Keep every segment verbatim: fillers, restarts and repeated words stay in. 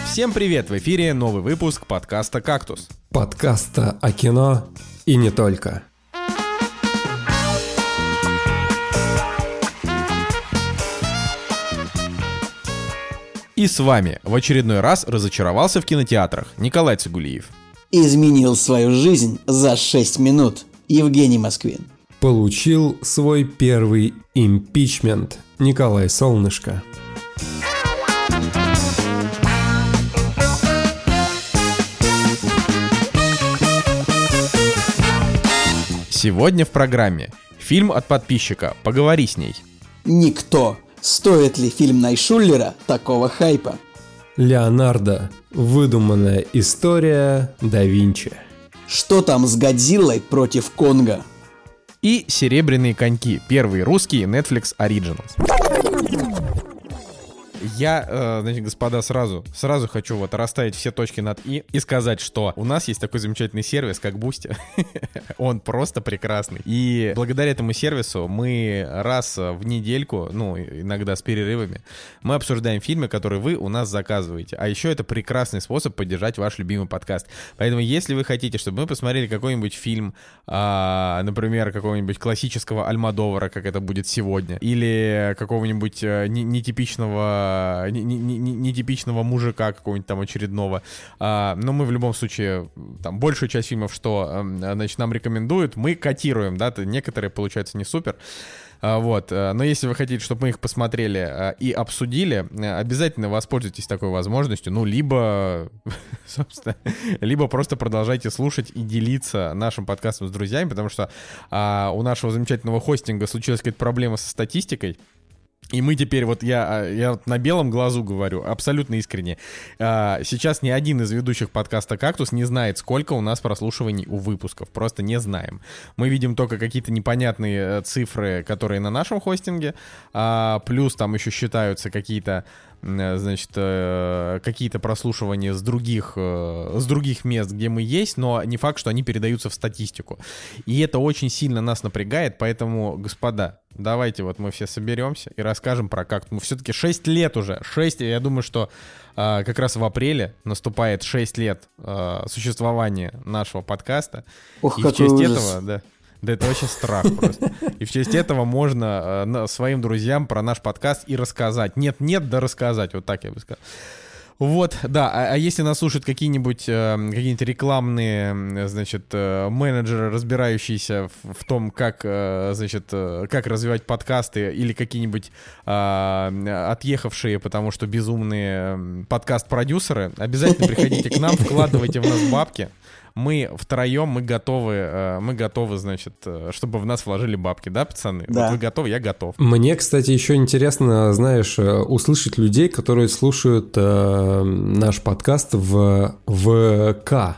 Всем привет! В эфире новый выпуск подкаста «Кактус». Подкаста о кино и не только. И с вами в очередной раз разочаровался в кинотеатрах Николай Цигулиев. Изменил свою жизнь за шесть минут Евгений Москвин. Получил свой первый импичмент Николай Солнышко. Сегодня в программе фильм от подписчика «Поговори с ней». Никто. Стоит ли фильм Найшуллера такого хайпа? Леонардо. Выдуманная история да Винчи. Что там с Годзиллой против Конга? И «Серебряные коньки». Первый русский Netflix Originals. Я, э, значит, господа, сразу, сразу хочу вот расставить все точки над «и» и сказать, что у нас есть такой замечательный сервис, как Boosty. Он просто прекрасный. И благодаря этому сервису мы раз в недельку, ну, иногда с перерывами, мы обсуждаем фильмы, которые вы у нас заказываете. А еще это прекрасный способ поддержать ваш любимый подкаст. Поэтому, если вы хотите, чтобы мы посмотрели какой-нибудь фильм, э, например, какого-нибудь классического Альмодовара, как это будет сегодня, или какого-нибудь э, нетипичного нетипичного мужика какого-нибудь там очередного. А, но мы в любом случае, там, большую часть фильмов, что, значит, нам рекомендуют, мы котируем, да, некоторые получаются не супер. А, вот, но если вы хотите, чтобы мы их посмотрели а, и обсудили, обязательно воспользуйтесь такой возможностью, ну, либо, собственно, либо просто продолжайте слушать и делиться нашим подкастом с друзьями, потому что а, у нашего замечательного хостинга случилась какая-то проблема со статистикой. И мы теперь, вот я, я вот на белом глазу говорю, абсолютно искренне, сейчас ни один из ведущих подкаста «Кактус» не знает, сколько у нас прослушиваний у выпусков, просто не знаем. Мы видим только какие-то непонятные цифры, которые на нашем хостинге, плюс там еще считаются какие-то, значит, какие-то прослушивания с других, с других мест, где мы есть, но не факт, что они передаются в статистику. И это очень сильно нас напрягает, поэтому, господа, давайте вот мы все соберемся и расскажем про «Кактус». Мы все-таки шесть лет уже, шесть, я думаю, что а, как раз в апреле наступает шесть лет а, существования нашего подкаста. Ох, и в честь ужас. этого, да, да это вообще страх просто. И в честь этого можно э, своим друзьям про наш подкаст и рассказать. Нет-нет, да рассказать, вот так я бы сказал. Вот, да, а, а если нас слушают какие-нибудь, э, какие-нибудь рекламные, значит, э, менеджеры, разбирающиеся в, в том, как, э, значит, э, как развивать подкасты, или какие-нибудь э, отъехавшие, потому что безумные подкаст-продюсеры, обязательно приходите к нам, вкладывайте в нас бабки. Мы втроем, мы готовы, мы готовы, значит, чтобы в нас вложили бабки, да, пацаны? Да. Вот вы готовы, я готов. Мне, кстати, еще интересно, знаешь, услышать людей, которые слушают э, наш подкаст в ВК.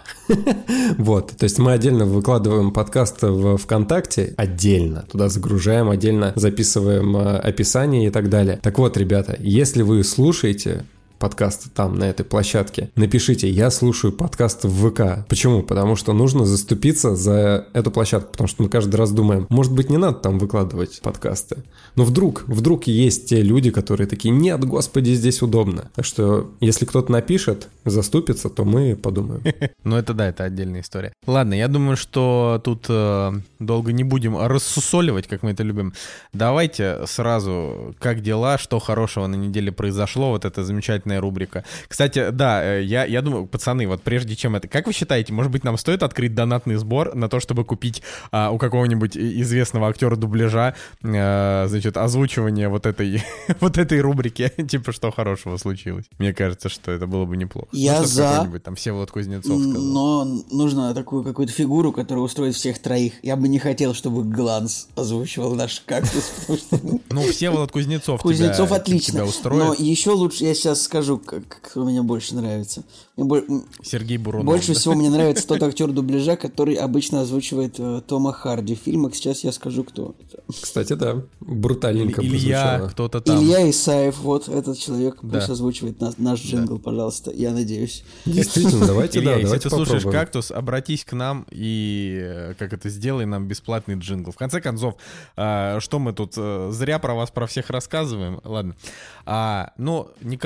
Вот, то есть мы отдельно выкладываем подкаст в ВКонтакте, отдельно, туда загружаем, отдельно записываем описание и так далее. Так вот, ребята, если вы слушаете подкаста там, на этой площадке, напишите: я слушаю подкаст в ВК. Почему? Потому что нужно заступиться за эту площадку, потому что мы каждый раз думаем, может быть, не надо там выкладывать подкасты. Но вдруг, вдруг есть те люди, которые такие: нет, господи, здесь удобно. Так что, если кто-то напишет, заступится, то мы подумаем. Ну это да, это отдельная история. Ладно, я думаю, что тут э, долго не будем рассусоливать, как мы это любим. Давайте сразу, как дела, что хорошего на неделе произошло, вот это замечательная рубрика. Кстати, да, я, я думаю, пацаны, вот прежде чем это, как вы считаете, может быть, нам стоит открыть донатный сбор на то, чтобы купить а, у какого-нибудь известного актера дубляжа, а, значит, озвучивание вот этой, вот этой рубрики, типа, что хорошего случилось? Мне кажется, что это было бы неплохо. Я ну, за... какой-нибудь там Всеволод Кузнецов сказал. Но нужно такую какую-то фигуру, которая устроит всех троих. Я бы не хотел, чтобы Гланс озвучивал наш «Кактус», потому что... Ну, Всеволод Кузнецов Кузнецов тебя, отлично, тебя устроит. Но еще лучше я сейчас скажу, как, кто мне больше нравится. Мне бо... Сергей Бурунов. Больше да? всего мне нравится тот актер дубляжа, который обычно озвучивает э, Тома Харди в фильмах. Сейчас я скажу, кто. Кстати, да, брутальненько Илья, прозвучало. кто-то там. Илья Исаев, вот этот человек, Да. пусть озвучивает наш, наш джингл, Да. пожалуйста, я надеюсь. Действительно, давайте, Илья, да, если давайте ты слушаешь попробуем. «Кактус», обратись к нам и, э, как это, сделай нам бесплатный джингл. В конце концов, э, что мы тут э, зря про вас, про всех рассказываем? Ладно. А, ну, Николай,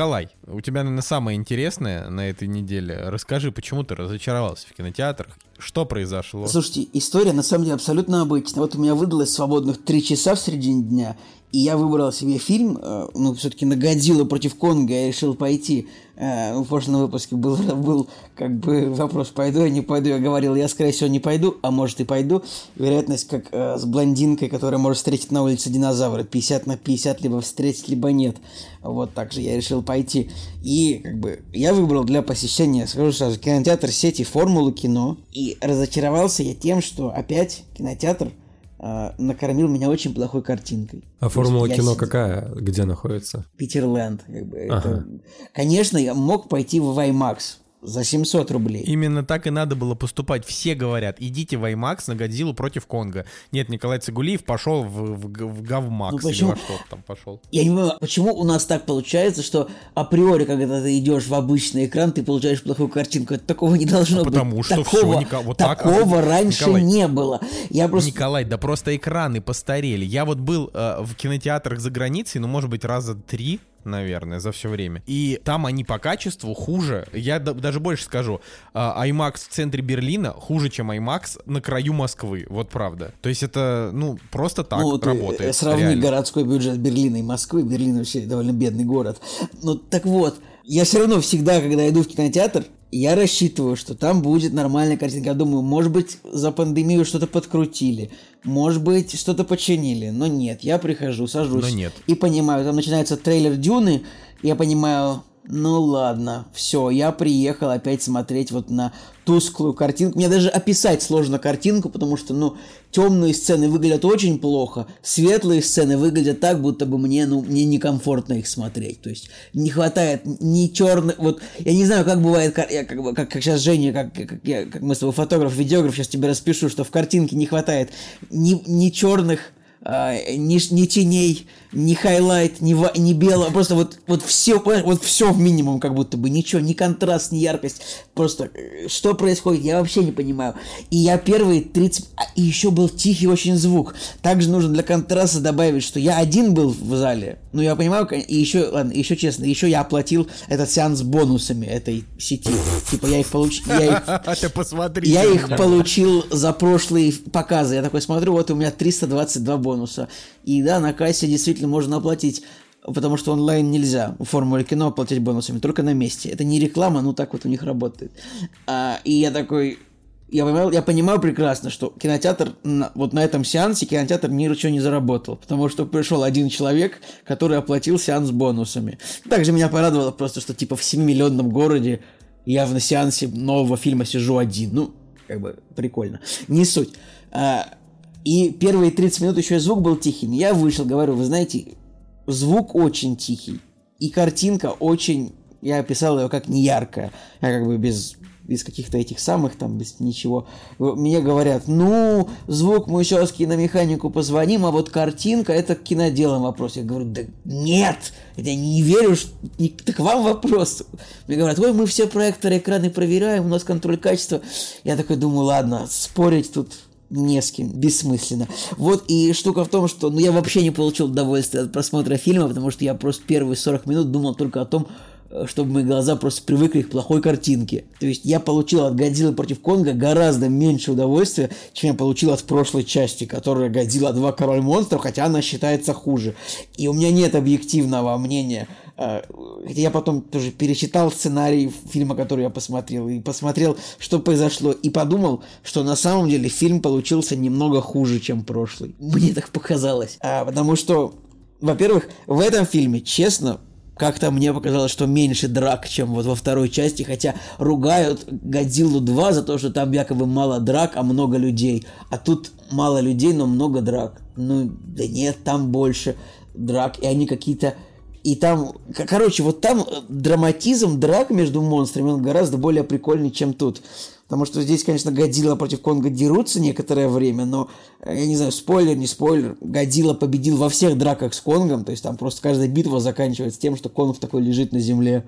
у тебя, наверное, самое интересное на этой неделе. Расскажи, почему ты разочаровался в кинотеатрах? Что произошло? Слушайте, история на самом деле абсолютно обычная. Вот у меня выдалось свободных три часа в середине дня, и я выбрал себе фильм, э, ну, все-таки на «Годзиллу против Конга» я решил пойти. Э, в прошлом выпуске был, был как бы вопрос, пойду я, не пойду. Я говорил, я, скорее всего, не пойду, а может и пойду. Вероятность, как э, с блондинкой, которая может встретить на улице динозавра, пятьдесят на пятьдесят, либо встретить, либо нет. Вот так же я решил пойти. И как бы я выбрал для посещения, скажу сразу, кинотеатр сети «Формула кино». И разочаровался я тем, что опять кинотеатр э, накормил меня очень плохой картинкой. А «Формула кино» сидел... какая? Где находится? Питерленд. Как бы, ага. это... Конечно, я мог пойти в IMAX за семьсот рублей. Именно так и надо было поступать. Все говорят, идите в IMAX на «Годзиллу против Конга». Нет, Николай Цигулиев пошел в, в, в Гавмакс. Ну, почему? Или во что там пошел. Я не понимаю, почему у нас так получается, что априори, когда ты идешь в обычный экран, ты получаешь плохую картинку. Это такого не должно а быть. Потому что такого, все, Ника... вот такого так... раньше Николай, не было. Я просто... Николай, да просто экраны постарели. Я вот был э, в кинотеатрах за границей, ну, может быть, раза три, наверное, за все время. И там они по качеству хуже. Я д- даже больше скажу. IMAX в центре Берлина хуже, чем IMAX на краю Москвы. Вот правда. То есть это, ну, просто так ну, работает. Сравни реально. городской бюджет Берлина и Москвы. Берлин вообще довольно бедный город. Ну, так вот, я все равно всегда, когда иду в кинотеатр, я рассчитываю, что там будет нормальная картинка. Я думаю, может быть, за пандемию что-то подкрутили, может быть, что-то починили. Но нет, я прихожу, сажусь Но нет. и понимаю, там начинается трейлер Дюны, я понимаю, ну ладно, все, я приехал опять смотреть вот на тусклую картинку. Мне даже описать сложно картинку, потому что, ну, темные сцены выглядят очень плохо, светлые сцены выглядят так, будто бы мне, ну, мне некомфортно их смотреть. То есть не хватает ни черных... Вот я не знаю, как бывает, я, как, как, как сейчас Женя, как, как, я, как мы с тобой фотограф, видеограф, сейчас тебе распишу, что в картинке не хватает ни, ни черных, а, ни, ни теней, ни хайлайт, ни, ва, ни белого, просто вот, вот все, вот все в минимум, как будто бы, ничего, ни контраст, ни яркость, просто что происходит, я вообще не понимаю. И я первые тридцать... И еще был тихий очень звук. Также нужно для контраста добавить, что я один был в зале, ну я понимаю, и еще, ладно, еще честно, еще я оплатил этот сеанс бонусами этой сети, типа я их получил, я их, я их получил за прошлые показы, я такой смотрю, вот у меня триста двадцать два бонуса, и да, на кассе действительно можно оплатить, потому что онлайн нельзя в «Формуле кино» оплатить бонусами, только на месте. Это не реклама, но так вот у них работает. А, и я такой... Я понимаю, я понимаю прекрасно, что кинотеатр, на, вот на этом сеансе кинотеатр ни разу не заработал, потому что пришел один человек, который оплатил сеанс бонусами. Также меня порадовало просто, что типа в семимиллионном городе я на сеансе нового фильма сижу один. Ну, как бы прикольно. Не суть. А, и первые тридцать минут еще и звук был тихим. Я вышел, говорю, вы знаете, звук очень тихий. И картинка очень... Я описал ее как неяркая. Я как бы без... без каких-то этих самых, там, без ничего. Мне говорят, ну, звук мы сейчас киномеханику позвоним, а вот картинка, это к киноделам вопрос. Я говорю, да нет, я не верю, что... это к вам вопрос. Мне говорят, ой, мы все проекторы, экраны проверяем, у нас контроль качества. Я такой думаю, ладно, спорить тут не с кем, бессмысленно. Вот и штука в том, что ну, я вообще не получил удовольствия от просмотра фильма, потому что я просто первые сорок минут думал только о том, чтобы мои глаза просто привыкли к плохой картинке. То есть я получил от «Годзиллы против Конга» гораздо меньше удовольствия, чем я получил от прошлой части, которая «Годзилла два. Король монстров», хотя она считается хуже. И у меня нет объективного мнения. Хотя я потом тоже перечитал сценарий фильма, который я посмотрел, и посмотрел, что произошло, и подумал, что на самом деле фильм получился немного хуже, чем прошлый. Мне так показалось. А, потому что, во-первых, в этом фильме, честно, как-то мне показалось, что меньше драк, чем вот во второй части, хотя ругают «Годзиллу два» за то, что там якобы мало драк, а много людей. А тут мало людей, но много драк. Ну, да нет, там больше драк, и они какие-то... И там, короче, вот там драматизм драк между монстрами, он гораздо более прикольный, чем тут. Потому что здесь, конечно, Годзилла против Конга дерутся некоторое время, но, я не знаю, спойлер, не спойлер, Годзилла победил во всех драках с Конгом, то есть там просто каждая битва заканчивается тем, что Конг такой лежит на земле.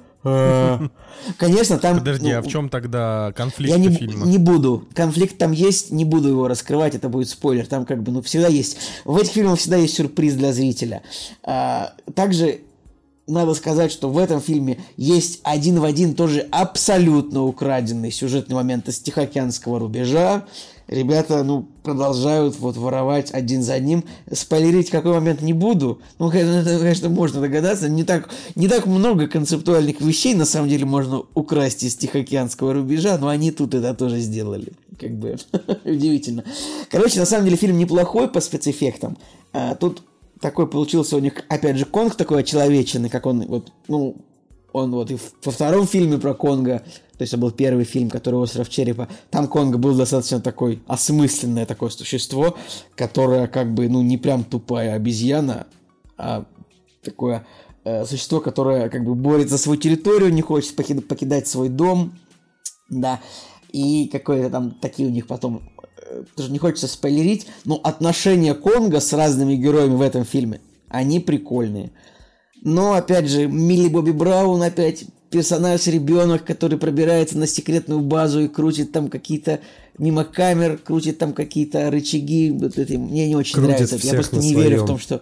Конечно, там... Подожди, а в чем тогда конфликт фильма? фильма? Я не буду. Конфликт там есть, не буду его раскрывать, это будет спойлер. Там как бы, ну, всегда есть... В этих фильмах всегда есть сюрприз для зрителя. Также... надо сказать, что в этом фильме есть один в один тоже абсолютно украденный сюжетный момент из Тихоокеанского рубежа. Ребята, ну, продолжают вот воровать один за одним. Спойлерить какой момент не буду. Ну, это, конечно, можно догадаться. Не так, не так много концептуальных вещей, на самом деле, можно украсть из Тихоокеанского рубежа, но они тут это тоже сделали. Как бы удивительно. Короче, на самом деле, фильм неплохой по спецэффектам. А, тут такой получился у них, опять же, Конг такой очеловеченный, как он, вот, ну, он вот и во втором фильме про Конга, то есть это был первый фильм, который «Остров черепа», там Конг был достаточно такой осмысленное такое существо, которое как бы, ну, не прям тупая обезьяна, а такое э, существо, которое как бы борется за свою территорию, не хочет покид- покидать свой дом, да, и какое-то там такие у них потом, э, тоже не хочется спойлерить, но отношения Конга с разными героями в этом фильме, они прикольные. Но, опять же, Милли Бобби Браун опять персонаж-ребенок, который пробирается на секретную базу и крутит там какие-то мимо камер, крутит там какие-то рычаги. Вот это мне не очень крутит нравится. Я просто не своем. верю в том, что...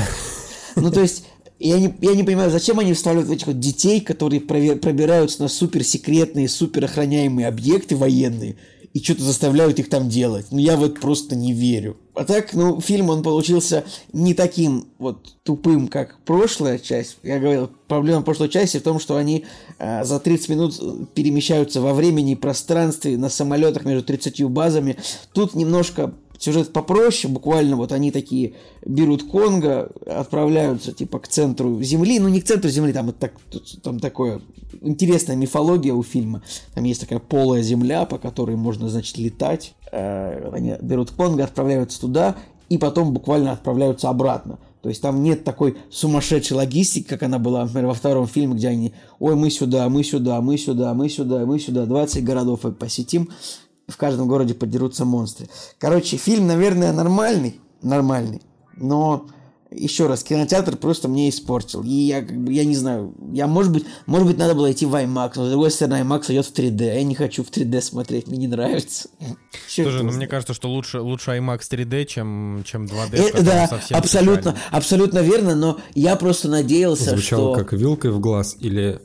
Ну, то есть, я не, я не понимаю, зачем они вставляют этих вот детей, которые пробираются на суперсекретные, суперохраняемые объекты военные, и что-то заставляют их там делать. Ну, я вот просто не верю. А так, ну, фильм, он получился не таким вот тупым, как прошлая часть. Я говорил, проблема прошлой части в том, что они э, за тридцать минут перемещаются во времени и пространстве на самолетах между тридцатью базами. Тут немножко сюжет попроще, буквально вот они такие берут Конга, отправляются типа к центру Земли, ну не к центру Земли, там, так, там такое интересная мифология у фильма, там есть такая полая земля, по которой можно, значит, летать, э, они берут Конга, отправляются туда и потом буквально отправляются обратно. То есть там нет такой сумасшедшей логистики, как она была, например, во втором фильме, где они, ой, мы сюда, мы сюда, мы сюда, мы сюда, мы сюда, двадцать городов посетим, в каждом городе подерутся монстры. Короче, фильм, наверное, нормальный, нормальный, но еще раз, кинотеатр просто мне испортил. И я как бы, я не знаю, я, может быть, может быть, надо было идти в IMAX, но с другой стороны, IMAX идет в три дэ, а я не хочу в три дэ смотреть, мне не нравится. Слушай, ну мне кажется, что лучше, лучше IMAX три дэ, чем, чем два дэ. Это, да, абсолютно, печально. Абсолютно верно, но я просто надеялся, Звучало что... Звучало как вилкой в глаз или...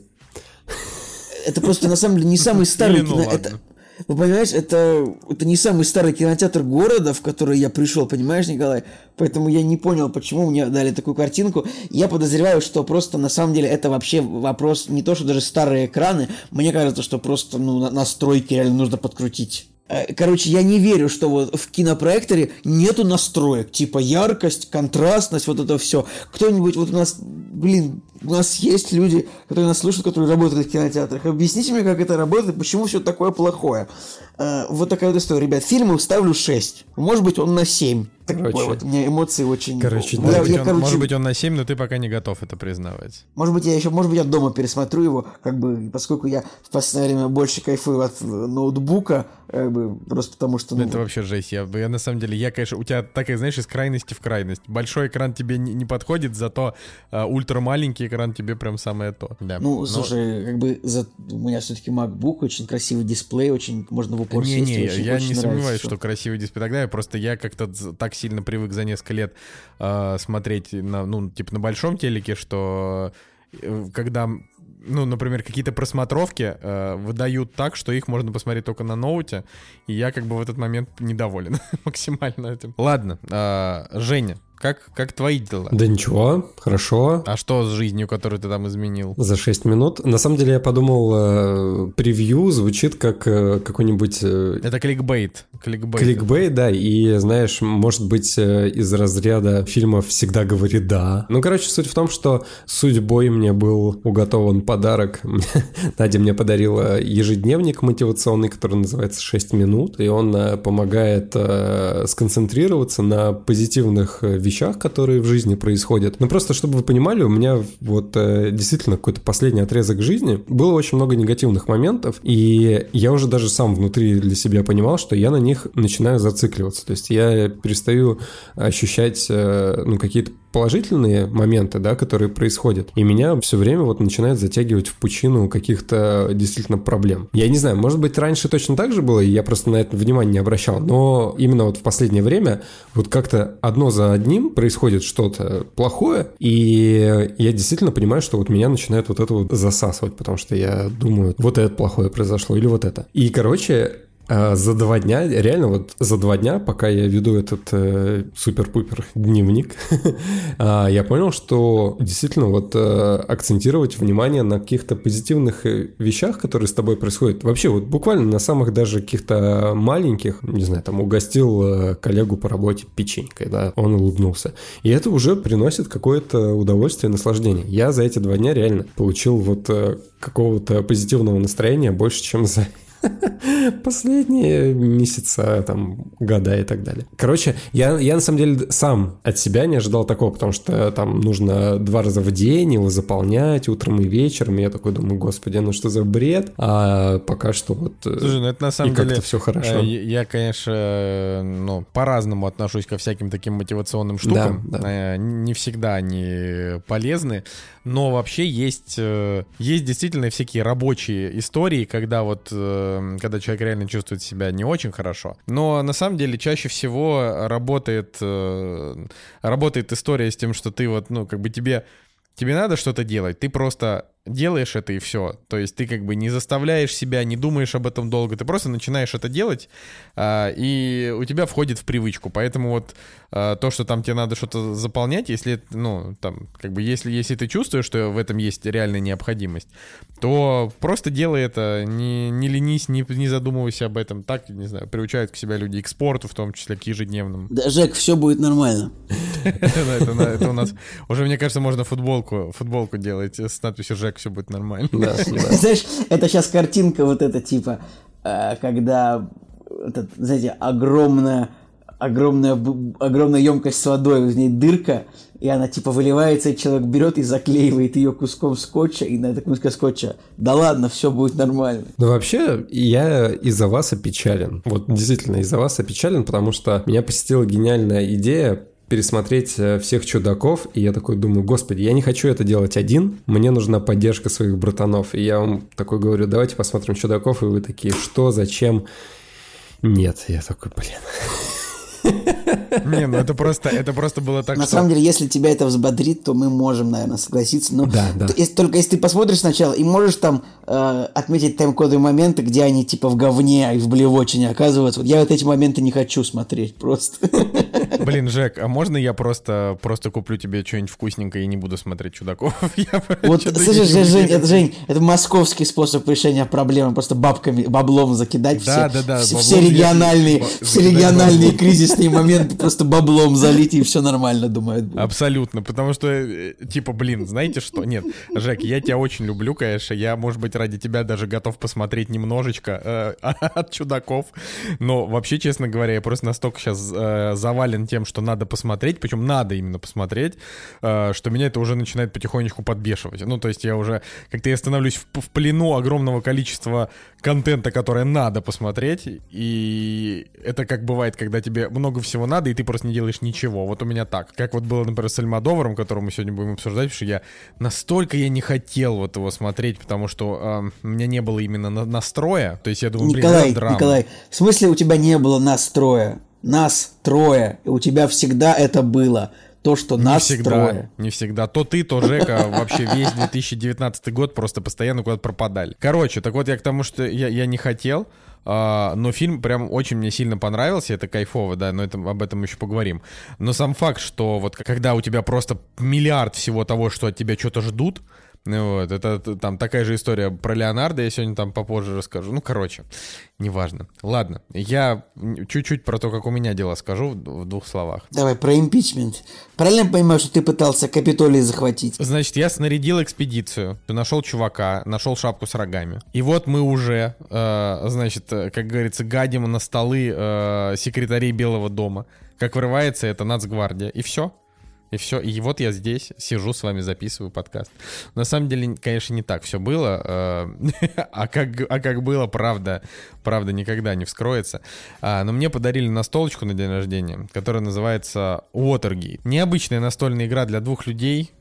Это просто, на самом деле, не самый старый кинотеатр. Вы понимаешь, это, это не самый старый кинотеатр города, в который я пришел, понимаешь, Николай? Поэтому я не понял, почему мне дали такую картинку. Я подозреваю, что просто на самом деле это вообще вопрос не то, что даже старые экраны. Мне кажется, что просто ну, настройки реально нужно подкрутить. Короче, я не верю, что вот в кинопроекторе нету настроек, типа яркость, контрастность, вот это все. Кто-нибудь, вот у нас, блин, у нас есть люди, которые нас слушают, которые работают в кинотеатрах. Объясните мне, как это работает, почему все такое плохое. А, вот такая вот история. Ребят, фильму ставлю шесть. Может быть, он на семь. Короче, такой вот, у меня эмоции очень... Короче, может, да. быть, я, он, короче... может быть, он на семь, но ты пока не готов это признавать. Может быть, я еще, может быть, я дома пересмотрю его, как бы, поскольку я в последнее время больше кайфую от ноутбука, как бы, просто потому что... Ну... Это вообще жесть. Я, я на самом деле, я, конечно, у тебя так, знаешь, из крайности в крайность. Большой экран тебе не, не подходит, зато э, ультрамаленький экран тебе прям самое то. Да. Ну, но... слушай, как бы за... у меня все-таки MacBook, очень красивый дисплей, очень можно в упор не, сесть. Не, очень, я очень не нравится, сомневаюсь, что... что красивый дисплей. Тогда я просто, я как-то так сильно привык за несколько лет э, смотреть на, ну, типа на большом телеке, что э, когда... Ну, например, какие-то просмотровки э, выдают так, что их можно посмотреть только на ноуте, и я как бы в этот момент недоволен максимально этим. Ладно, э, Женя, как, как твои дела? Да ничего, хорошо. А что с жизнью, которую ты там изменил? За шесть минут. На самом деле я подумал, э, превью звучит как э, какой-нибудь... Э, Это кликбейт. Кликбейт. Кликбейт, да, и, знаешь, может быть, э, из разряда фильмов «Всегда говори да». Ну, короче, суть в том, что судьбой мне был уготован подарок. Надя мне подарила ежедневник мотивационный, который называется «шесть минут», и он э, помогает э, сконцентрироваться на позитивных вещах, вещах, которые в жизни происходят. Но просто, чтобы вы понимали, у меня вот э, действительно какой-то последний отрезок жизни было очень много негативных моментов, и я уже даже сам внутри для себя понимал, что я на них начинаю зацикливаться. То есть я перестаю ощущать э, ну, какие-то положительные моменты, да, которые происходят, и меня все время вот начинает затягивать в пучину каких-то действительно проблем. Я не знаю, может быть, раньше точно так же было, и я просто на это внимание не обращал, но именно вот в последнее время вот как-то одно за одним происходит что-то плохое, и я действительно понимаю, что вот меня начинает вот это вот засасывать, потому что я думаю, вот это плохое произошло или вот это. И, короче, за два дня, реально вот за два дня, пока я веду этот э, супер-пупер дневник, я понял, что действительно вот э, акцентировать внимание на каких-то позитивных вещах, которые с тобой происходят. Вообще вот буквально на самых даже каких-то маленьких, не знаю, там угостил э, коллегу по работе печенькой, да, он улыбнулся. И это уже приносит какое-то удовольствие, наслаждение. Я за эти два дня реально получил вот э, какого-то позитивного настроения больше, чем за последние месяца, там, года и так далее. Короче, я, я на самом деле сам от себя не ожидал такого, потому что там нужно два раза в день его заполнять утром и вечером. И я такой думаю, господи, ну что за бред? А пока что вот... Слушай, ну это на самом и деле... как-то все хорошо. Я, я, конечно, ну, по-разному отношусь ко всяким таким мотивационным штукам. Да, да. Не всегда они полезны. Но вообще есть, есть действительно всякие рабочие истории, когда вот, когда человек реально чувствует себя не очень хорошо. Но на самом деле чаще всего работает, работает история с тем, что ты вот, ну, как бы тебе, тебе надо что-то делать, ты просто делаешь это и все. То есть ты как бы не заставляешь себя, не думаешь об этом долго, ты просто начинаешь это делать, а, и у тебя входит в привычку. Поэтому вот а, то, что там тебе надо что-то заполнять, если, ну, там, как бы, если, если ты чувствуешь, что в этом есть реальная необходимость, то просто делай это, не, не ленись, не, не задумывайся об этом. Так, не знаю, приучают к себя люди и к спорту, в том числе к ежедневному. Да, Жек, все будет нормально. Это у нас уже, мне кажется, можно футболку футболку делать с надписью «Жек, все будет нормально». Да, да. Знаешь, это сейчас картинка вот эта, типа, э, когда, это, знаете, огромная, огромная, огромная емкость с водой, в ней дырка, и она, типа, выливается, и человек берет и заклеивает ее куском скотча, и на этом куске скотча, да ладно, все будет нормально. Ну, вообще, я из-за вас опечален. Вот действительно, из-за вас опечален, потому что меня посетила гениальная идея пересмотреть всех чудаков, и я такой думаю, господи, я не хочу это делать один, мне нужна поддержка своих братанов, и я вам такой говорю, давайте посмотрим чудаков, и вы такие, что, зачем? Нет, я такой, блин... Не, ну это просто, это просто было так, На что... самом деле, если тебя это взбодрит, то мы можем, наверное, согласиться. Но да, да. Если, только если ты посмотришь сначала и можешь там э, отметить тайм-кодовые моменты, где они типа в говне и в блевотине оказываются. Вот я вот эти моменты не хочу смотреть просто. Блин, Жек, а можно я просто, просто куплю тебе что-нибудь вкусненькое и не буду смотреть чудаков? Вот, слышишь, Жень, это, Жень, это московский способ решения проблемы. Просто бабками, баблом закидать да, все, да, да, все, все региональные, все региональные кризисные моменты просто баблом залить, и все нормально, думают. Будет. Абсолютно, потому что, типа, блин, знаете что? Нет, Жек, я тебя очень люблю, конечно, я, может быть, ради тебя даже готов посмотреть немножечко э, от чудаков, но вообще, честно говоря, я просто настолько сейчас э, завален тем, что надо посмотреть, причем надо именно посмотреть, э, что меня это уже начинает потихонечку подбешивать. Ну, то есть я уже, как-то я становлюсь в, в плену огромного количества контента, которое надо посмотреть, и это как бывает, когда тебе много всего надо, и ты просто не делаешь ничего. Вот у меня так. Как вот было, например, с Альмодоваром, которого мы сегодня будем обсуждать, потому что я настолько я не хотел вот его смотреть, потому что э, у меня не было именно на- настроя. То есть я думаю, Николай, блин, это драма. Николай, в смысле у тебя не было настроя? Нас трое, и у тебя всегда это было. То, что Не нас всегда, трое. не всегда. То ты, то Жека вообще весь две тысячи девятнадцатый год просто постоянно куда-то пропадали. Короче, так вот я к тому, что я, я не хотел, а, но фильм прям очень мне сильно понравился, это кайфово, да, но это, об этом еще поговорим. Но сам факт, что вот когда у тебя просто миллиард всего того, что от тебя что-то ждут, вот, это там такая же история про Леонардо, я сегодня там попозже расскажу. Ну, короче, неважно. Ладно, я чуть-чуть про то, как у меня дела, скажу в, в двух словах. Давай, про импичмент. Правильно я понимаю, что ты пытался Капитолий захватить? Значит, я снарядил экспедицию, нашел чувака, нашел шапку с рогами. И вот мы уже, э, значит, как говорится, гадим на столы э, секретарей Белого дома. Как вырывается это Нацгвардия. И все. И все. И вот я здесь сижу с вами, записываю подкаст. На самом деле, конечно, не так все было. А как, а как было, правда, правда никогда не вскроется. Но мне подарили настолочку на день рождения, которая называется Watergate. Необычная настольная игра для двух людей,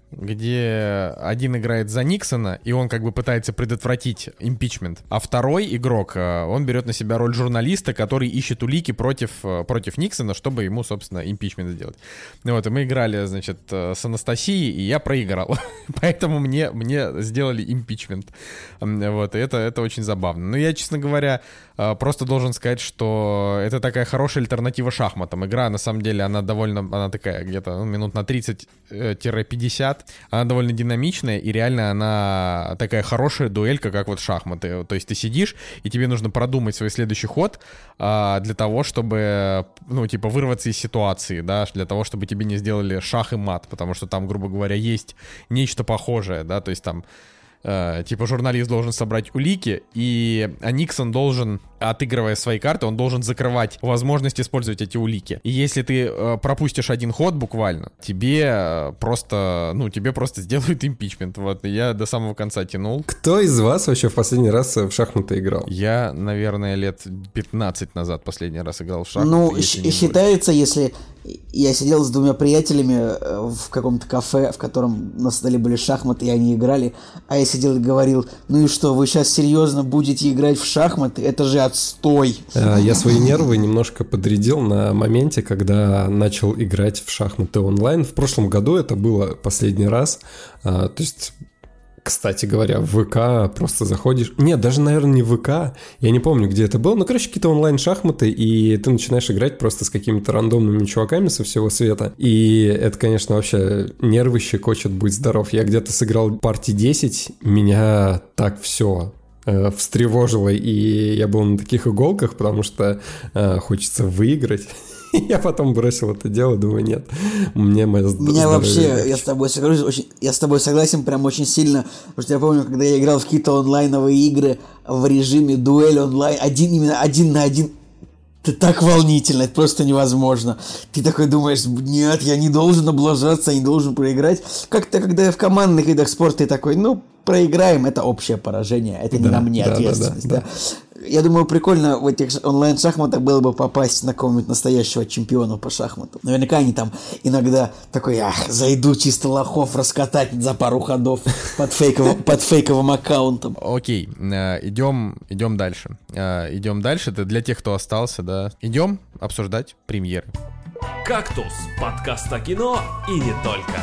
где один играет за Никсона, и он как бы пытается предотвратить импичмент, а второй игрок, он берет на себя роль журналиста, который ищет улики против, против Никсона, чтобы ему, собственно, импичмент сделать. Вот, и мы играли, значит, с Анастасией, и я проиграл. Поэтому мне, мне сделали импичмент. Вот, и это, это очень забавно. Но я, честно говоря, просто должен сказать, что это такая хорошая альтернатива шахматам. Игра, на самом деле, она довольно, она такая, где-то ну, минут на тридцать-пятьдесят. Она довольно динамичная, и реально она такая хорошая дуэлька, как вот шахматы. То есть ты сидишь, и тебе нужно продумать свой следующий ход а, для того, чтобы, ну, типа, вырваться из ситуации, да, для того, чтобы тебе не сделали шах и мат, потому что там, грубо говоря, есть нечто похожее, да, то есть там Uh, типа журналист должен собрать улики, и а Никсон должен, отыгрывая свои карты, он должен закрывать возможность использовать эти улики. И если ты uh, пропустишь один ход буквально, тебе uh, просто, ну, тебе просто сделают импичмент. Вот, и я до самого конца тянул. Кто из вас вообще в последний раз в шахматы играл? Я, наверное, лет пятнадцать назад последний раз играл в шахматы. Ну, щ- считается, если я сидел с двумя приятелями в каком-то кафе, в котором на столе были шахматы, и они играли, а я сидел и говорил: ну и что, вы сейчас серьезно будете играть в шахматы? Это же отстой. Я свои нервы немножко подрядил на моменте, когда начал играть в шахматы онлайн. В прошлом году это было последний раз. То есть... Кстати говоря, в ВК просто заходишь... Нет, даже, наверное, не в ВК. Я не помню, где это было. Ну, короче, какие-то онлайн-шахматы, и ты начинаешь играть просто с какими-то рандомными чуваками со всего света. И это, конечно, вообще нервы щекочет, будь здоров. Я где-то сыграл партий десять, меня так все... э, встревожило, и я был на таких иголках, потому что э, хочется выиграть. Я потом бросил это дело, думаю, нет, мне моя здоровье... Меня вообще, я с тобой согласен, очень, я с тобой согласен прям очень сильно, потому что я помню, когда я играл в какие-то онлайновые игры в режиме дуэль онлайн, один, именно один на один, это так волнительно, это просто невозможно. Ты такой думаешь: нет, я не должен облажаться, я не должен проиграть. Как-то, когда я в командных видах спорта, ты такой: ну, проиграем, это общее поражение, это не да, на мне да, ответственность. Да, да, да. Я думаю, прикольно в этих онлайн-шахматах было бы попасть на какого-нибудь настоящего чемпиона по шахматам. Наверняка они там иногда такой: ах, зайду чисто лохов раскатать за пару ходов под, фейковым, под фейковым аккаунтом. Окей, идем, идем дальше. Идем дальше, это для тех, кто остался, да. Идем обсуждать премьеры. «Кактус» — подкаст о кино и не только.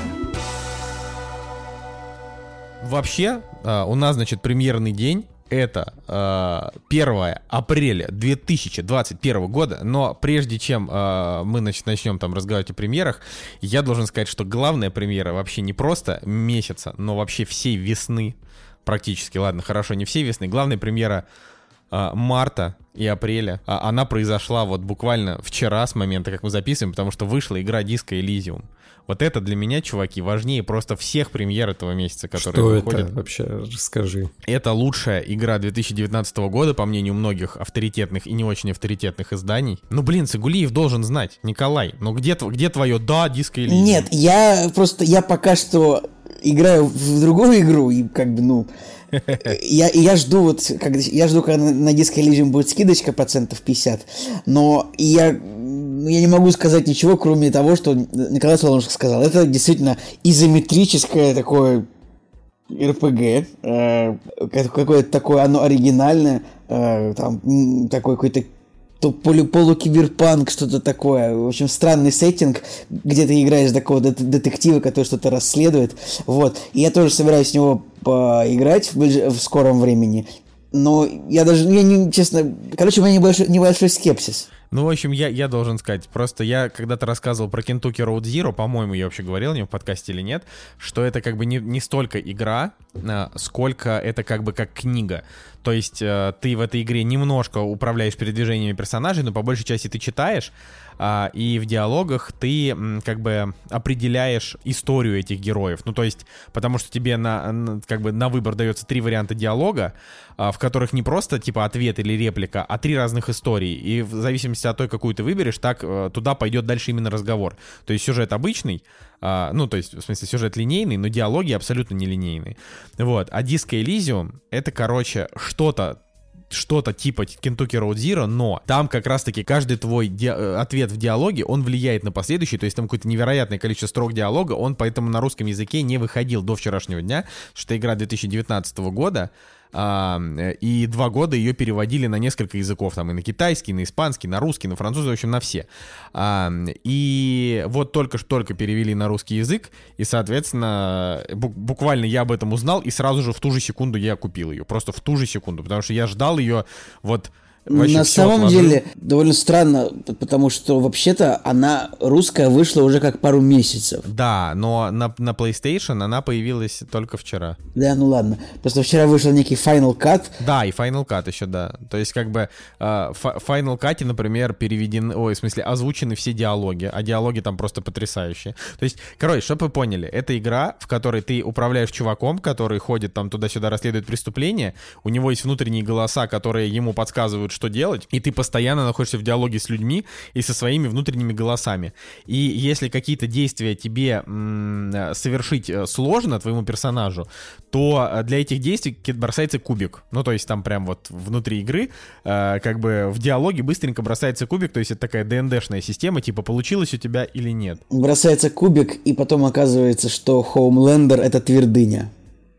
Вообще, у нас, значит, премьерный день. Это э, первое апреля две тысячи двадцать первого года, но прежде чем э, мы нач- начнем там разговаривать о премьерах, я должен сказать, что главная премьера вообще не просто месяца, но вообще всей весны, практически, ладно, хорошо, не всей весны, главная премьера э, марта и апреля, а она произошла вот буквально вчера с момента, как мы записываем, потому что вышла игра Disco Elysium. Вот это для меня, чуваки, важнее просто всех премьер этого месяца, которые Что выходят. Что это вообще? Расскажи. Это лучшая игра две тысячи девятнадцатого года, по мнению многих авторитетных и не очень авторитетных изданий. Ну, блин, Сагулиев должен знать. Николай, ну где, где твое «да» Disco Elysium? Нет, я просто, я пока что играю в другую игру, и как бы, ну... Я, я жду вот, когда, я жду, когда на Disco Elysium будет скидочка процентов пятьдесят, но я, я не могу сказать ничего, кроме того, что Николай Соломушек сказал. Это действительно изометрическое такое эр пи джи, э, какое-то такое, оно оригинальное, э, там, такой какой-то то полу, полукиберпанк, что-то такое. В общем, странный сеттинг, где ты играешь такого детектива, который что-то расследует. Вот. И я тоже собираюсь в него поиграть в, в скором времени. Но я даже, я не, честно... Короче, у меня небольшой, небольшой скепсис. Ну, в общем, я, я должен сказать, просто я когда-то рассказывал про Kentucky Road Zero, по-моему, я вообще говорил о нем в подкасте или нет, что это как бы не, не столько игра, а, сколько это как бы как книга. То есть а, ты в этой игре немножко управляешь передвижениями персонажей, но по большей части ты читаешь, а, и в диалогах ты м, как бы определяешь историю этих героев. Ну, то есть, потому что тебе на, на, как бы на выбор дается три варианта диалога, а, в которых не просто типа ответ или реплика, а три разных истории. И в зависимости от той, какую ты выберешь, так а, туда пойдет дальше именно разговор. То есть сюжет обычный, а, ну, то есть, в смысле, сюжет линейный, но диалоги абсолютно нелинейные. Вот. А Disco Elysium — это, короче, что-то, что-то типа Kentucky Road Zero, но там как раз-таки каждый твой ди- ответ в диалоге, он влияет на последующий, то есть там какое-то невероятное количество строк диалога, он поэтому на русском языке не выходил до вчерашнего дня, что игра две тысячи девятнадцатого года, а, и два года ее переводили на несколько языков, там и на китайский, и на испанский, на русский, на французский, в общем, на все. А, и вот только-только перевели на русский язык, и, соответственно, бу- буквально я об этом узнал, и сразу же в ту же секунду я купил ее, просто в ту же секунду, потому что я ждал ее вот... Вообще на самом отложил. деле довольно странно, потому что вообще-то она русская вышла уже как пару месяцев. Да, но на, на PlayStation она появилась только вчера. Да, ну ладно. Просто вчера вышел некий Final Cut. Да, и Final Cut еще, да. То есть как бы э, в Final Cut, например, переведены, ой, в смысле, озвучены все диалоги, а диалоги там просто потрясающие. То есть, короче, чтобы вы поняли, это игра, в которой ты управляешь чуваком, который ходит там туда-сюда, расследует преступления, у него есть внутренние голоса, которые ему подсказывают, что делать, и ты постоянно находишься в диалоге с людьми и со своими внутренними голосами. И если какие-то действия тебе м- совершить сложно, твоему персонажу, то для этих действий бросается кубик. Ну, то есть там прям вот внутри игры э, как бы в диалоге быстренько бросается кубик, то есть это такая ди эн ди-шная система, типа получилось у тебя или нет. Бросается кубик, и потом оказывается, что Хоумлендер — это твердыня.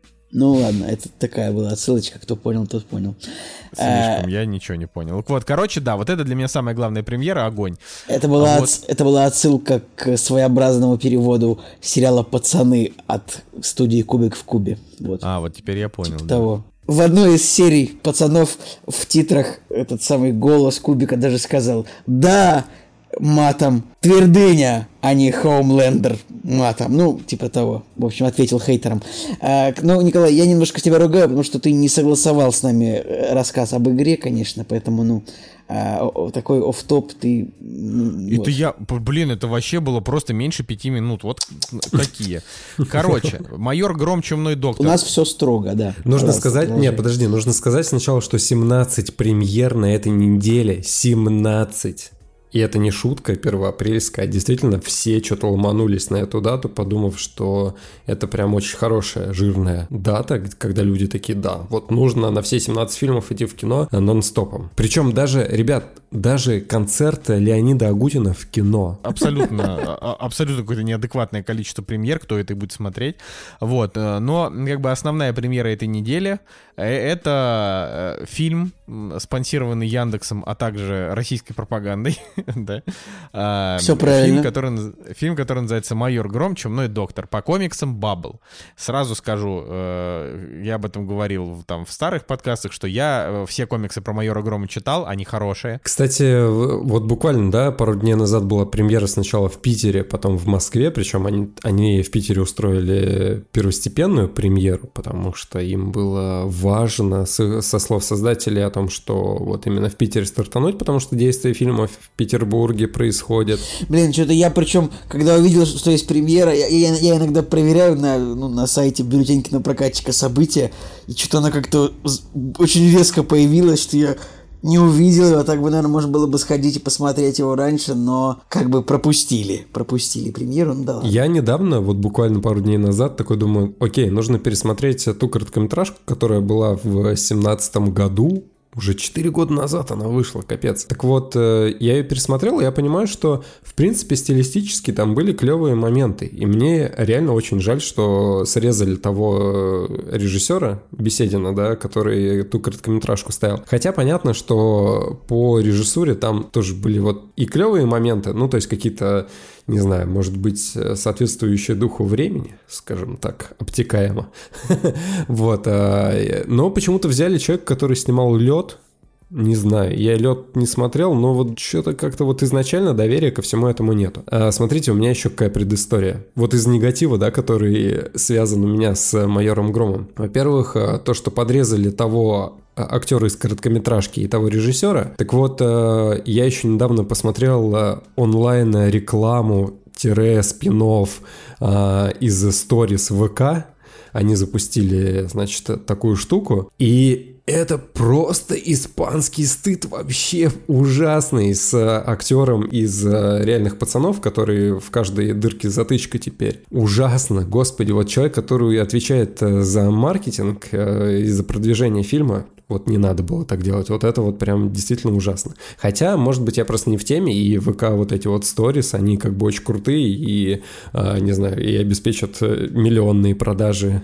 Ну ладно, это такая была отсылочка, кто понял, тот понял. Слишком, а, я ничего не понял. Вот, короче, да, вот это для меня самая главная премьера, огонь. Это была, а вот... от, это была отсылка к своеобразному переводу сериала «Пацаны» от студии «Кубик в кубе». Вот. А, вот теперь я понял. Типа да. того. В одной из серий «Пацанов» в титрах этот самый голос Кубика даже сказал: «Да, матом, твердыня, а не Хоумлендер матом». Ну, типа того. В общем, ответил хейтерам. А, ну, Николай, я немножко тебя ругаю, потому что ты не согласовал с нами рассказ об игре, конечно, поэтому, ну, а, такой офф-топ ты... Это вот. я... Блин, это вообще было просто меньше пяти минут. Вот какие. Короче, майор Гром, чумной доктор. У нас все строго, да. Нужно Пожалуйста, сказать... продолжай. Нет, подожди, нужно сказать сначала, что семнадцать премьер на этой неделе. семнадцать. И это не шутка первоапрельская, а действительно все что-то ломанулись на эту дату, подумав, что это прям очень хорошая, жирная дата, когда люди такие: да, вот нужно на все семнадцать фильмов идти в кино нон-стопом. Причем даже, ребят, даже концерт Леонида Агутина в кино. Абсолютно, абсолютно какое-то неадекватное количество премьер, кто это будет смотреть. Вот, но как бы основная премьера этой недели — это фильм, спонсированный Яндексом, а также российской пропагандой. Да. А, Все правильно. Фильм который, фильм, который называется «Майор Гром, чумной доктор», по комиксам Баббл. Сразу скажу, э, я об этом говорил там в старых подкастах, что я э, все комиксы про Майора Грома читал, они хорошие. Кстати, вот буквально, да, пару дней назад была премьера сначала в Питере, потом в Москве, причем они, они в Питере устроили первостепенную премьеру, потому что им было важно с, со слов создателей о том, что вот именно в Питере стартануть, потому что действие фильма в Петербурге происходит. Блин, что-то я, причем, когда увидел, что есть премьера, я, я, я иногда проверяю на, ну, на сайте бюллетень кинопрокатчика события, и что-то она как-то очень резко появилась, что я не увидел его, так бы, наверное, можно было бы сходить и посмотреть его раньше, но как бы пропустили, пропустили премьеру, ну да ладно. Я недавно, вот буквально пару дней назад, такой думаю: окей, нужно пересмотреть ту короткометражку, которая была в семнадцатом году. Уже четыре года назад она вышла, капец. Так вот, я ее пересмотрел, и я понимаю, что, в принципе, стилистически там были клевые моменты. И мне реально очень жаль, что срезали того режиссера, Беседина, да, который ту короткометражку ставил. Хотя понятно, что по режиссуре там тоже были вот и клевые моменты, ну, то есть какие-то, не знаю, может быть, соответствующие духу времени, скажем так, обтекаемо. Вот. Но почему-то взяли человека, который снимал «Лед». Не знаю, я «Лед» не смотрел, но вот что-то как-то вот изначально доверия ко всему этому нету. А, смотрите, у меня еще какая предыстория. Вот из негатива, да, который связан у меня с «Майором Громом». Во-первых, то, что подрезали того актера из короткометражки и того режиссера. Так вот, я еще недавно посмотрел онлайн-рекламу-спин-офф из сторис ВК. Они запустили, значит, такую штуку. И это просто испанский стыд вообще ужасный с актером из «Реальных пацанов», который в каждой дырке затычка теперь. Ужасно, господи, вот человек, который отвечает за маркетинг и за продвижение фильма, вот не надо было так делать. Вот это вот прям действительно ужасно. Хотя, может быть, я просто не в теме, и ВК вот эти вот сторис, они как бы очень крутые и, не знаю, и обеспечат миллионные продажи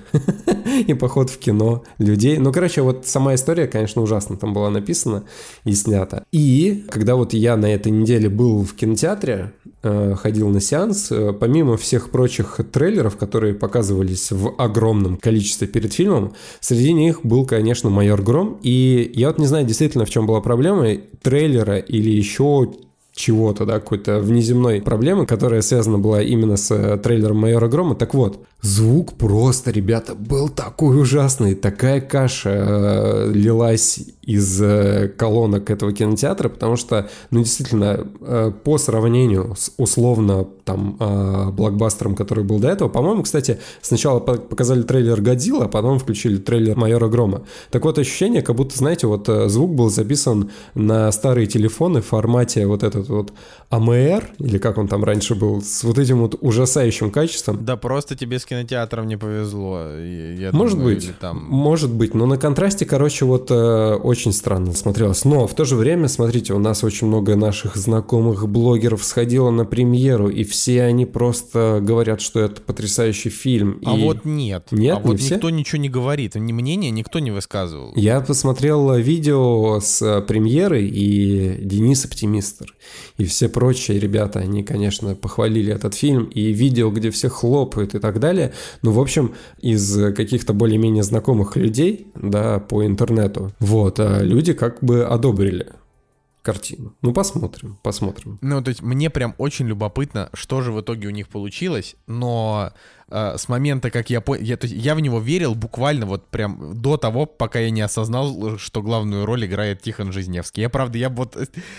и поход в кино людей. Ну, короче, вот сама история, конечно, ужасно там была написана и снята. И когда вот я на этой неделе был в кинотеатре, ходил на сеанс, помимо всех прочих трейлеров, которые показывались в огромном количестве перед фильмом, среди них был, конечно, «Майор Гром». И я вот не знаю действительно, в чем была проблема трейлера или еще чего-то, да, какой-то внеземной проблемы, которая связана была именно с трейлером «Майора Грома». Так вот, звук просто, ребята, был такой ужасный, такая каша э, лилась из э, колонок этого кинотеатра, потому что, ну, действительно, э, по сравнению с условно там э, блокбастером, который был до этого, по-моему, кстати, сначала показали трейлер «Годзилла», а потом включили трейлер «Майора Грома». Так вот, ощущение, как будто, знаете, вот э, звук был записан на старые телефоны в формате вот этот вот эй эм эр, или как он там раньше был, с вот этим вот ужасающим качеством. Да просто тебе с кинотеатром не повезло. Я может думаю, быть, там... может быть, но на контрасте, короче, вот э, очень странно смотрелось. Но в то же время, смотрите, у нас очень много наших знакомых блогеров сходило на премьеру, и все они просто говорят, что это потрясающий фильм. А и... вот нет. Нет, а не вот все? никто ничего не говорит. Ни мнения никто не высказывал. Я посмотрел видео с премьеры, и Денис Оптимистр, и все прочие ребята, они, конечно, похвалили этот фильм, и видео, где все хлопают и так далее. Ну, в общем, из каких-то более-менее знакомых людей, да, по интернету, вот, а люди как бы одобрили картину. Ну, посмотрим, посмотрим. Ну, то есть мне прям очень любопытно, что же в итоге у них получилось, но э, с момента, как я понял, я, то есть я в него верил буквально вот прям до того, пока я не осознал, что главную роль играет Тихон Жизневский. Я, правда, я вот...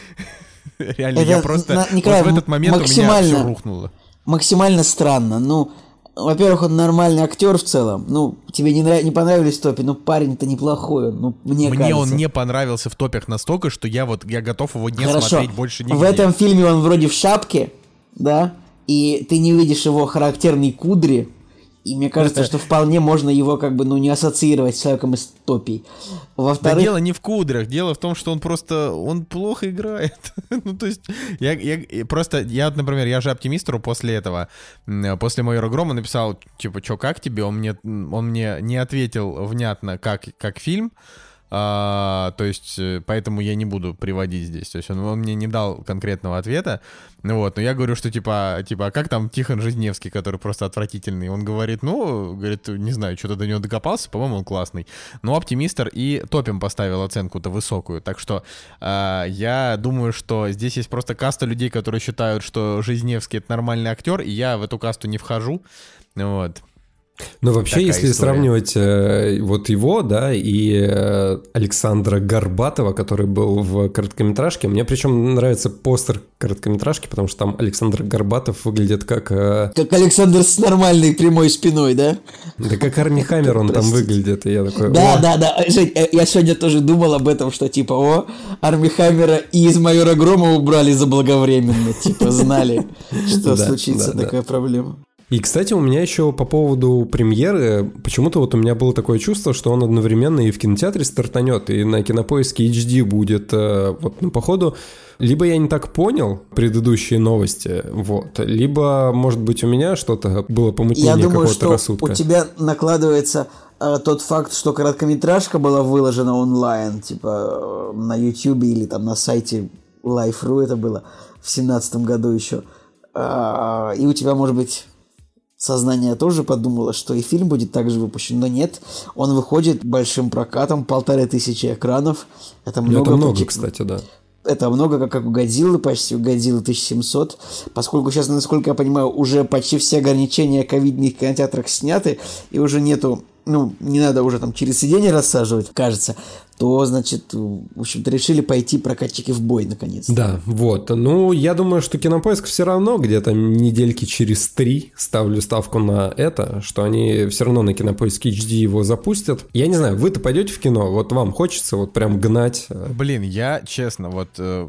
Реально, Это, я просто... на, Николай, вот в этот момент у меня все рухнуло. Максимально странно. Ну, во-первых, он нормальный актер в целом. Ну, тебе не, нрав... не понравились топи, ну, парень-то неплохой. Ну, мне Мне кажется. он не понравился в топях настолько, что я вот, я готов его не Хорошо. смотреть больше нигде. В этом фильме он вроде в шапке, да, и ты не видишь его характерные кудри, и мне кажется, что вполне можно его как бы, ну, не ассоциировать с человеком из топий. Во-вторых... Да дело не в кудрях, дело в том, что он просто, он плохо играет. Ну, то есть, я, я просто, я, например, я же Оптимистру после этого, после «Майора Грома» написал, типа, чё, как тебе? Он мне, он мне не ответил внятно, как, как фильм. А, то есть, поэтому я не буду приводить здесь. То есть он, он мне не дал конкретного ответа. Ну вот, но я говорю, что типа, типа, а как там Тихон Жизневский, который просто отвратительный? Он говорит, ну, говорит, не знаю, что-то до него докопался, по-моему, он классный. Но Оптимистр и Топим поставил оценку-то высокую. Так что а, я думаю, что здесь есть просто каста людей, которые считают, что Жизневский — это нормальный актер, и я в эту касту не вхожу. Вот. Ну, вообще, Такая если история. сравнивать э, вот его, да, и э, Александра Горбатова, который был в короткометражке, мне причем нравится постер короткометражки, потому что там Александр Горбатов выглядит как... Э, Как Александр с нормальной прямой спиной, да? да как Арми Хаммер он там Простите. выглядит, и я такой... Да, «О». да, да. Жень, я сегодня тоже думал об этом, что типа, о, Арми Хаммера и из «Майора Грома» убрали заблаговременно. Типа, знали, что Да, случится да, да. такая проблема. И, кстати, у меня еще по поводу премьеры, почему-то вот у меня было такое чувство, что он одновременно и в кинотеатре стартанет, и на Кинопоиске эйч ди будет, э, вот, ну, походу, либо я не так понял предыдущие новости, вот, либо, может быть, у меня что-то было помутнение Я думаю, какого-то что рассудка. у тебя накладывается э, тот факт, что короткометражка была выложена онлайн, типа э, на YouTube или там на сайте Life точка ру это было в семнадцатом году еще. Э, и у тебя, может быть... Сознание тоже подумало, что и фильм будет также выпущен, но нет, он выходит большим прокатом, полторы тысячи экранов. Это много, Это много, почти, кстати, да. Это много, как, как у «Годзиллы», почти у «Годзиллы» тысяча семьсот, поскольку сейчас, насколько я понимаю, уже почти все ограничения ковидных кинотеатрах сняты, и уже нету ну, не надо уже там через сиденье рассаживать, кажется, то, значит, в общем-то, решили пойти прокатчики в бой, наконец. Да, вот. Ну, я думаю, что Кинопоиск все равно где-то недельки через три, ставлю ставку на это, что они все равно на Кинопоиске эйч ди его запустят. Я не знаю, вы-то пойдете в кино? Вот вам хочется вот прям гнать? Блин, я, честно, вот э,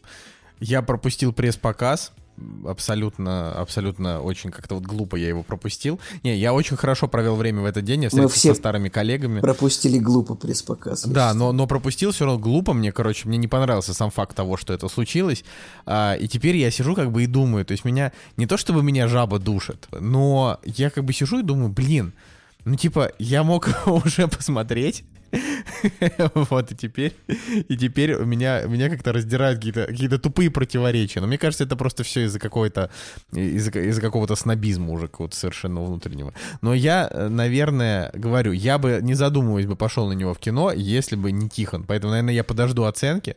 я пропустил пресс-показ. Абсолютно, абсолютно очень как-то вот глупо я его пропустил. Не, я очень хорошо провел время в этот день, я встретился со старыми коллегами. Пропустили глупо пресс-показ. Да, но, но пропустил все равно глупо. Мне, короче, мне не понравился сам факт того, что это случилось. А, и теперь я сижу как бы и думаю, то есть меня, не то чтобы меня жаба душит, но я как бы сижу и думаю, блин, ну типа я мог уже посмотреть. Вот, и теперь, и теперь у меня, меня как-то раздирают какие-то, какие-то тупые противоречия. Но мне кажется, это просто все из-за какой-то, из-за, из-за какого-то снобизма уже какого-то совершенно внутреннего. Но я, наверное, говорю, я бы, не задумываясь, бы пошел на него в кино, если бы не Тихон. Поэтому, наверное, я подожду оценки.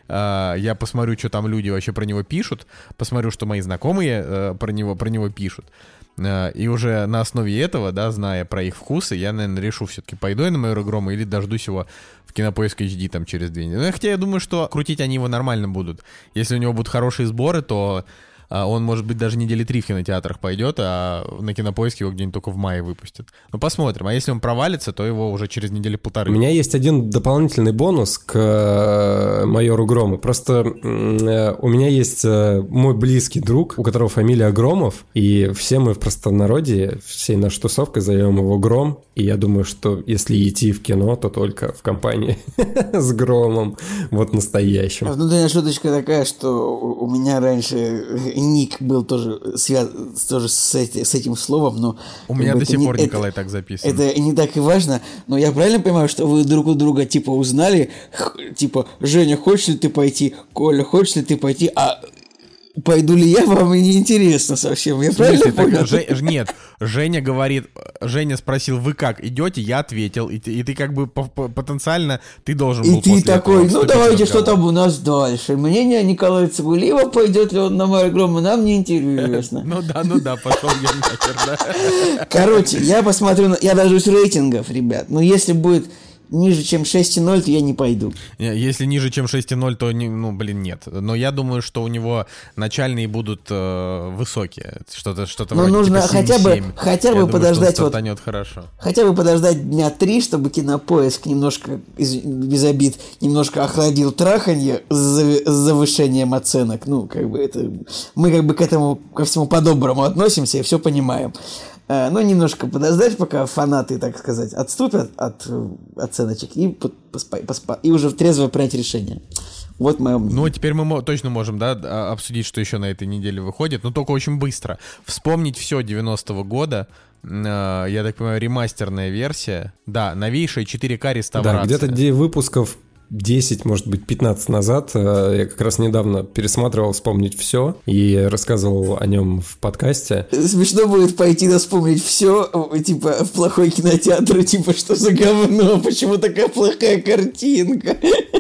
Я посмотрю, что там люди вообще про него пишут. Посмотрю, что мои знакомые про него, про него пишут. И уже на основе этого, да, зная про их вкусы, я, наверное, решу все-таки, пойду я на «Майора Грома» или дождусь его в Кинопоиск эйч ди там через две недели. Ну, хотя я думаю, что крутить они его нормально будут. Если у него будут хорошие сборы, то он, может быть, даже недели три в кинотеатрах пойдет, а на Кинопоиске его где-нибудь только в мае выпустят. Ну, посмотрим. А если он провалится, то его уже через недели полторы. У меня есть один дополнительный бонус к «Майору Грому». Просто у меня есть мой близкий друг, у которого фамилия Громов, и все мы в простонародье, всей нашей тусовкой зовем его Гром, и я думаю, что если идти в кино, то только в компании с Громом, вот настоящим. А внутренняя шуточка такая, что у меня раньше ник был тоже связан тоже с, эти, с этим словом, но... У меня до сих не, пор это, Николай так записан. Это не так и важно, но я правильно понимаю, что вы друг у друга типа узнали, х, типа, Женя, хочешь ли ты пойти, Коля, хочешь ли ты пойти, а... Пойду ли я, вам и не интересно совсем. Я правильно понял? Ж, нет, Женя говорит, Женя спросил, вы как, идете? Я ответил, и ты, и ты как бы потенциально, ты должен был и ты такой, ну давайте, что там у нас дальше. Мнение Николая Цибулиева, пойдет ли он на «Майора Грома», нам не интересно. Ну да, ну да, пошел я нахер, да. Короче, я посмотрю, я дождусь рейтингов, ребят. Но если будет... ниже, чем шесть и ноль, то я не пойду. Если ниже, чем шесть и ноль, то, не, ну, блин, нет. Но я думаю, что у него начальные будут э, высокие. Что-то, что-то вроде нужно типа хотя бы, хотя бы я подождать думаю, вот, хорошо. Хотя бы подождать дня три, чтобы Кинопоиск немножко, из, без обид, немножко охладил траханье с, с завышением оценок. Ну, как бы это... Мы как бы к этому, ко всему по-доброму относимся и все понимаем. Ну, немножко подождать, пока фанаты, так сказать, отступят от оценочек и, поспа- поспа- и уже трезво принять решение. Вот мое мнение. Ну, теперь мы точно можем, да, обсудить, что еще на этой неделе выходит, но только очень быстро. Вспомнить все девяностого года, я так понимаю, ремастерная версия. Да, новейшая четыре ка реставрация. Да, где-то выпусков десять, может быть, пятнадцать назад я как раз недавно пересматривал «Вспомнить все» и рассказывал о нем в подкасте. Смешно будет пойти на «Вспомнить все», типа, в плохой кинотеатр, типа, что за говно, почему такая плохая картинка?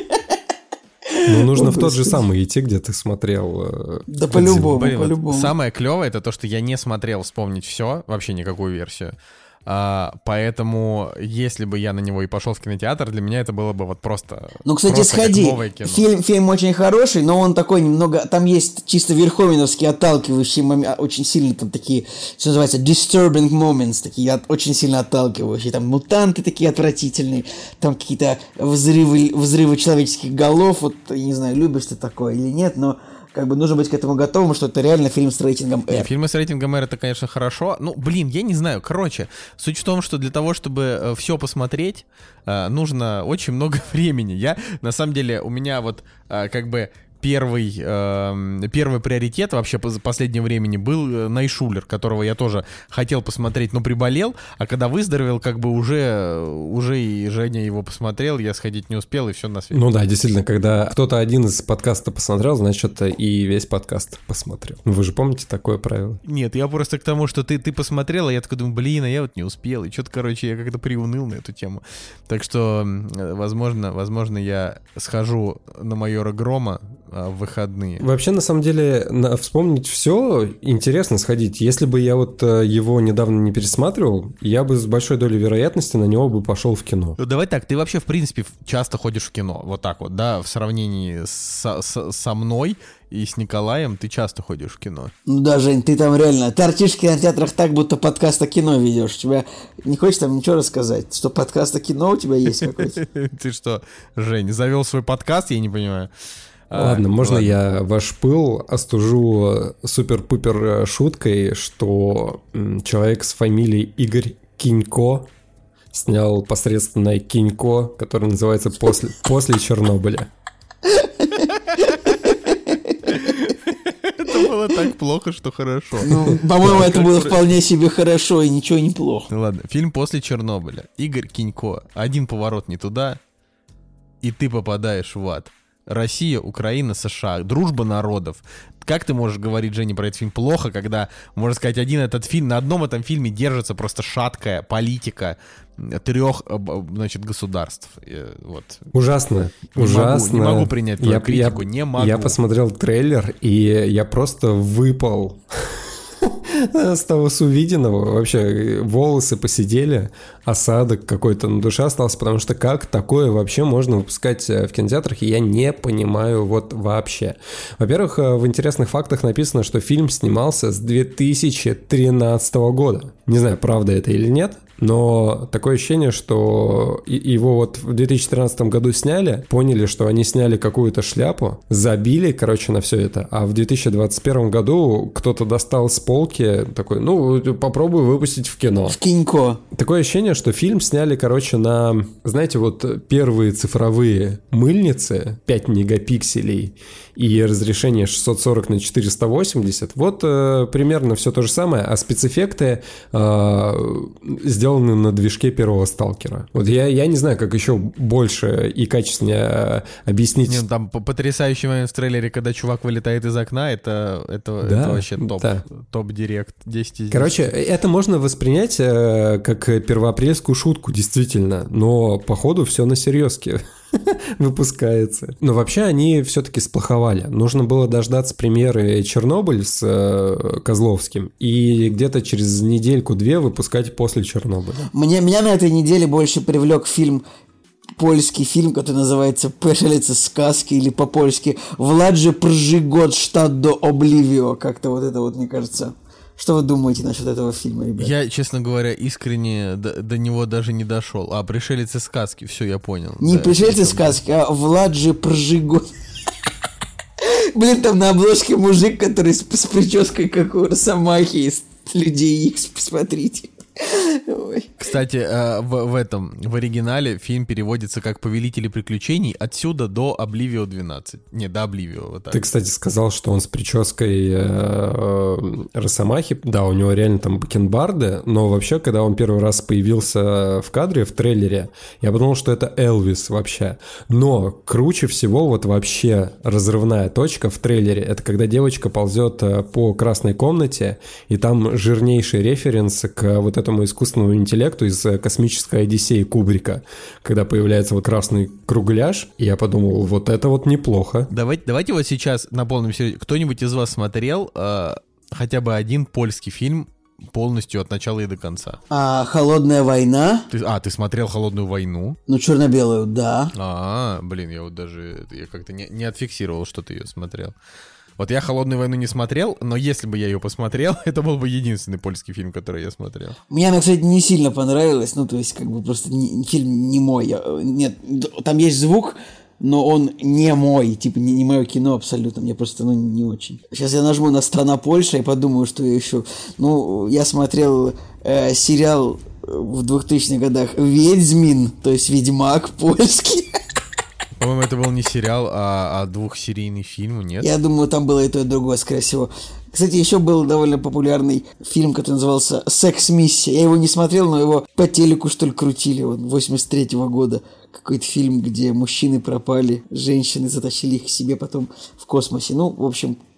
Ну, нужно в тот же самый идти, где ты смотрел. Да по-любому, Блин, по-любому. Вот самое клевое — это то, что я не смотрел «Вспомнить все», вообще никакую версию. А, поэтому, если бы я на него и пошел в кинотеатр, для меня это было бы вот просто... Ну, кстати, просто сходи. Фильм, фильм очень хороший, но он такой немного... Там есть чисто верховеновские отталкивающие моменты, очень сильно там такие, что называется, disturbing moments, такие от, очень сильно отталкивающие. Там мутанты такие отвратительные, там какие-то взрывы, взрывы человеческих голов. Вот, я не знаю, любишь ты такое или нет, но... Как бы нужно быть к этому готовым, что это реально фильм с рейтингом R. Не, фильмы с рейтингом R — это, конечно, хорошо. Ну, блин, я не знаю. Короче, суть в том, что для того, чтобы э, все посмотреть, э, нужно очень много времени. Я, на самом деле, у меня вот э, как бы... Первый, э, первый приоритет вообще по последнему времени был Найшулер, которого я тоже хотел посмотреть, но приболел, а когда выздоровел, как бы уже, уже и Женя его посмотрел, я сходить не успел, и все на свете. Ну да, действительно, когда кто-то один из подкаста посмотрел, значит, и весь подкаст посмотрел. Вы же помните такое правило? Нет, я просто к тому, что ты, ты посмотрел, а я такой думаю, блин, а я вот не успел, и что-то, короче, я как-то приуныл на эту тему. Так что, возможно, возможно, я схожу на «Майора Грома», а, в выходные. Вообще, на самом деле, на, вспомнить все интересно сходить. Если бы я вот его недавно не пересматривал, я бы с большой долей вероятности на него бы пошел в кино. Ну, давай так, ты вообще, в принципе, часто ходишь в кино, вот так вот, да, в сравнении со, со, со мной и с Николаем ты часто ходишь в кино. Ну да, Жень, ты там реально торчишь в кинотеатрах так, будто подкаст о кино ведешь. Тебя не хочешь там ничего рассказать? Что подкаст о кино у тебя есть какой-то? Ты что, Жень, завел свой подкаст, я не понимаю. Ладно, можно я ваш пыл остужу супер-пупер шуткой, что человек с фамилией Игорь Кинько снял посредственное кинько, которое называется «После, после Чернобыля». Это было так плохо, что хорошо. Ну, по-моему, это было вполне себе хорошо и ничего не плохо. Ну ладно, фильм «После Чернобыля». Игорь Кинько. Один поворот не туда, и ты попадаешь в ад. Россия, Украина, США. Дружба народов. Как ты можешь говорить, Женя, про этот фильм плохо, когда, можно сказать, один этот фильм, на одном этом фильме держится просто шаткая политика трех, значит, государств. Вот. Ужасно. Не Ужасно. Могу, не могу принять твою я, критику, я, не могу. Я посмотрел трейлер, и я просто выпал с того, с увиденного. Вообще волосы посидели, осадок какой-то на душе остался, потому что как такое вообще можно выпускать в кинотеатрах, я не понимаю вот вообще. Во-первых, в интересных фактах написано, что фильм снимался с две тысячи тринадцатого года. Не знаю, правда это или нет, но такое ощущение, что его вот в две тысячи тринадцатом году сняли, поняли, что они сняли какую-то шляпу, забили, короче, на все это, а в две тысячи двадцать первом году кто-то достал с полки такой, ну, попробуй выпустить в кино. В кинько. Такое ощущение, что фильм сняли, короче, на, знаете, вот первые цифровые мыльницы, пять мегапикселей и разрешение шестьсот сорок на четыреста восемьдесят. Вот э, примерно все то же самое, а спецэффекты э, сделаны на движке первого сталкера. Вот я, я не знаю, как еще больше и качественнее э, объяснить. Не, ну, там потрясающий момент в трейлере, когда чувак вылетает из окна, это, это, да, это вообще топ, да. топ-директ десять из десяти. Короче, это можно воспринять э, как первоапрельскую шутку, действительно, но походу все на серьезке выпускается. Но вообще они все-таки сплоховали. Нужно было дождаться премьеры «Чернобыль» с э, Козловским и где-то через недельку-две выпускать после «Чернобыля». Мне, меня на этой неделе больше привлек фильм, польский фильм, который называется «Пришелец из сказки» или по-польски «Владже пржигот штат до обливио». Как-то вот это вот, мне кажется... Что вы думаете насчет этого фильма, ребят? Я, честно говоря, искренне до, до него даже не дошел. А «Пришелец из сказки», все, я понял. Не да, «Пришелец из сказки», а «Владже пржигот». Блин, там на обложке мужик, который с, с прической, как у Росомахи из Людей Икс, посмотрите. Ой. Кстати, в, в этом, в оригинале фильм переводится как «Повелители приключений» отсюда до «Обливио двенадцать». Не, до «Обливио», вот так. Ты, кстати, сказал, что он с прической э, э, Росомахи. Да, у него реально там бакенбарды, но вообще, когда он первый раз появился в кадре, в трейлере, я подумал, что это Элвис вообще. Но круче всего вот вообще разрывная точка в трейлере, это когда девочка ползет по красной комнате, и там жирнейший референс к вот этому искусственному интеллекту из «Космической Одиссеи» Кубрика, когда появляется вот красный кругляш, и я подумал, вот это вот неплохо. Давайте, давайте вот сейчас на полном серьезе. Кто-нибудь из вас смотрел э, хотя бы один польский фильм полностью от начала и до конца? А «Холодная война»? Ты, а, ты смотрел «Холодную войну»? Ну, черно-белую, да. А, блин, я вот даже я как-то не, не отфиксировал, что ты ее смотрел. Вот я «Холодную войну» не смотрел, но если бы я ее посмотрел, это был бы единственный польский фильм, который я смотрел. Мне она, кстати, не сильно понравилась, ну, то есть, как бы, просто не, фильм не мой. Я, нет, там есть звук, но он не мой, типа, не, не мое кино абсолютно, мне просто, ну, не очень. Сейчас я нажму на «Страна Польша» и подумаю, что я еще... Ну, я смотрел э, сериал в двухтысячных годах «Ведьмин», то есть «Ведьмак» польский. По-моему, это был не сериал, а, а двухсерийный фильм, нет? Я думаю, там было и то, и другое, скорее всего. Кстати, еще был довольно популярный фильм, который назывался «Секс-миссия». Я его не смотрел, но его по телеку, что ли, крутили, вот, восемьдесят третьего года. Какой-то фильм, где мужчины пропали, женщины затащили их к себе потом в космосе. Ну, в общем,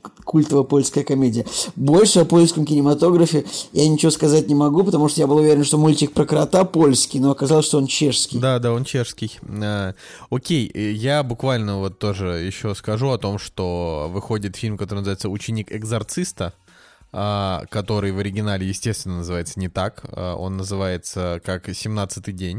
культовая польская комедия. Больше о польском кинематографе я ничего сказать не могу, потому что я был уверен, что мультик про крота польский, но оказалось, что он чешский. Да, да, он чешский. А, окей, я буквально вот тоже еще скажу о том, что выходит фильм, который называется «Ученик экзорциста», а, который в оригинале, естественно, называется не так. А, он называется как «семнадцатый день».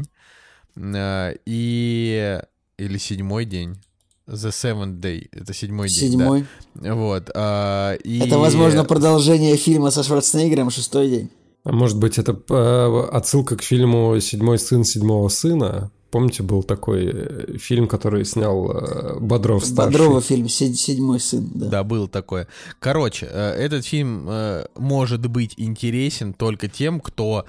А, и... Или «Седьмой день». The Seventh Day. Это седьмой день, Седьмой. Да. Вот. А, и... Это, возможно, продолжение фильма со Шварценеггером «Шестой день». А может быть, это э, отсылка к фильму «Седьмой сын седьмого сына»? Помните, был такой фильм, который снял э, Бодров-старший? Бодрова фильм «Седьмой сын», да. Да, был такое. Короче, э, этот фильм э, может быть интересен только тем, кто...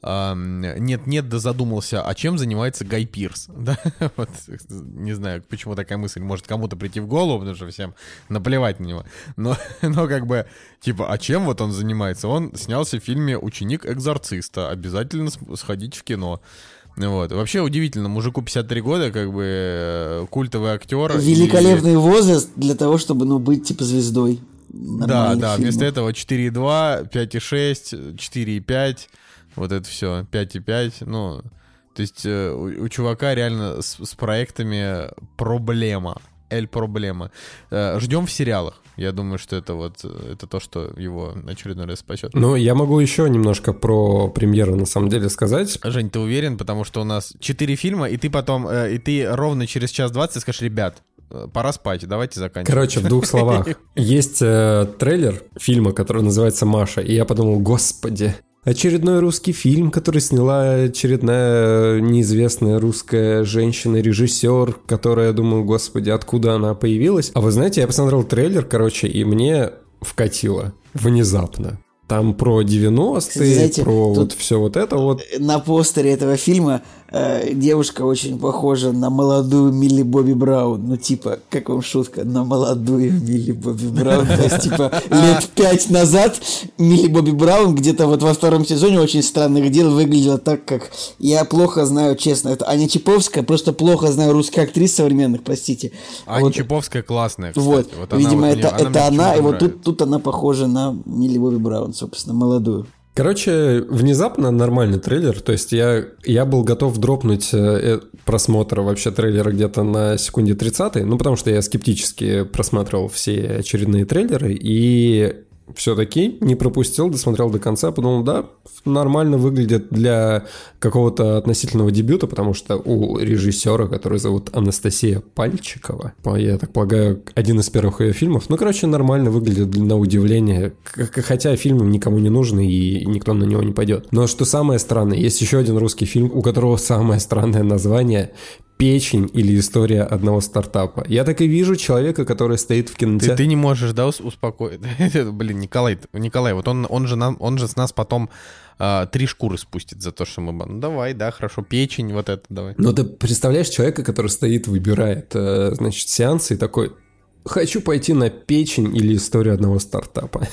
Нет-нет, да задумался, а чем занимается Гай Пирс, да, вот, не знаю, почему такая мысль может кому-то прийти в голову, потому что всем наплевать на него, но, но как бы, типа, а чем вот он занимается? Он снялся в фильме «Ученик экзорциста», обязательно сходить в кино. Вот. Вообще удивительно, мужику пятьдесят три года, как бы, культовый актер. Великолепный и... возраст для того, чтобы, ну, быть, типа, звездой. Да, да, фильмов. Вместо этого четыре и два, пять и шесть, четыре и пять... Вот это все, пять и пять, ну, то есть э, у, у чувака реально с, с проектами проблема, эль проблема. Э, ждем в сериалах. Я думаю, что это вот, это то, что его очередной раз спасет. Ну, я могу еще немножко про премьеру на самом деле сказать. Жень, ты уверен? Потому что у нас четыре фильма, и ты потом, э, и ты ровно через час двадцать скажешь: ребят, пора спать, давайте заканчивать. Короче, в двух словах. Есть э, трейлер фильма, который называется «Маша», и я подумал, господи, очередной русский фильм, который сняла очередная неизвестная русская женщина-режиссер, которая, я думаю, господи, откуда она появилась. А вы знаете, я посмотрел трейлер, короче, и мне вкатило внезапно. Там про девяностые, знаете, про вот все вот это вот. На постере этого фильма э, девушка очень похожа на молодую Милли Бобби Браун. Ну, типа, как вам шутка? На молодую Милли Бобби Браун. То есть, типа, лет пять назад Милли Бобби Браун где-то вот во втором сезоне «Очень странных дел» выглядела так, как... Я плохо знаю, честно, это Аня Чиповская, просто плохо знаю русских актрис современных, простите. Аня вот. Чиповская классная, кстати. Вот, вот видимо, она, это вот, это она, она и вот тут, тут она похожа на Милли Бобби Браун, собственно, молодую. Короче, внезапно нормальный трейлер, то есть я, я был готов дропнуть э, просмотр вообще трейлера где-то на секунде тридцатой, ну потому что я скептически просматривал все очередные трейлеры и все-таки не пропустил, досмотрел до конца, подумал, да, нормально выглядит для какого-то относительного дебюта, потому что у режиссера, который зовут Анастасия Пальчикова, я так полагаю, один из первых ее фильмов, ну, короче, нормально выглядит на удивление, хотя фильм никому не нужен и никто на него не пойдет. Но что самое странное, есть еще один русский фильм, у которого самое странное название «Печень» или «История одного стартапа». Я так и вижу человека, который стоит в кинотеатре. Ты, ты не можешь, да, успокоить? Блин, Николай, Николай, вот он, он, же, нам, он же с нас потом а, три шкуры спустит за то, что мы... Ну, давай, да, хорошо, печень, вот это давай. Ну, ты представляешь человека, который стоит, выбирает, значит, сеансы и такой... Хочу пойти на «Печень» или «Историю одного стартапа».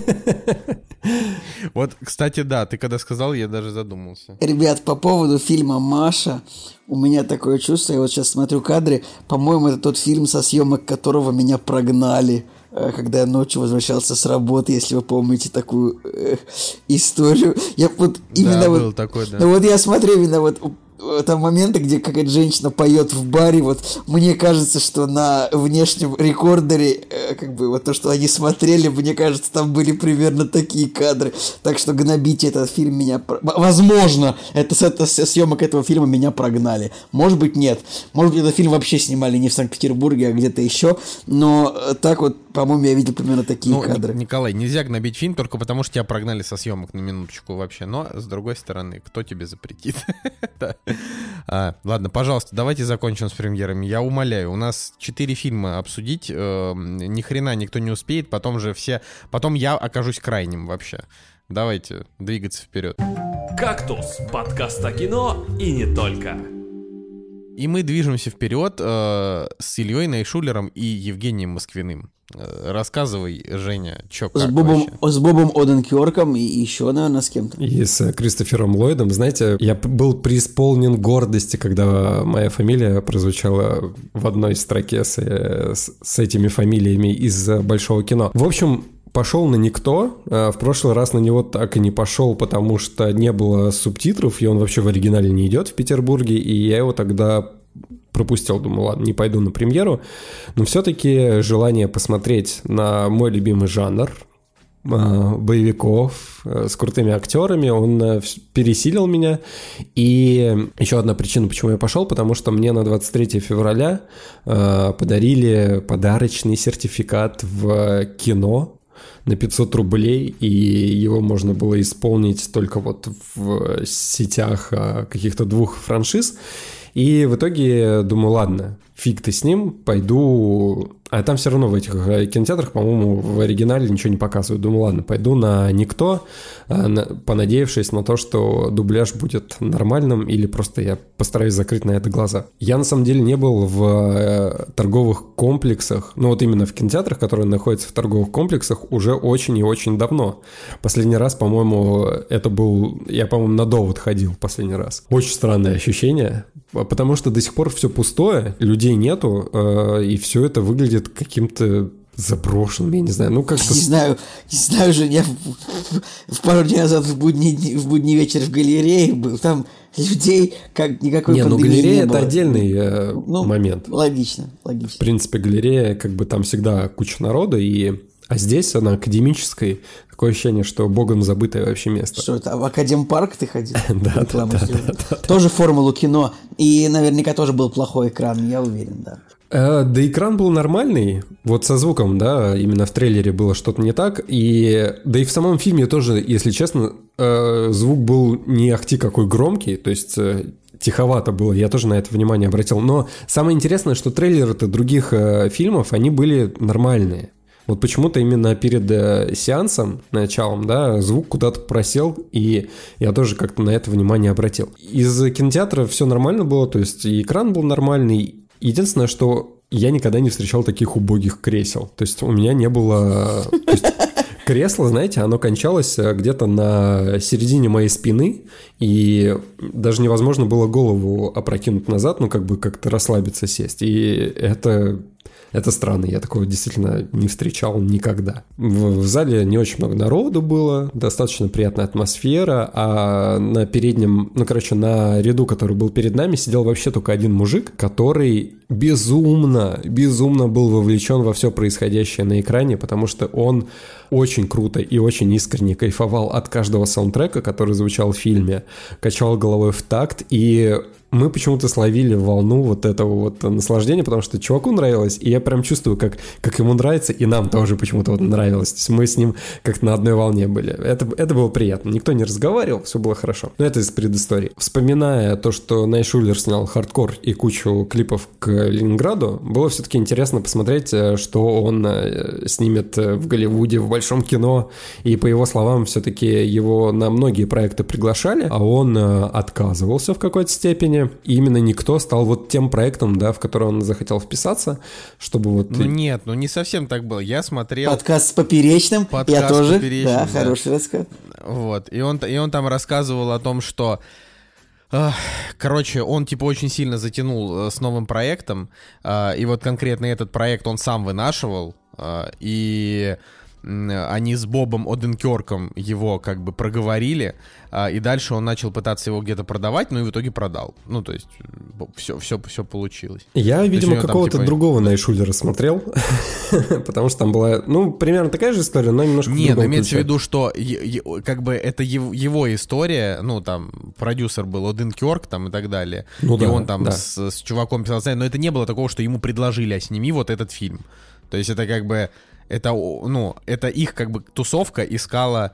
Вот, кстати, да, ты когда сказал, я даже задумался. Ребят, по поводу фильма «Маша», у меня такое чувство, я вот сейчас смотрю кадры, по-моему, это тот фильм, со съемок которого меня прогнали, когда я ночью возвращался с работы, если вы помните такую э, историю. Я вот именно да, вот... был такой, да. Ну вот я смотрю именно вот... Там моменты, где какая-то женщина поет в баре, вот мне кажется, что на внешнем рекордере, э, как бы вот то, что они смотрели, мне кажется, там были примерно такие кадры. Так что гнобите этот фильм меня... Возможно, это, это съемок этого фильма меня прогнали. Может быть, нет. Может быть, этот фильм вообще снимали не в Санкт-Петербурге, а где-то еще. Но так вот, по-моему, я видел примерно такие ну, кадры. Николай, нельзя гнобить фильм только потому, что тебя прогнали со съемок на минуточку вообще. Но, с другой стороны, кто тебе запретит? А, ладно, пожалуйста, давайте закончим с премьерами. Я умоляю, у нас четыре фильма обсудить, э, ни хрена никто не успеет, потом же все... Потом я окажусь крайним вообще. Давайте двигаться вперед. «Кактус» — подкаст о кино и не только. И мы движемся вперед э, с Ильей Найшулером и Евгением Москвиным. Э, рассказывай, Женя, чё как с Бобом, вообще? С Бобом Оденкёрком и еще, наверное, с кем-то. И с Кристофером Ллойдом. Знаете, я был преисполнен гордости, когда моя фамилия прозвучала в одной строке с, с, с этими фамилиями из большого кино. В общем, пошел на никто. В прошлый раз на него так и не пошел, потому что не было субтитров, и он вообще в оригинале не идет в Петербурге, и я его тогда пропустил, думаю, ладно, не пойду на премьеру. Но все-таки желание посмотреть на мой любимый жанр боевиков с крутыми актерами, он пересилил меня. И еще одна причина, почему я пошел, потому что мне на двадцать третьего февраля подарили подарочный сертификат в кино на пятьсот рублей, и его можно было исполнить только вот в сетях каких-то двух франшиз. И в итоге думаю, ладно, фиг ты с ним, пойду... А там все равно в этих кинотеатрах, по-моему, в оригинале ничего не показывают. Думаю, ладно, пойду на «Никто», понадеявшись на то, что дубляж будет нормальным, или просто я постараюсь закрыть на это глаза. Я, на самом деле, не был в торговых комплексах, ну вот именно в кинотеатрах, которые находятся в торговых комплексах, уже очень и очень давно. Последний раз, по-моему, это был... Я, по-моему, на «Довод» ходил последний раз. Очень странное ощущение, потому что до сих пор все пустое, людей нету, и все это выглядит каким-то заброшенным, я не знаю, ну как-то... Не знаю, не знаю же, я в, в пару дней назад в будний, в будний вечер в галерее был, там людей как никакой не, пандемии ну, галерея не это было. отдельный э, ну, момент. Логично, логично. В принципе, галерея, как бы там всегда куча народа, и... а здесь она академическая, такое ощущение, что богом забытое вообще место. Что это, в Академпарк ты ходил? Да, да, да. Тоже формулу кино, и наверняка тоже был плохой экран, я уверен, да. Да, экран был нормальный, вот со звуком, да, именно в трейлере было что-то не так, и да и в самом фильме тоже, если честно, звук был не ахти какой громкий, то есть тиховато было, я тоже на это внимание обратил, но самое интересное, что трейлеры-то других фильмов, они были нормальные. Вот почему-то именно перед э, сеансом, началом, да, звук куда-то просел, и я тоже как-то на это внимание обратил. Из кинотеатра все нормально было, то есть и экран был нормальный. Единственное, что я никогда не встречал таких убогих кресел. То есть у меня не было... То есть кресло, знаете, оно кончалось где-то на середине моей спины, и даже невозможно было голову опрокинуть назад, ну как бы как-то расслабиться, сесть. И это... Это странно, я такого действительно не встречал никогда. В, в зале не очень много народу было, достаточно приятная атмосфера, а на переднем, ну, короче, на ряду, который был перед нами, сидел вообще только один мужик, который безумно, безумно был вовлечен во все происходящее на экране, потому что он очень круто и очень искренне кайфовал от каждого саундтрека, который звучал в фильме, качал головой в такт, и мы почему-то словили волну вот этого вот наслаждения, потому что чуваку нравилось, и я прям чувствую, как, как ему нравится, и нам тоже почему-то вот нравилось. То есть мы с ним как-то на одной волне были. Это, это было приятно. Никто не разговаривал, все было хорошо. Но это из предыстории. Вспоминая то, что Найшулер снял хардкор и кучу клипов к Ленинграду, было все-таки интересно посмотреть, что он снимет в Голливуде, в большом кино. И по его словам, все-таки его на многие проекты приглашали, а он отказывался в какой-то степени. И именно «Никто» стал вот тем проектом, да, в который он захотел вписаться, чтобы вот... Ну нет, ну не совсем так было. Я смотрел... Подкаст с Поперечным, Подкаст я тоже, Поперечным, да, да, хороший рассказ. Вот, и он, и он там рассказывал о том, что... э, короче, он типа очень сильно затянул э, с новым проектом, э, и вот конкретно этот проект он сам вынашивал, э, и... они с Бобом Оденкёрком его как бы проговорили, а, и дальше он начал пытаться его где-то продавать, но и в итоге продал. Ну, то есть все, все, все получилось. Я, видимо, какого-то там, типа... другого Найшулера смотрел, потому что там была, ну, примерно такая же история, но немножко в другом ключе. Нет, имеется в виду, что как бы это его история, ну, там, продюсер был Оденкёрк там и так далее, и он там с чуваком писал, но это не было такого, что ему предложили, а сними вот этот фильм. То есть это как бы... Это, ну, это их как бы тусовка искала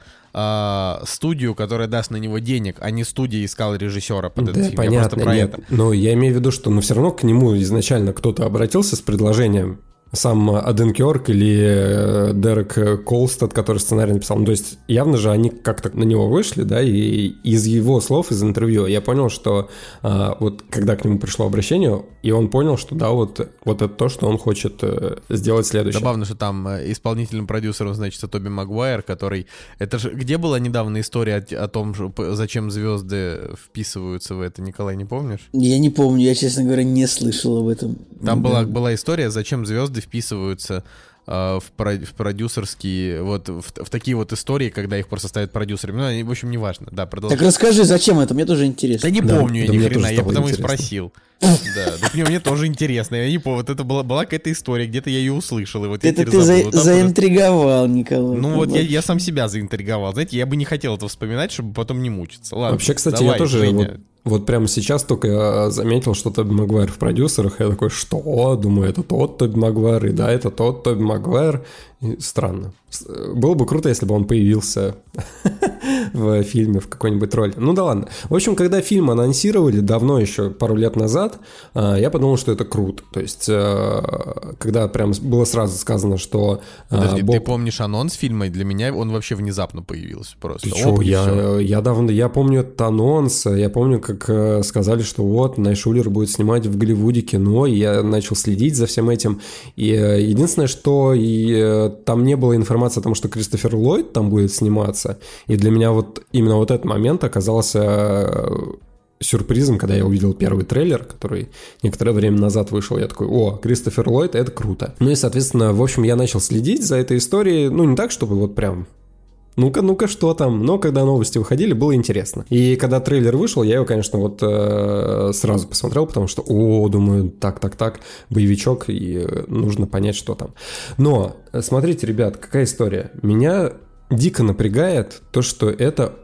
э, студию, которая даст на него денег, а не студия искала режиссера под этот да, фильм. Понятно, я просто про нет. это. Но я имею в виду, что ну, все равно к нему изначально кто-то обратился с предложением сам Оденкерк или Дерек Колстад, который сценарий написал. Ну, то есть явно же они как-то на него вышли, да, и из его слов, из интервью я понял, что а, вот когда к нему пришло обращение, и он понял, что да, вот, вот это то, что он хочет э, сделать следующее. Добавлю, что там исполнительным продюсером, значит, Тоби Магуайр, который... Это же... Где была недавно история о, о том, зачем звезды вписываются в это, Николай, не помнишь? Я не помню, я, честно говоря, не слышал об этом. Там да. была, была история, зачем звезды вписываются э, в, про, в продюсерские, вот в, в такие вот истории, когда их просто ставят продюсерами. Ну, они, в общем, неважно. Да, продолжай. Так расскажи, зачем это? Мне тоже интересно. Да не да, помню да я ни хрена, я потому интересно. и спросил. Да, так мне, мне тоже интересно. Я не помню, вот это была, была какая-то история, где-то я ее услышал. И вот Это я ты за, забыл. заинтриговал, Николай. Ну вот я, я сам себя заинтриговал. Знаете, я бы не хотел это вспоминать, чтобы потом не мучиться. Ладно, вообще, кстати, давай, я тоже Женя. вот, вот прямо сейчас только заметил, что Тоби Магуайр в продюсерах. Я такой, что? Думаю, это тот Тоби Магуайр, и да, это тот Тоби Магуайр. И странно. Было бы круто, если бы он появился в фильме в какой-нибудь роли. Ну да ладно. В общем, когда фильм анонсировали давно еще, пару лет назад, я подумал, что это круто. То есть, когда прям было сразу сказано, что... Подожди, Боб... ты помнишь анонс фильма? Для меня он вообще внезапно появился просто. Ты чё, Оп, я, я давно... Я помню этот анонс, я помню, как сказали, что вот, Найшулер будет снимать в Голливуде кино, и я начал следить за всем этим. И единственное, что и, там не было информации о том, что Кристофер Ллойд там будет сниматься, и для меня вот именно вот этот момент оказался сюрпризом, когда я увидел первый трейлер, который некоторое время назад вышел. Я такой, о, Кристофер Ллойд, это круто. Ну и, соответственно, в общем, я начал следить за этой историей, ну не так, чтобы вот прям... Ну-ка, ну-ка, что там? Но когда новости выходили, было интересно. И когда трейлер вышел, я его, конечно, вот э, сразу посмотрел, потому что, о, думаю, так-так-так, боевичок, и нужно понять, что там. Но, смотрите, ребят, какая история. Меня дико напрягает то, что это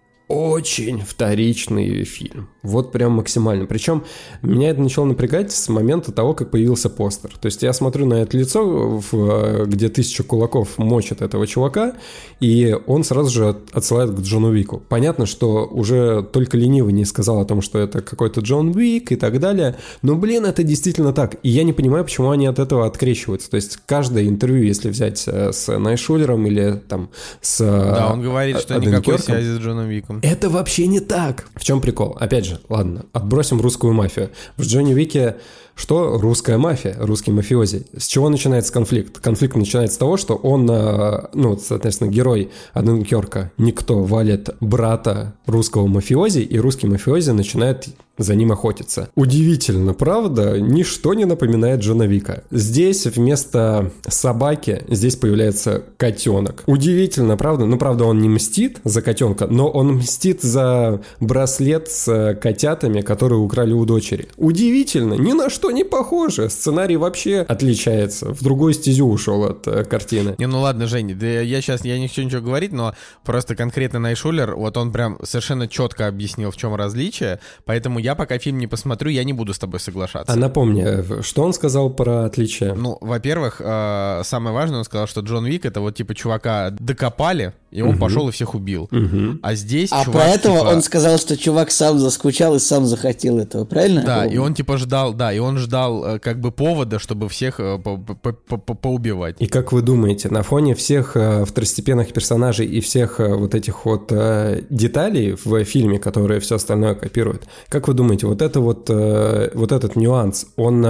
очень вторичный фильм. Вот прям максимально. Причем меня это начало напрягать с момента того, как появился постер. То есть я смотрю на это лицо, в, где тысяча кулаков мочат этого чувака, и он сразу же отсылает к Джону Уику. Понятно, что уже только ленивый не сказал о том, что это какой-то Джон Уик и так далее, но, блин, это действительно так. И я не понимаю, почему они от этого открещиваются. То есть каждое интервью, если взять с Найшулером или там с... Да, он говорит, что никакой связи с Джоном Уиком. Это вообще не так. В чем прикол? Опять же, ладно, отбросим русскую мафию. В Джонни Уике что? Русская мафия, русский мафиози. С чего начинается конфликт? Конфликт начинается с того, что он, ну, соответственно, герой Оденкерка, никто, валит брата русского мафиози, и русский мафиози начинает за ним охотиться. Удивительно, правда? Ничто не напоминает Джона Уика. Здесь вместо собаки, здесь появляется котенок. Удивительно, правда? Ну, правда, он не мстит за котенка, но он мстит за браслет с котятами, которые украли у дочери. Удивительно, ни на что не похоже. Сценарий вообще отличается. В другую стезю ушел от э, картины. Не, ну ладно, Женя, да я сейчас, я не хочу ничего говорить, но просто конкретно Найшулер, вот он прям совершенно четко объяснил, в чем различие, поэтому я пока фильм не посмотрю, я не буду с тобой соглашаться. А напомни, что он сказал про отличие? Ну, во-первых, э, самое важное, он сказал, что Джон Уик — это вот типа чувака докопали, и он угу. пошел и всех убил. Угу. А здесь а чувак, про этого типа... он сказал, что чувак сам заскучал и сам захотел этого, правильно? Да, и он типа ждал, да, и он ждал как бы повода, чтобы всех поубивать. И как вы думаете, на фоне всех второстепенных персонажей и всех вот этих вот деталей в фильме, которые все остальное копируют, как вы думаете, вот это вот, вот этот нюанс,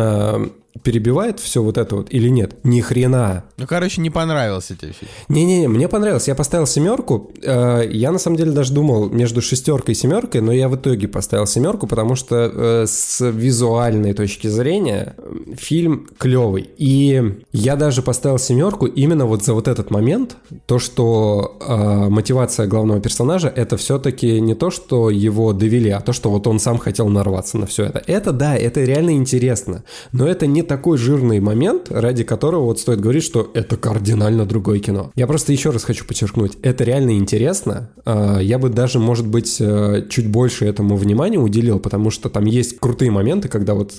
он перебивает все вот это вот или нет? Ни хрена. Ну, короче, не понравился тебе фильм. Не-не-не, мне понравился. Я поставил семерку. Я на самом деле даже думал между шестеркой и семеркой, но я в итоге поставил семерку, потому что с визуальной точки зрения фильм клевый. И я даже поставил семерку именно вот за вот этот момент, то, что мотивация главного персонажа — это все-таки не то, что его довели, а то, что вот он сам хотел нарваться на все это. Это да, это реально интересно, но это не такой жирный момент, ради которого вот стоит говорить, что это кардинально другое кино. Я просто еще раз хочу подчеркнуть, это реально интересно. Я бы даже, может быть, чуть больше этому внимания уделил, потому что там есть крутые моменты, когда вот,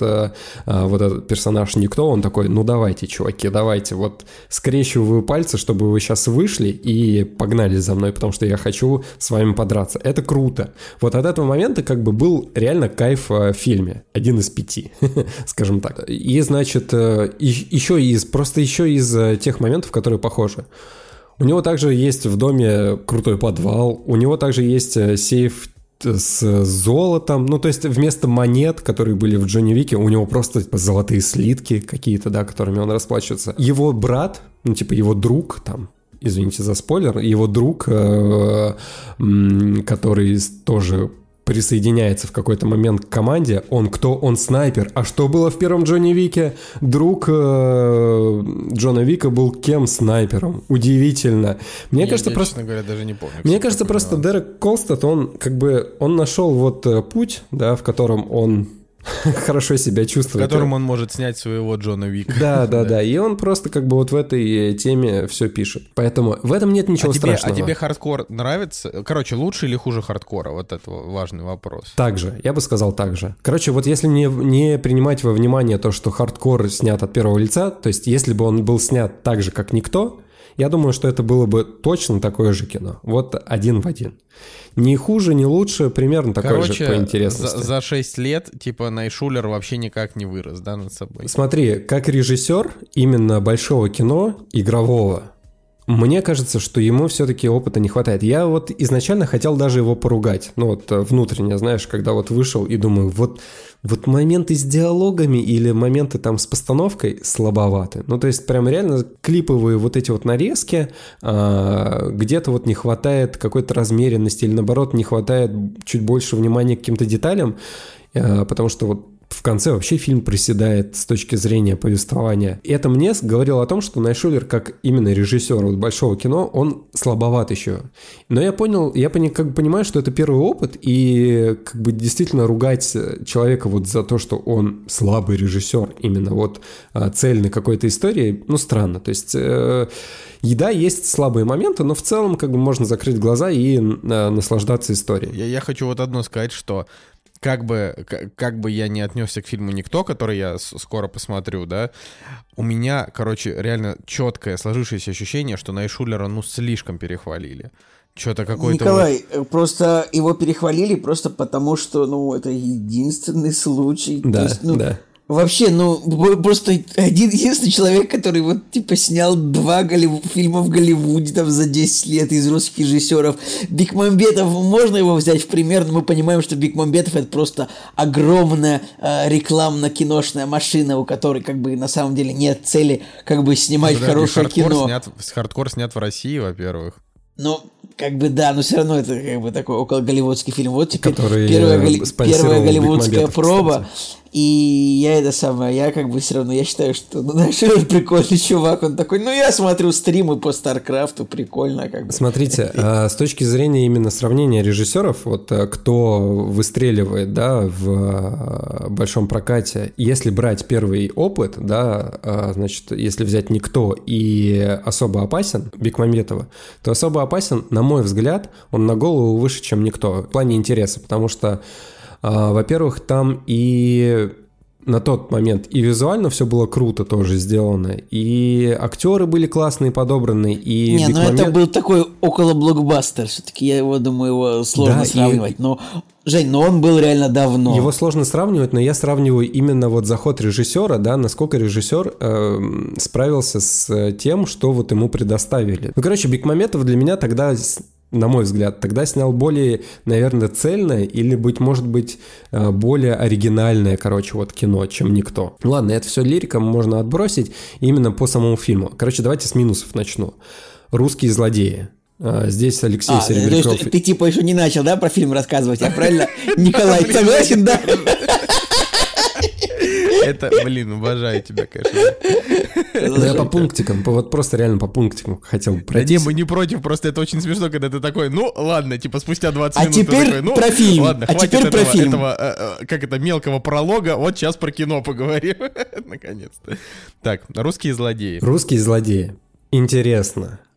вот этот персонаж Никто, он такой, ну давайте, чуваки, давайте, вот скрещиваю пальцы, чтобы вы сейчас вышли и погнали за мной, потому что я хочу с вами подраться. Это круто. Вот от этого момента как бы был реально кайф в фильме. Один из пяти, скажем так. И значит, еще из, просто еще из тех моментов, которые похожи. У него также есть в доме крутой подвал, у него также есть сейф с золотом, ну, то есть вместо монет, которые были в Джонни Вике, у него просто типа, золотые слитки какие-то, да, которыми он расплачивается. Его брат, ну, типа его друг, там, извините за спойлер, его друг, э, э, который тоже присоединяется в какой-то момент к команде, он кто? Он снайпер. А что было в первом Джонни Вике? Друг э, Джона Вика был кем? Снайпером. Удивительно. Мне я, кажется, я, просто... честно говоря, даже не помню. Мне кажется, просто поняла. Дерек Колстед, он как бы, он нашел вот путь, да, в котором он хорошо себя чувствует. В котором он может снять своего Джона Вика. Да, да, да. И он просто как бы вот в этой теме все пишет. Поэтому в этом нет ничего а тебе, страшного. А тебе хардкор нравится? Короче, лучше или хуже хардкора? Вот это важный вопрос. Так же. Я бы сказал так же. Короче, вот если не, не принимать во внимание то, что хардкор снят от первого лица, то есть если бы он был снят так же, как никто, я думаю, что это было бы точно такое же кино. Вот один в один. Ни хуже, ни лучше, примерно такое Короче, же по интересности. За, за шесть лет, типа, Найшулер вообще никак не вырос, да, над собой? Смотри, как режиссер именно большого кино, игрового, мне кажется, что ему все-таки опыта не хватает. Я вот изначально хотел даже его поругать. Ну вот внутренне, знаешь, когда вот вышел и думаю, вот, вот моменты с диалогами или моменты там с постановкой слабоваты. Ну то есть прям реально клиповые вот эти вот нарезки, а, где-то вот не хватает какой-то размеренности или наоборот не хватает чуть больше внимания к каким-то деталям, а, потому что вот в конце вообще фильм приседает с точки зрения повествования. И это мне говорило о том, что Найшулер, как именно режиссер вот большого кино, он слабоват еще. Но я понял, я пони, как бы понимаю, что это первый опыт, и как бы действительно ругать человека вот за то, что он слабый режиссер, именно вот цельной какой-то истории, ну, странно. То есть... Э, да, есть слабые моменты, но в целом как бы можно закрыть глаза и э, наслаждаться историей. Я, я хочу вот одно сказать, что Как бы, как, как бы я не отнесся к фильму «Никто», который я с- скоро посмотрю, да, у меня, короче, реально четкое сложившееся ощущение, что Найшулера, ну, слишком перехвалили. Что-то какой-то... Николай, вот... просто его перехвалили просто потому, что, ну, это единственный случай. Да, То есть, ну, да. Вообще, ну, просто один единственный человек, который вот, типа, снял два голлив... фильма в Голливуде там за десять лет из русских режиссеров. Бекмамбетов, можно его взять в пример, но мы понимаем, что Бекмамбетов — это просто огромная э, рекламно-киношная машина, у которой, как бы, на самом деле нет цели, как бы, снимать Подожди, хорошее хардкор кино. Снят, хардкор снят в России, во-первых. Ну, как бы да, но все равно это как бы такой около голливудский фильм. Вот теперь который первая, голли... первая голливудская Бекмамбетов, проба. кстати. И я это самое, я как бы все равно, я считаю, что, ну, знаешь, он прикольный чувак, он такой, ну, я смотрю стримы по Старкрафту, прикольно, как бы. Смотрите, с точки зрения именно сравнения режиссеров, вот кто выстреливает, да, в большом прокате, если брать первый опыт, да, значит, если взять «Никто» и «Особо опасен» Бекмамбетова, то «Особо опасен», на мой взгляд, он на голову выше, чем «Никто» в плане интереса, потому что во-первых, там и на тот момент и визуально все было круто тоже сделано, и актеры были классные, подобраны, и Не, Бекмамбет... ну это был такой около блокбастер, все-таки я его, думаю, его сложно да, сравнивать, и... но, Жень, но он был реально давно. Его сложно сравнивать, но я сравниваю именно вот заход режиссера, да, насколько режиссер э, справился с тем, что вот ему предоставили. Ну, короче, Бекмамбетов для меня тогда... на мой взгляд, тогда снял более, наверное, цельное или, быть может быть, более оригинальное, короче, вот кино, чем «Никто». Ладно, это все лирика, можно отбросить именно по самому фильму. Короче, давайте с минусов начну. «Русские злодеи». Здесь Алексей а, Серебряков... То есть ты типа еще не начал, да, про фильм рассказывать, я правильно? Николай, согласен, да? Это, блин, обожаю тебя, конечно. Ну, я по пунктикам, вот просто реально по пунктикам хотел пройтись. Да не, мы не против, просто это очень смешно, когда ты такой, ну, ладно, типа спустя двадцать а минут теперь ты такой, ну, про фильм. ладно, а хватит теперь этого, про фильм. этого э, э, как это, мелкого пролога, вот сейчас про кино поговорим, наконец-то. Так, «Русские злодеи». «Русские злодеи». Интересно.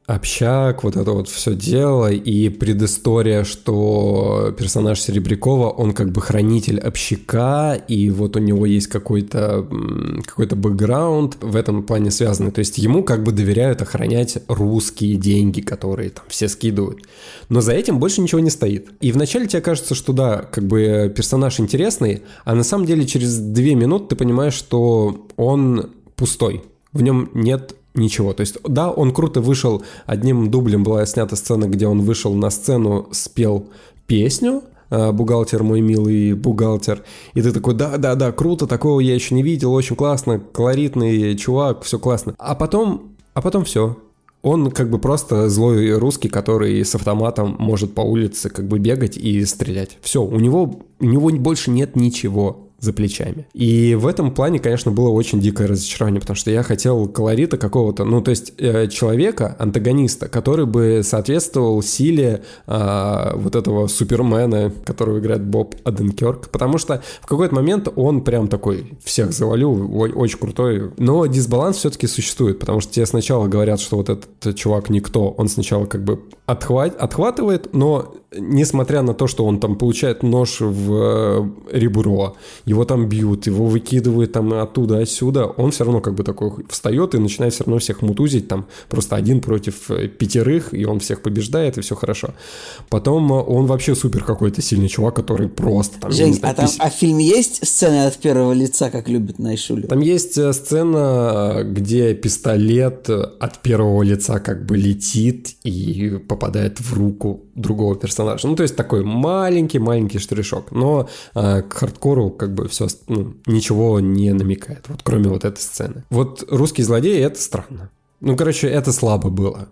общак, вот это вот все дело, и предыстория, что персонаж Серебрякова, он как бы хранитель общака, и вот у него есть какой-то, какой-то бэкграунд в этом плане связанный. То есть ему как бы доверяют охранять русские деньги, которые там все скидывают. Но за этим больше ничего не стоит. И вначале тебе кажется, что да, как бы персонаж интересный, а на самом деле через две минуты ты понимаешь, что он пустой. В нем нет ничего. То есть, да, он круто вышел, одним дублем была снята сцена, где он вышел на сцену, спел песню «Бухгалтер, мой милый бухгалтер», и ты такой, да-да-да, круто, такого я еще не видел, очень классно, колоритный чувак, все классно. А потом, а потом все. Он как бы просто злой русский, который с автоматом может по улице как бы бегать и стрелять. Все, у него, у него больше нет ничего за плечами. И в этом плане, конечно, было очень дикое разочарование, потому что я хотел колорита какого-то, ну, то есть э, человека, антагониста, который бы соответствовал силе э, вот этого Супермена, которого играет Боб Оденкерк, потому что в какой-то момент он прям такой, всех завалю, ой, очень крутой, но дисбаланс все-таки существует, потому что тебе сначала говорят, что вот этот чувак никто, он сначала как бы отхват, отхватывает, но несмотря на то, что он там получает нож в ребро, его там бьют, его выкидывают там оттуда-отсюда, он все равно как бы такой встает и начинает все равно всех мутузить, там просто один против пятерых, и он всех побеждает, и все хорошо. Потом он вообще супер какой-то сильный чувак, который просто там... Жень, знаю, а там пис... а в фильме есть сцена от первого лица, как любит Найшулер? Там есть сцена, где пистолет от первого лица как бы летит и попадает в руку другого персонажа. Ну, то есть такой маленький-маленький штришок. Но э, к хардкору как бы все, ну, ничего не намекает. Вот кроме вот этой сцены. Вот «Русский злодей» — это странно. Ну, короче, это слабо было.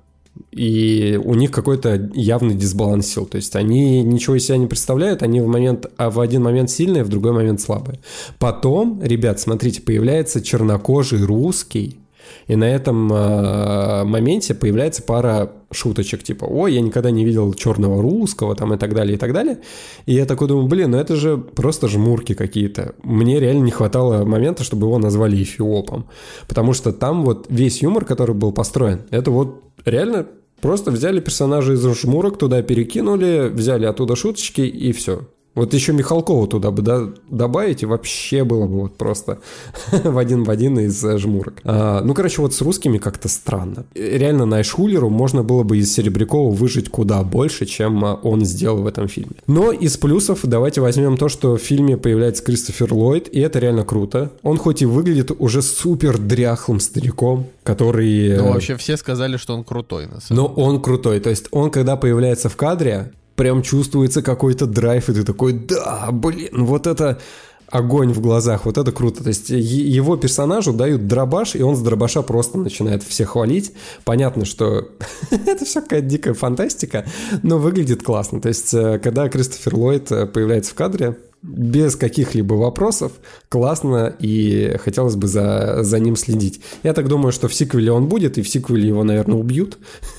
И у них какой-то явный дисбаланс сил. То есть они ничего из себя не представляют, они в, момент, а в один момент сильные, в другой момент слабые. Потом, ребят, смотрите, появляется чернокожий русский, и на этом э, моменте появляется пара шуточек, типа, ой, я никогда не видел черного русского, там, и так далее, и так далее. И я такой думаю, блин, ну это же просто жмурки какие-то. Мне реально не хватало момента, чтобы его назвали эфиопом. Потому что там вот весь юмор, который был построен, это вот реально просто взяли персонажей из жмурок, туда перекинули, взяли оттуда шуточки, и все. Вот еще Михалкова туда бы да, добавить, и вообще было бы вот просто в один в один из жмурок. А, ну, короче, вот с русскими как-то странно. Реально Найшулеру можно было бы из Серебрякова выжить куда больше, чем он сделал в этом фильме. Но из плюсов давайте возьмем то, что в фильме появляется Кристофер Ллойд, и это реально круто. Он хоть и выглядит уже супер дряхлым стариком, который... Ну, вообще все сказали, что он крутой, на самом деле. Но он крутой. То есть он, когда появляется в кадре, прям чувствуется какой-то драйв, и ты такой, да, блин, вот это огонь в глазах, вот это круто. То есть его персонажу дают дробаш, и он с дробаша просто начинает всех хвалить. Понятно, что это все какая-то дикая фантастика, но выглядит классно. То есть когда Кристофер Ллойд появляется в кадре, без каких-либо вопросов, классно, и хотелось бы за, за ним следить. Я так думаю, что в сиквеле он будет, и в сиквеле его, наверное, убьют.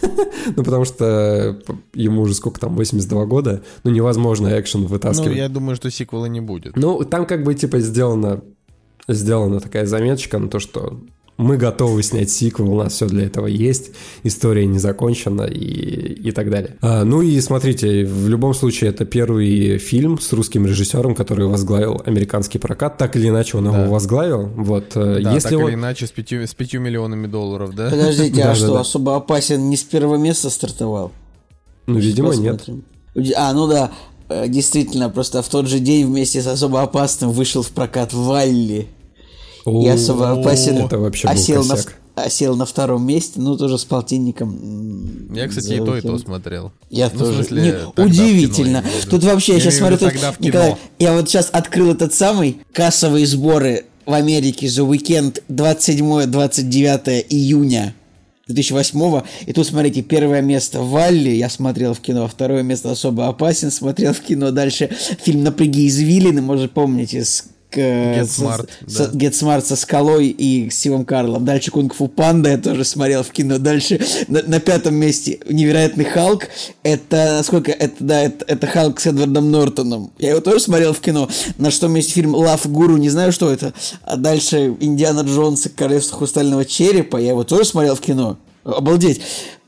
Ну, потому что ему уже сколько там, восемьдесят два года, ну, невозможно экшен вытаскивать. Ну, я думаю, что сиквела не будет. Ну, там как бы, типа, сделана, сделана такая заметочка на то, что мы готовы снять сиквел, у нас все для этого есть, история не закончена и, и так далее. А, ну и смотрите, в любом случае это первый фильм с русским режиссером, который возглавил американский прокат. Так или иначе он да. его возглавил. Вот, да, если так он... или иначе с пятью, с пятью миллионами долларов, да? Подождите, а да, что, да, да. особо опасен не с первого места стартовал? Ну, видимо, нет. А, ну да, действительно, просто в тот же день вместе с особо опасным вышел в прокат Валли. И особо опасен, это вообще был осел, на, косяк. осел на втором месте, ну тоже с полтинником. Я, кстати, и то, и то смотрел. Я ну, тоже. В смысле, Не, удивительно. Тут вообще, я, я сейчас смотрю, тут, Николай, я вот сейчас открыл этот самый кассовые сборы в Америке за уикенд двадцать седьмое - двадцать девятое июня две тысячи восьмого. И тут, смотрите, первое место Валли, я смотрел в кино, второе место Особо опасен, смотрел в кино. Дальше фильм «Напряги извилины», может, помните, с Get Smart, с, да. с, Get Smart со Скалой и Стивом Карлом. Дальше Кунг-фу Панда я тоже смотрел в кино. Дальше на, на пятом месте Невероятный Халк. Это сколько? Это, да, это, это Халк с Эдвардом Нортоном. Я его тоже смотрел в кино. На шестом месте фильм Лав Гуру, не знаю, что это. А дальше Индиана Джонс и Королевство Хрустального Черепа. Я его тоже смотрел в кино. Обалдеть.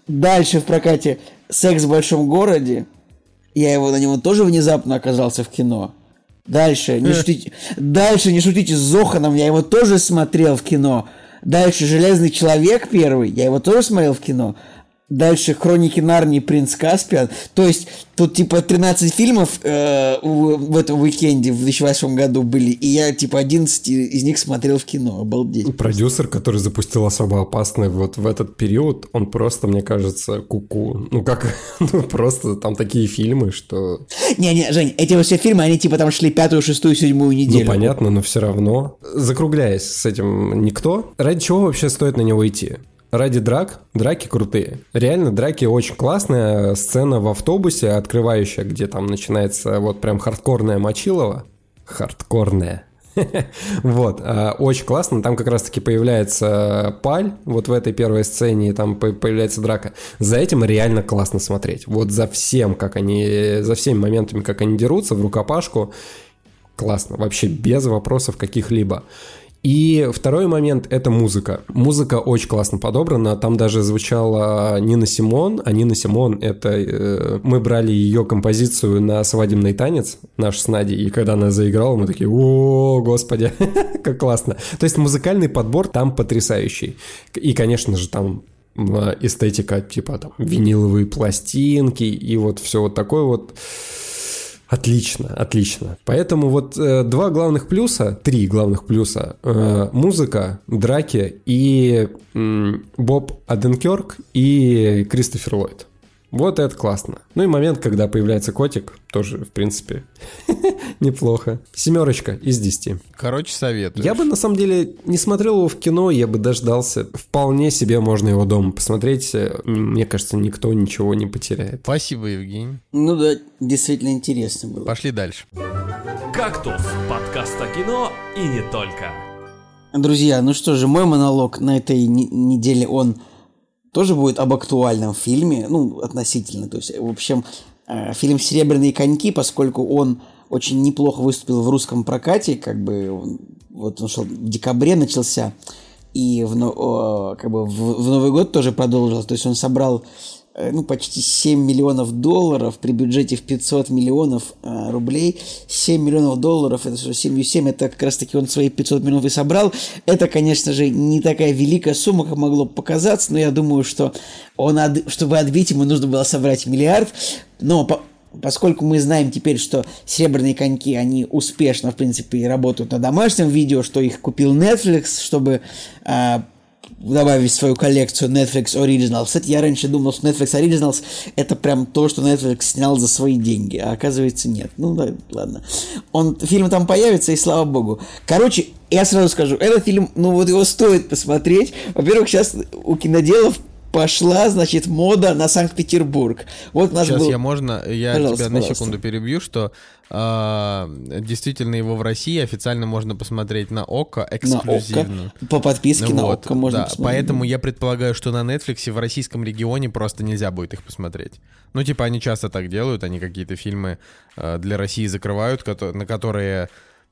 Дальше в прокате «Секс в большом городе». Я его на него тоже внезапно оказался в кино. Дальше, не шутите, дальше не шутите с Зоханом, я его тоже смотрел в кино. Дальше «Железный человек» первый, я его тоже смотрел в кино. Дальше «Хроники Нарнии. Принц Каспиан». То есть тут типа тринадцать фильмов э, в, в этом уикенде в две тысячи восьмом году были, и я типа одиннадцать из них смотрел в кино. Обалдеть. Продюсер, который запустил «Особо опасный» вот в этот период, он просто, мне кажется, куку. Ну как, ну просто там такие фильмы, что... Не-не, Жень, эти вот все фильмы, они типа там шли пятую, шестую, седьмую неделю. Ну понятно, но все равно. Закругляясь с этим никто, ради чего вообще стоит на него идти? Ради драк, драки крутые. Реально, драки очень классная. Сцена в автобусе, открывающая, где там начинается вот прям хардкорная мочилова. Хардкорная. Вот, очень классно. Там как раз-таки появляется Паль, вот в этой первой сцене, там появляется драка. За этим реально классно смотреть. Вот за всем, как они, за всеми моментами, как они дерутся в рукопашку. Классно, вообще без вопросов каких-либо. И второй момент – это музыка. Музыка очень классно подобрана. Там даже звучала Нина Симон. А Нина Симон – это… Э, мы брали ее композицию на «Свадебный танец» наш с Надей. И когда она заиграла, мы такие: о, господи, как классно. То есть музыкальный подбор там потрясающий. И, конечно же, там эстетика типа там виниловые пластинки и вот все вот такое вот… Отлично, отлично. Поэтому вот э, два главных плюса, три главных плюса. Э, музыка, драки и э, Боб Оденкерк и Кристофер Ллойд. Вот это классно. Ну и момент, когда появляется котик, тоже, в принципе, неплохо. Семерочка из десяти. Короче, советую. Я бы, на самом деле, не смотрел его в кино, я бы дождался. Вполне себе можно его дома посмотреть. Мне кажется, никто ничего не потеряет. Спасибо, Евгений. Ну да, действительно интересно было. Пошли дальше. «Кактус» — подкаст о кино и не только. Друзья, ну что же, мой монолог на этой не- неделе, он тоже будет об актуальном фильме, ну, относительно. То есть, в общем, э, фильм «Серебряные коньки», поскольку он очень неплохо выступил в русском прокате, как бы, он, вот он шел в декабре, начался, и в, о, как бы в, в Новый год тоже продолжился. То есть, он собрал ну, почти семь миллионов долларов при бюджете в пятьсот миллионов э, рублей. семь миллионов долларов, это что, семь семь, это как раз таки он свои пятьсот миллионов и собрал. Это, конечно же, не такая великая сумма, как могло бы показаться, но я думаю, что он, чтобы отбить, ему нужно было собрать миллиард. Но по поскольку мы знаем теперь, что «Серебряные коньки», они успешно, в принципе, работают на домашнем видео, что их купил Netflix, чтобы э, добавить в свою коллекцию Netflix Originals. Кстати, я раньше думал, что Netflix Originals это прям то, что Netflix снял за свои деньги, а оказывается нет. Ну да, ладно. Он, фильм там появится, и слава богу. Короче, я сразу скажу, этот фильм, ну вот его стоит посмотреть. Во-первых, сейчас у киноделов пошла, значит, мода на Санкт-Петербург. Вот у нас Сейчас был... я можно, я Пожалуйста, тебя на пожалуйста. секунду перебью, что э, действительно его в России официально можно посмотреть на ОККО эксклюзивно. На ОККО. По подписке Ну на вот, ОККО можно да, посмотреть. поэтому я предполагаю, что на Netflix в российском регионе просто нельзя будет их посмотреть. Ну, типа, они часто так делают, они какие-то фильмы э, для России закрывают, кото- на которые...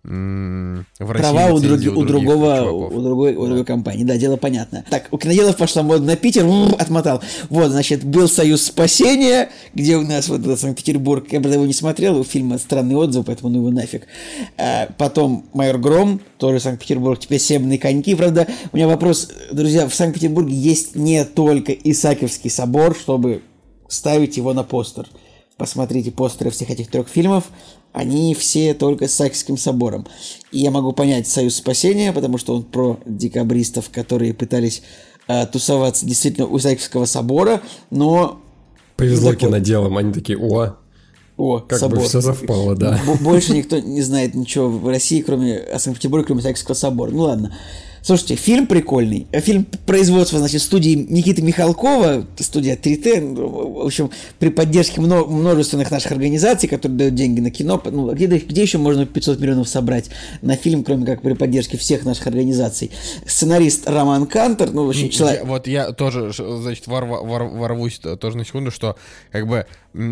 В России права у, други, у, другого, чуваков. у, другой, у другой компании. Да, дело понятно. Так, у киноделов пошла мода на Питер, отмотал. Вот, значит, был «Союз спасения», где у нас вот Санкт-Петербург. Я, правда, его не смотрел, у фильма странный отзыв, поэтому ну его нафиг. А, потом «Майор Гром», тоже Санкт-Петербург. Теперь «Серебряные коньки». Правда, у меня вопрос, друзья, в Санкт-Петербурге есть не только Исаакиевский собор, чтобы ставить его на постер. Посмотрите постеры всех этих трех фильмов. Они все только с Исаакиевским собором. И я могу понять «Союз спасения», потому что он про декабристов, которые пытались э, тусоваться действительно у Исаакиевского собора, но... Повезло киноделам, они такие: о, О, как собор. бы все совпало, да. Б- больше никто не знает ничего в России, кроме Санкт-Петербурга, кроме Исаакиевского собора. Ну ладно. Слушайте, фильм прикольный. Фильм производства, значит, студии Никиты Михалкова, студия три тэ, в общем, при поддержке мно- множественных наших организаций, которые дают деньги на кино. Ну, где, где еще можно пятьсот миллионов собрать на фильм, кроме как при поддержке всех наших организаций? Сценарист Роман Кантер, ну, в общем, человек... Я, вот я тоже, значит, ворва, вор, ворвусь тоже на секунду, что, как бы,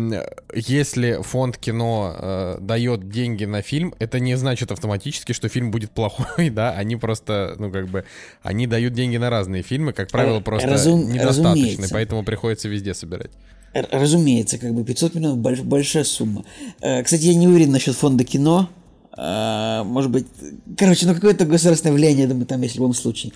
если фонд кино э, дает деньги на фильм, это не значит автоматически, что фильм будет плохой, да, они просто, ну, как как бы они дают деньги на разные фильмы, как правило, просто Разум... недостаточно, разумеется. поэтому приходится везде собирать. Разумеется, как бы пятьсот миллионов больш... большая сумма. Кстати, я не уверен насчет фонда кино. Может быть, короче, ну какое-то государственное влияние, я думаю, там есть в любом случае.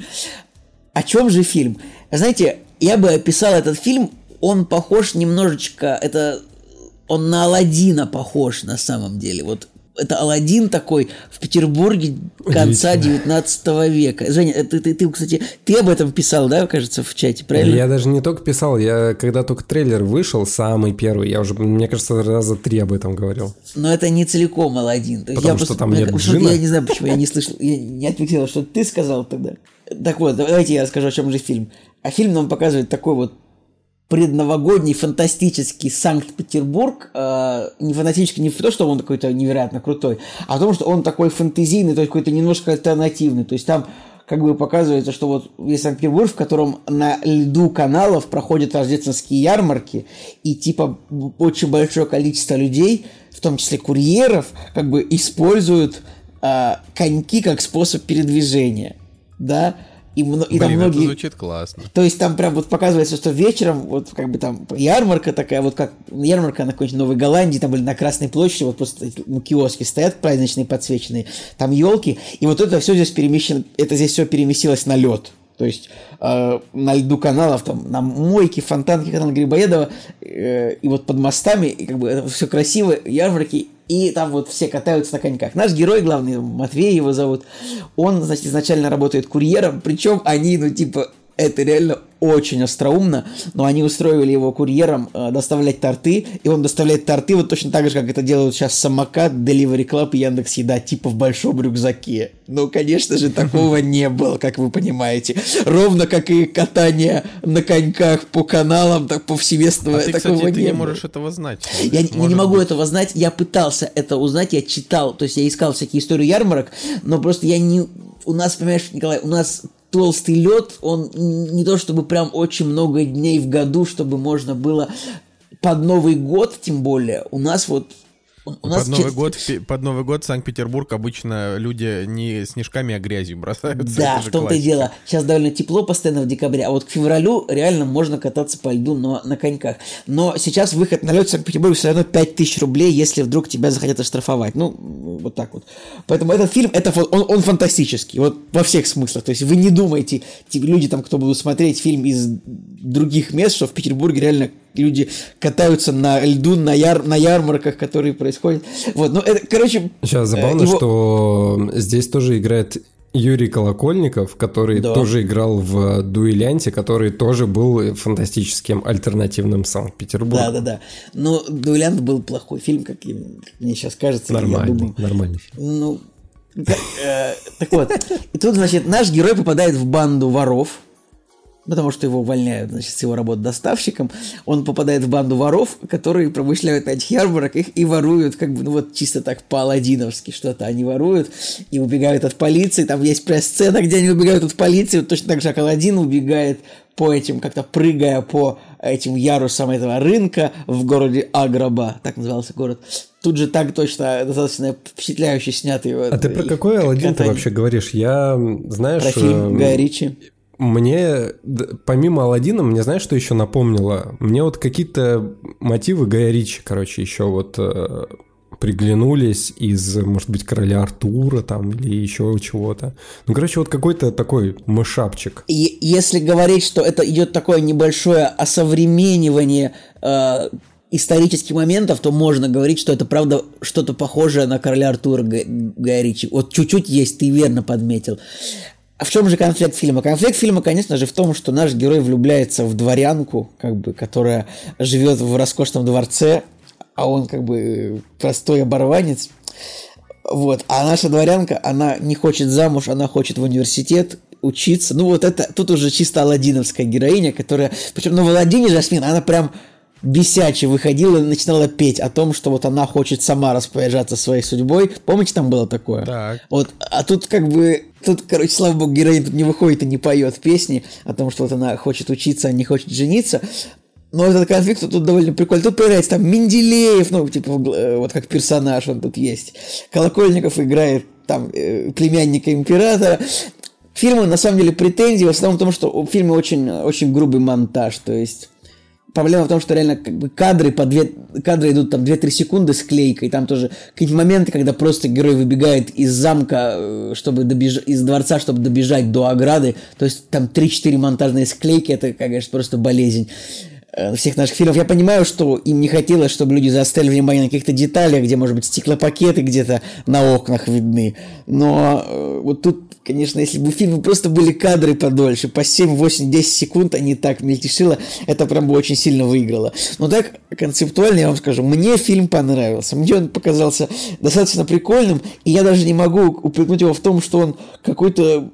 О чем же фильм? Знаете, я бы описал этот фильм, он похож немножечко, это он на Аладдина похож на самом деле. Вот это Аладдин такой в Петербурге конца девятнадцатого века. Женя, ты, ты, ты, кстати, ты об этом писал, да, кажется, в чате, правильно? Я даже не только писал, я когда только трейлер вышел, самый первый, я уже, мне кажется, раза три об этом говорил. Но это не целиком Аладдин. То есть Потому я что просто, там нет джина? Я не знаю, почему я не слышал, я не ответил, что ты сказал тогда. Так вот, давайте я расскажу, о чем же фильм. А фильм нам показывает такой вот предновогодний фантастический Санкт-Петербург, э, не фантастический не в то, что он какой-то невероятно крутой, а в том, что он такой фэнтезийный, то есть какой-то немножко альтернативный. То есть там как бы показывается, что вот есть Санкт-Петербург, в котором на льду каналов проходят рождественские ярмарки, и типа очень большое количество людей, в том числе курьеров, как бы используют э, коньки как способ передвижения, да. И, и Блин, там многие... это звучит классно. То есть там прям вот показывается, что вечером вот как бы там ярмарка такая, вот как ярмарка на какой-нибудь Новой Голландии, там были на Красной площади, вот просто ну, киоски стоят праздничные, подсвеченные, там елки, и вот это все здесь перемещено, это здесь все переместилось на лед. То есть э, на льду каналов, там, на мойке, фонтанке канала Грибоедова, э, и вот под мостами, и как бы это все красиво, ярмарки, и там вот все катаются на коньках. Наш герой главный, Матвей его зовут, он, значит, изначально работает курьером, причем они, ну, типа, это реально очень остроумно, но они устроили его курьером э, доставлять торты, и он доставляет торты вот точно так же, как это делают сейчас Самокат, Delivery Club и Яндекс.Еда, типа в большом рюкзаке. Ну, конечно же, такого не было, как вы понимаете. Ровно как и катание на коньках по каналам, так повсеместного, а ты, такого кстати, не ты не было. можешь этого знать. Я Может не могу быть. этого знать, я пытался это узнать, я читал, то есть я искал всякие истории ярмарок, но просто я не... У нас, понимаешь, Николай, у нас толстый лед, он не то чтобы прям очень много дней в году, чтобы можно было под Новый год, тем более, у нас вот... У нас Под, Новый чет... год, под Новый год в Санкт-Петербург обычно люди не снежками, а грязью бросаются. Да, Это в том-то и классика. дело. Сейчас довольно тепло постоянно в декабре, а вот к февралю реально можно кататься по льду, но на коньках. Но сейчас выход на лед в Санкт-Петербурге все равно пять тысяч рублей, если вдруг тебя захотят оштрафовать. Ну, вот так вот. Поэтому этот фильм, это, он, он фантастический, вот во всех смыслах. То есть вы не думаете, типа, люди там, кто будут смотреть фильм из других мест, что в Петербурге реально люди катаются на льду, на, яр, на ярмарках, которые происходят. Вот, ну, это, короче... Сейчас забавно, его... что здесь тоже играет Юрий Колокольников, который Да. тоже играл в «Дуэлянте», который тоже был фантастическим альтернативным Санкт-Петербургом. Да-да-да. Но «Дуэлянт» был плохой фильм, как, как мне сейчас кажется. Нормальный, я думаю, нормальный фильм. Ну, так, э, так вот. И тут, значит, наш герой попадает в банду воров, потому что его увольняют, значит, с его работы доставщиком. Он попадает в банду воров, которые промышляют на этих ярмарках их и воруют, как бы, ну вот чисто так по-аладдиновски что-то они воруют и убегают от полиции. Там есть пресс-сцена, где они убегают от полиции, вот точно так же, как Аладдин убегает по этим, как-то прыгая по этим ярусам этого рынка в городе Аграба, так назывался город. Тут же так точно достаточно впечатляюще снятый. А вот, ты про и- какой Аладдин ты катание. вообще говоришь? Я, знаешь... Про фильм э, Гая Ричи. Мне, д- помимо Аладдина, мне знаешь, что еще напомнило? Мне вот какие-то мотивы Гая Ричи, короче, еще вот э, приглянулись из, может быть, «Короля Артура» там или еще чего-то. Ну, короче, вот какой-то такой мышапчик. И если говорить, что это идет такое небольшое осовременивание э, исторических моментов, то можно говорить, что это правда что-то похожее на «Короля Артура» Га- Гая Ричи. Вот чуть-чуть есть, ты верно подметил. А в чем же конфликт фильма? Конфликт фильма, конечно же, в том, что наш герой влюбляется в дворянку, как бы, которая живет в роскошном дворце, а он как бы простой оборванец. Вот. А наша дворянка, она не хочет замуж, она хочет в университет учиться. Ну вот это, тут уже чисто аладдиновская героиня, которая... Причем, ну в Аладдине Жасмин, она прям бесяче выходила и начинала петь о том, что вот она хочет сама распоряжаться своей судьбой. Помните, там было такое? Так. Вот, а тут как бы... Тут, короче, слава богу, героиня тут не выходит и не поет песни о том, что вот она хочет учиться, а не хочет жениться. Но этот конфликт тут довольно прикольный. Тут появляется там Менделеев, ну, типа, э, вот как персонаж он тут есть. Колокольников играет там э, племянника императора. фильму, на самом деле, претензии в основном в том, что у фильма очень, очень грубый монтаж, то есть проблема в том, что реально как бы кадры по две, кадры идут там две-три секунды с клейкой, там тоже какие-то моменты, когда просто герой выбегает из замка, чтобы добежать, из дворца, чтобы добежать до ограды, то есть там три-четыре монтажные склейки, это, конечно, просто болезнь всех наших фильмов. Я понимаю, что им не хотелось, чтобы люди заостряли внимание на каких-то деталях, где, может быть, стеклопакеты где-то на окнах видны. Но э, вот тут, конечно, если бы у фильма просто были кадры подольше, по семь, восемь, десять секунд, а не так мельтешило, это прям бы очень сильно выиграло. Но так, концептуально, я вам скажу, мне фильм понравился. Мне он показался достаточно прикольным, и я даже не могу упрекнуть его в том, что он какой-то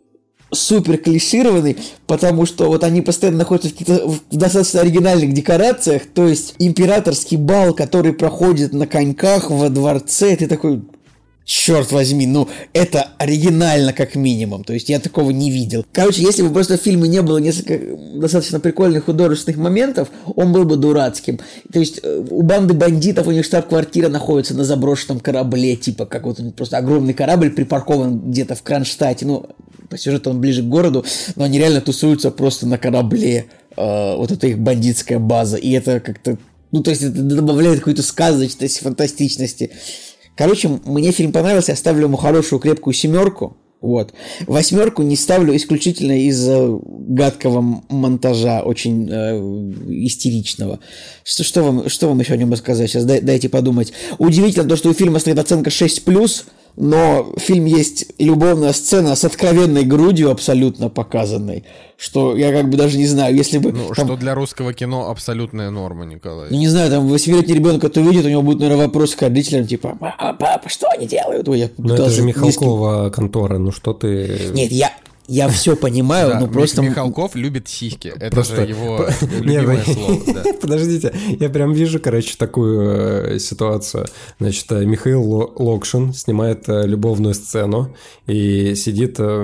супер клишированный, потому что вот они постоянно находятся в каких-то в достаточно оригинальных декорациях, то есть императорский бал, который проходит на коньках во дворце, ты такой, черт возьми, ну это оригинально как минимум, то есть я такого не видел. Короче, если бы просто в фильме не было несколько достаточно прикольных художественных моментов, он был бы дурацким. То есть у банды бандитов, у них штаб-квартира находится на заброшенном корабле, типа как вот просто огромный корабль припаркован где-то в Кронштадте, ну по сюжету он ближе к городу, но они реально тусуются просто на корабле, э, вот это их бандитская база, и это как-то, ну то есть это добавляет какой-то сказочности, фантастичности. Короче, мне фильм понравился, я ставлю ему хорошую крепкую семерку, вот. Восьмерку не ставлю исключительно из-за гадкого монтажа, очень э, истеричного. Что, что, вам, что вам еще о нем рассказать? Сейчас дай, дайте подумать. Удивительно то, что у фильма стоит оценка шесть плюс, но в фильме есть любовная сцена с откровенной грудью абсолютно показанной, что я как бы даже не знаю, если бы... Ну, там, что для русского кино абсолютная норма, Николай. Не знаю, там восьмилетний ребенок это увидит, у него будет, наверное, вопрос к родителям, типа, папа, что они делают? Ой, я ну, это же Михалкова низким... контора, ну что ты... Нет, я... Я все понимаю, да, но просто... Михалков любит сиськи. Это просто... же его любимое слово. Да. Подождите, я прям вижу, короче, такую э, ситуацию. Значит, Михаил Локшин снимает э, любовную сцену, и сидит э,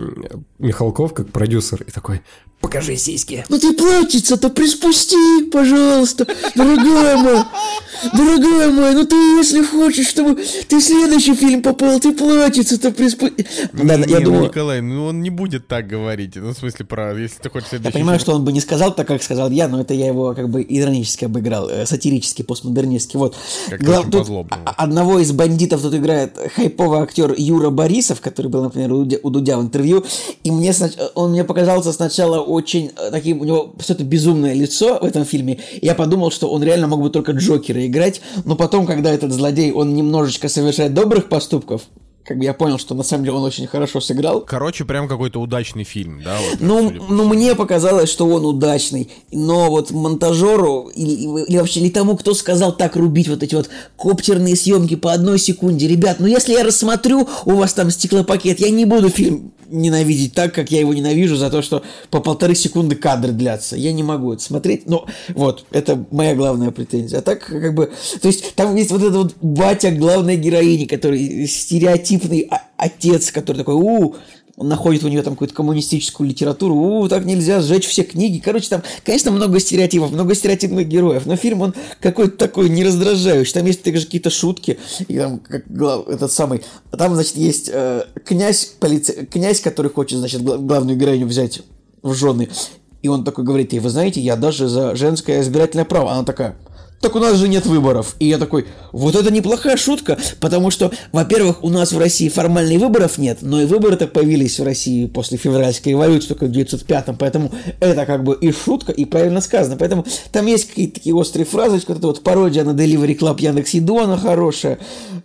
Михалков как продюсер и такой... Покажи сиськи. Ну ты платьице-то приспусти, пожалуйста, дорогая моя. Дорогая моя, ну ты если хочешь, чтобы ты в следующий фильм попал, ты платьице-то приспусти. Да, я думаю... Николай, ну он не будет так говорить. Ну, в смысле, про если ты хочешь следующий Я понимаю, фильм... что он бы не сказал так, как сказал я, но это я его как бы иронически обыграл, сатирически, постмодернистски. Вот. Как Глав... тут по-злобному. Одного из бандитов тут играет хайповый актер Юра Борисов, который был, например, у Дудя, у Дудя в интервью. И мне снач... он мне показался сначала очень таким, у него что-то безумное лицо в этом фильме. И я подумал, что он реально мог бы только Джокера играть. Но потом, когда этот злодей, он немножечко совершает добрых поступков, как бы я понял, что на самом деле он очень хорошо сыграл. Короче, прям какой-то удачный фильм, да? Вот, ну, ну, мне показалось, что он удачный. Но вот монтажеру или, или вообще или тому, кто сказал так рубить вот эти вот коптерные съемки по одной секунде. Ребят, ну если я рассмотрю, у вас там стеклопакет, я не буду фильм ненавидеть так, как я его ненавижу за то, что по полторы секунды кадры длятся. Я не могу это смотреть. Но вот, это моя главная претензия. А так, как бы... То есть, там есть вот этот вот батя главной героини, который стереотипный отец, который такой, у он находит у нее там какую-то коммунистическую литературу, у так нельзя сжечь все книги. Короче, там, конечно, много стереотипов, много стереотипных героев, но фильм, он какой-то такой нераздражающий. Там есть также какие-то шутки, и там, как глав, этот самый, там, значит, есть э, князь, полиция, князь, который хочет, значит, главную героиню взять в жены, и он такой говорит ей, вы знаете, я даже за женское избирательное право. Она такая... Так у нас же нет выборов. И я такой, вот это неплохая шутка, потому что, во-первых, у нас в России формальных выборов нет, но и выборы-то появились в России после февральской революции, только в девятьсот пятом, поэтому это как бы и шутка, и правильно сказано. Поэтому там есть какие-то такие острые фразочки, вот эта вот пародия на Delivery Club Яндекс.Еду, она хорошая.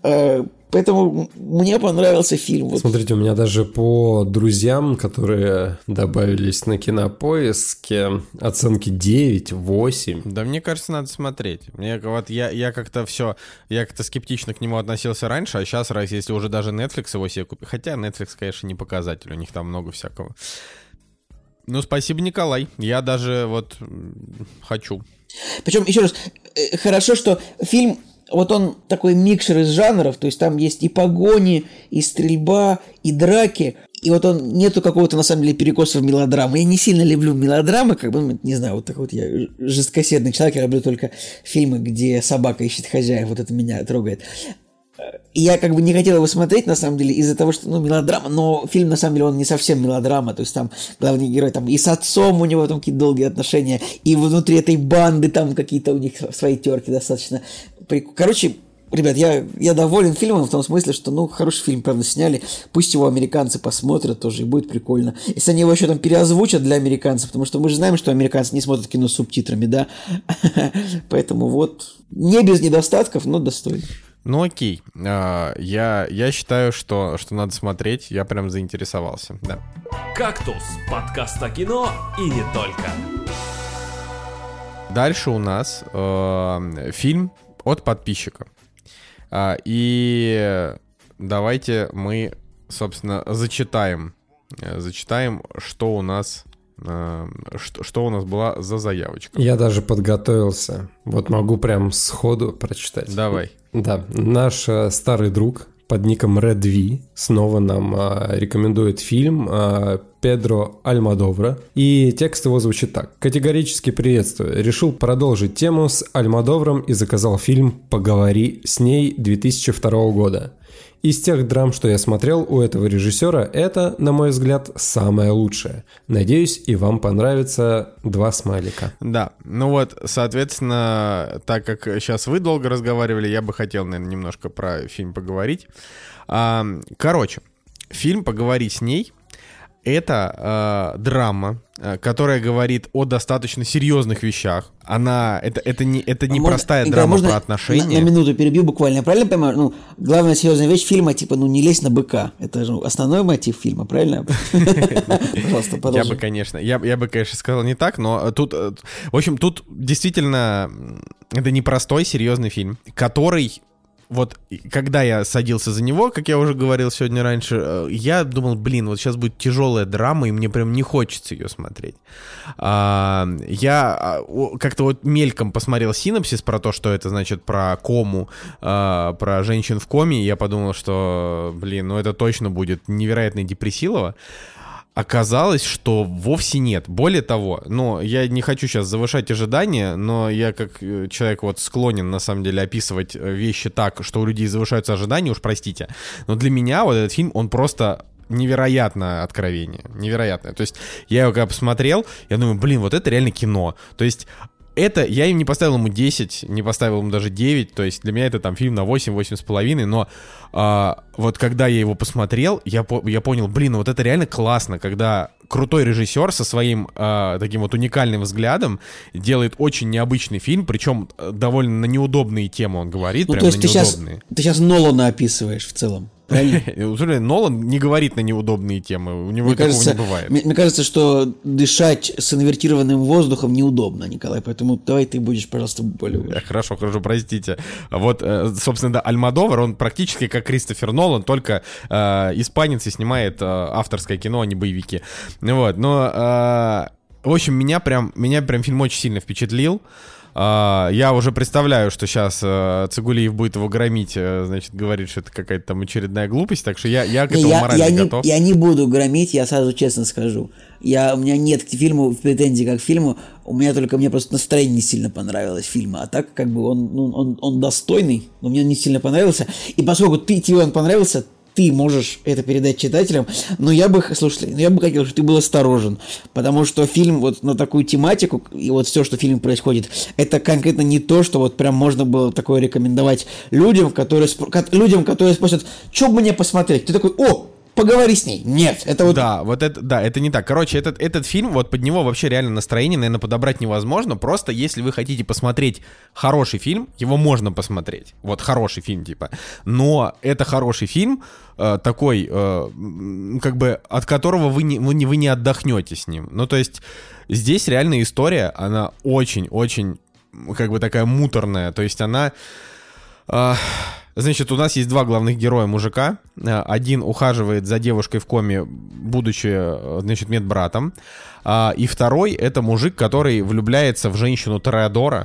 Поэтому мне понравился фильм. Вот. Смотрите, у меня даже по друзьям, которые добавились на Кинопоиске, оценки девять, восемь. Да мне кажется, надо смотреть. Мне, вот, я, я как-то все, я как-то скептично к нему относился раньше, а сейчас, если уже даже Netflix его себе купит, хотя Netflix, конечно, не показатель, у них там много всякого. Ну, спасибо, Николай. Я даже вот хочу. Причем, еще раз, хорошо, что фильм... Вот он такой микшер из жанров, то есть там есть и погони, и стрельба, и драки, и вот он нету какого-то, на самом деле, перекоса в мелодраму. Я не сильно люблю мелодрамы, как бы, не знаю, вот такой вот я жесткосердный человек, я люблю только фильмы, где собака ищет хозяев, вот это меня трогает. я как бы не хотел его смотреть, на самом деле, из-за того, что, ну, мелодрама, но фильм, на самом деле, он не совсем мелодрама, то есть там главный герой, там, и с отцом у него там какие-то долгие отношения, и внутри этой банды там какие-то у них свои терки достаточно. Короче, ребят, я, я доволен фильмом в том смысле, что, ну, хороший фильм, правда, сняли, пусть его американцы посмотрят тоже, и будет прикольно. Если они его еще там переозвучат для американцев, потому что мы же знаем, что американцы не смотрят кино с субтитрами, да, поэтому вот, не без недостатков, но достойно. Ну окей, а, я, я считаю, что, что надо смотреть, я прям заинтересовался, да. «Кактус» — подкаст о кино и не только. Дальше у нас э, фильм от подписчика. А, и давайте мы, собственно, зачитаем, зачитаем, что у нас... Что, что у нас была за заявочка? Я даже подготовился. Вот могу прям сходу прочитать. Давай. Да, наш э, старый друг под ником Red V снова нам э, рекомендует фильм э, Педро Альмодовара. И текст его звучит так. Категорически приветствую. Решил продолжить тему с Альмодоваром и заказал фильм «Поговори с ней» две тысячи второго года. Из тех драм, что я смотрел у этого режиссера, это, на мой взгляд, самое лучшее. Надеюсь, и вам понравится два смайлика. Да, ну вот, соответственно, так как сейчас вы долго разговаривали, я бы хотел, наверное, немножко про фильм поговорить. Короче, фильм «Поговори с ней» — это э, драма, э, которая говорит о достаточно серьезных вещах. Она это это не это не а простая можно, драма про отношения. На, на минуту перебью буквально. Я правильно понимаю? Ну, главная серьезная вещь фильма типа, ну не лезь на быка. Это же основной мотив фильма, правильно? Пожалуйста, продолжи. Я бы, конечно, я я бы, конечно, сказал не так, но тут, в общем, тут действительно это непростой серьезный фильм, который вот когда я садился за него, как я уже говорил сегодня раньше, я думал, блин, вот сейчас будет тяжелая драма, и мне прям не хочется ее смотреть. Я как-то вот мельком посмотрел синопсис про то, что это значит про кому, про женщин в коме, и я подумал, что, блин, ну это точно будет невероятно депрессилово. Оказалось, что вовсе нет. Более того, ну, я не хочу сейчас завышать ожидания, но я как человек вот склонен, на самом деле, описывать вещи так, что у людей завышаются ожидания, уж простите. Но для меня вот этот фильм, он просто невероятное откровение. Невероятное. То есть я его когда посмотрел, я думаю, блин, вот это реально кино. То есть это, я им не поставил ему десять, не поставил ему даже девять, то есть для меня это там фильм на восемь, восемь с половиной, но а, вот когда я его посмотрел, я, по, я понял, блин, вот это реально классно, когда крутой режиссер со своим а, таким вот уникальным взглядом делает очень необычный фильм, причем довольно на неудобные темы он говорит, ну, прям то есть на ты неудобные. Сейчас, ты сейчас Нолана описываешь в целом. Нолан не говорит на неудобные темы, у него мне такого кажется, не бывает. Мне, мне кажется, что дышать с инвертированным воздухом неудобно, Николай, поэтому давай ты будешь, пожалуйста, более... Хорошо, хорошо, простите. Вот, собственно, да, Альмодовар, он практически как Кристофер Нолан, только э, испанец и снимает э, авторское кино, а не боевики. Вот, но, э, в общем, меня прям, меня прям фильм очень сильно впечатлил. Uh, я уже представляю, что сейчас uh, Цигулиев будет его громить, uh, значит, говорит, что это какая-то там очередная глупость, так что я, я к этому я, морально я готов. Не, я не буду громить, я сразу честно скажу. Я, у меня нет к фильму претензий как к фильму, у меня только, мне просто настроение не сильно понравилось фильма, а так как бы он, ну, он, он достойный, но мне он не сильно понравился, и поскольку ты, тебе он понравился, ты можешь это передать читателям, но я бы, слушай, я бы хотел, чтобы ты был осторожен, потому что фильм вот на такую тематику, и вот все, что в фильме происходит, это конкретно не то, что вот прям можно было такое рекомендовать людям, которые, людям, которые спросят, что бы мне посмотреть? Ты такой, о, поговори с ней. Нет, это вот... Да, вот это, да, это не так. Короче, этот, этот фильм, вот под него вообще реально настроение, наверное, подобрать невозможно. Просто если вы хотите посмотреть хороший фильм, его можно посмотреть. Вот хороший фильм, типа. Но это хороший фильм, э, такой, э, как бы, от которого вы не, вы, не, вы не отдохнете с ним. Ну, то есть, здесь реально история, она очень-очень, как бы, такая муторная. То есть, она... Э, Значит, у нас есть два главных героя мужика. Один ухаживает за девушкой в коме, будучи, значит, медбратом. И второй — это мужик, который влюбляется в женщину Тореадора.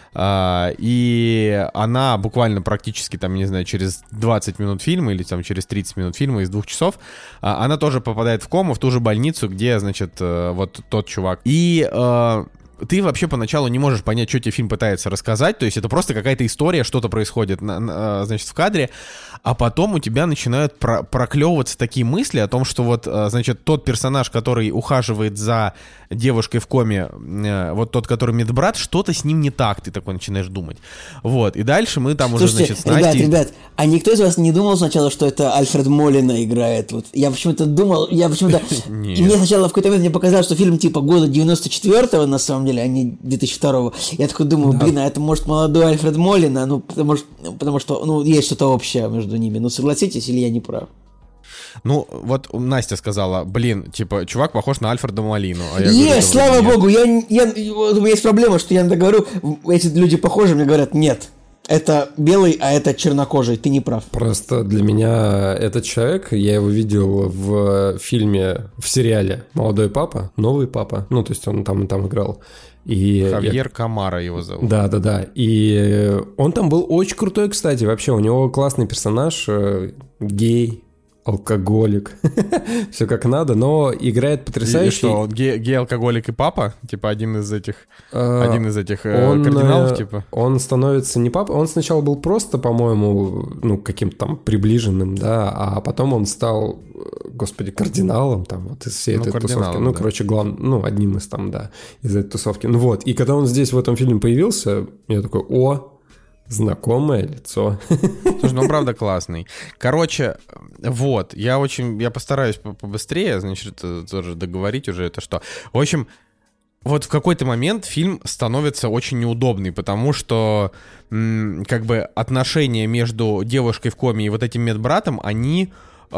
И она буквально практически, там, не знаю, через двадцать минут фильма или там через тридцать минут фильма из двух часов, она тоже попадает в кому, в ту же больницу, где, значит, вот тот чувак. И... ты вообще поначалу не можешь понять, что тебе фильм пытается рассказать, то есть это просто какая-то история, что-то происходит, на, на, значит, в кадре, а потом у тебя начинают про- проклевываться такие мысли о том, что вот, значит, тот персонаж, который ухаживает за девушкой в коме, вот тот, который медбрат, что-то с ним не так, ты такой начинаешь думать. Вот, и дальше мы там Слушайте, уже, значит, с Настей... ребят, ребят, а никто из вас не думал сначала, что это Альфред Молина играет? Вот я почему-то думал, я почему-то... И мне сначала в какой-то момент мне показалось, что фильм типа года девяносто четвёртого, на самом деле, а не две тысячи второго. Я такой думаю, да. блин, а это может молодой Альфред Молина, ну, потому что, потому что, ну, есть что-то общее между ними. Ну, согласитесь, или я не прав? Ну, вот Настя сказала, блин, типа, чувак похож на Альфреда Молину. А я есть, говорю, слава нет. богу, я, я, у меня есть проблема, что я иногда говорю, эти люди похожи, мне говорят, нет. Это белый, а это чернокожий, ты не прав. Просто для меня этот человек, я его видел в фильме, в сериале «Молодой папа», «Новый папа», ну, то есть он там и там играл. И Хавьер я... Камара его зовут. Да, да, да. И он там был очень крутой, кстати, вообще. У него классный персонаж, гей, алкоголик, все как надо, но играет потрясающе. И что, он ге- гей-алкоголик и папа? Типа один из этих, а, один из этих он, кардиналов, типа? Он становится не папа, он сначала был просто, по-моему, ну, каким-то там приближенным, да, а потом он стал, господи, кардиналом там вот из всей ну, этой тусовки. Ну, да. короче, глав... ну, одним из там, да, из этой тусовки. Ну вот, и когда он здесь в этом фильме появился, я такой, о, знакомое лицо. Слушай, ну он правда классный. Короче, вот, я очень, я постараюсь побыстрее, значит, тоже договорить уже это что. В общем, вот в какой-то момент фильм становится очень неудобный, потому что м, как бы отношения между девушкой в коме и вот этим медбратом, они...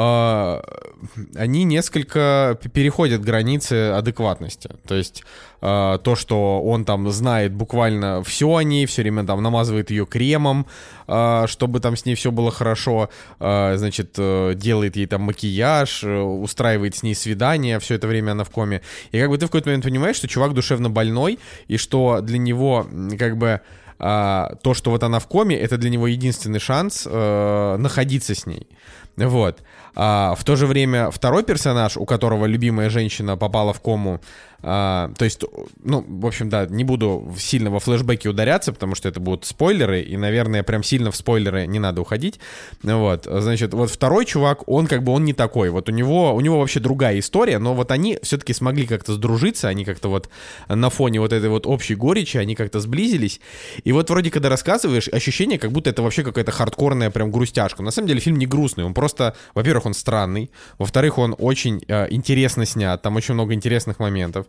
Uh, они несколько переходят границы адекватности. То есть uh, то, что он там знает буквально все о ней, все время там намазывает ее кремом, uh, чтобы там с ней все было хорошо, uh, значит, uh, делает ей там макияж, uh, устраивает с ней свидание, все это время она в коме. И как бы ты в какой-то момент понимаешь, что чувак душевно больной, и что для него как бы uh, то, что вот она в коме, это для него единственный шанс uh, находиться с ней. Вот. А в то же время второй персонаж, у которого любимая женщина попала в кому, а, то есть, ну, в общем, да, не буду сильно во флешбеки ударяться, потому что это будут спойлеры, и, наверное, прям сильно в спойлеры не надо уходить. Вот, значит, вот второй чувак, он как бы, он не такой. Вот у него, у него вообще другая история, но вот они все-таки смогли как-то сдружиться, они как-то вот на фоне вот этой вот общей горечи, они как-то сблизились. И вот вроде, когда рассказываешь, ощущение, как будто это вообще какая-то хардкорная прям грустяшка. На самом деле фильм не грустный, он просто, во-первых, он странный, во-вторых, он очень э, интересно снят, там очень много интересных моментов.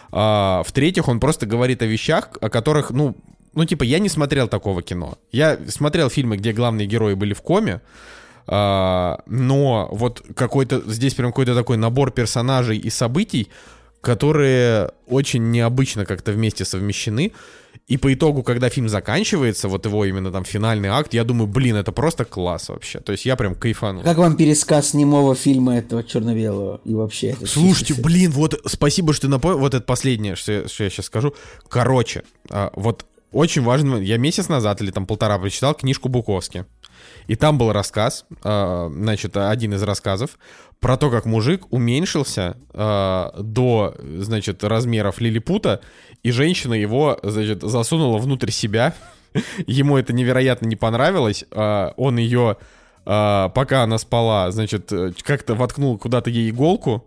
А, в-третьих, он просто говорит о вещах, о которых, ну, ну, типа, я не смотрел такого кино. Я смотрел фильмы, где главные герои были в коме, а, но вот какой-то, здесь прям какой-то такой набор персонажей и событий, которые очень необычно как-то вместе совмещены. И по итогу, когда фильм заканчивается, вот его именно там финальный акт, я думаю, блин, это просто класс вообще. То есть я прям кайфанул. Как вам пересказ немого фильма этого черно-белого и вообще? Это Слушайте, блин, вот спасибо, что ты напомнил. Вот это последнее, что я, что я сейчас скажу. Короче, вот очень важно. Я месяц назад или там полтора прочитал книжку Буковски. И там был рассказ, значит, один из рассказов про то, как мужик уменьшился до, значит, размеров лилипута, и женщина его, значит, засунула внутрь себя. Ему это невероятно не понравилось. Он ее, пока она спала, значит, как-то воткнул куда-то ей иголку,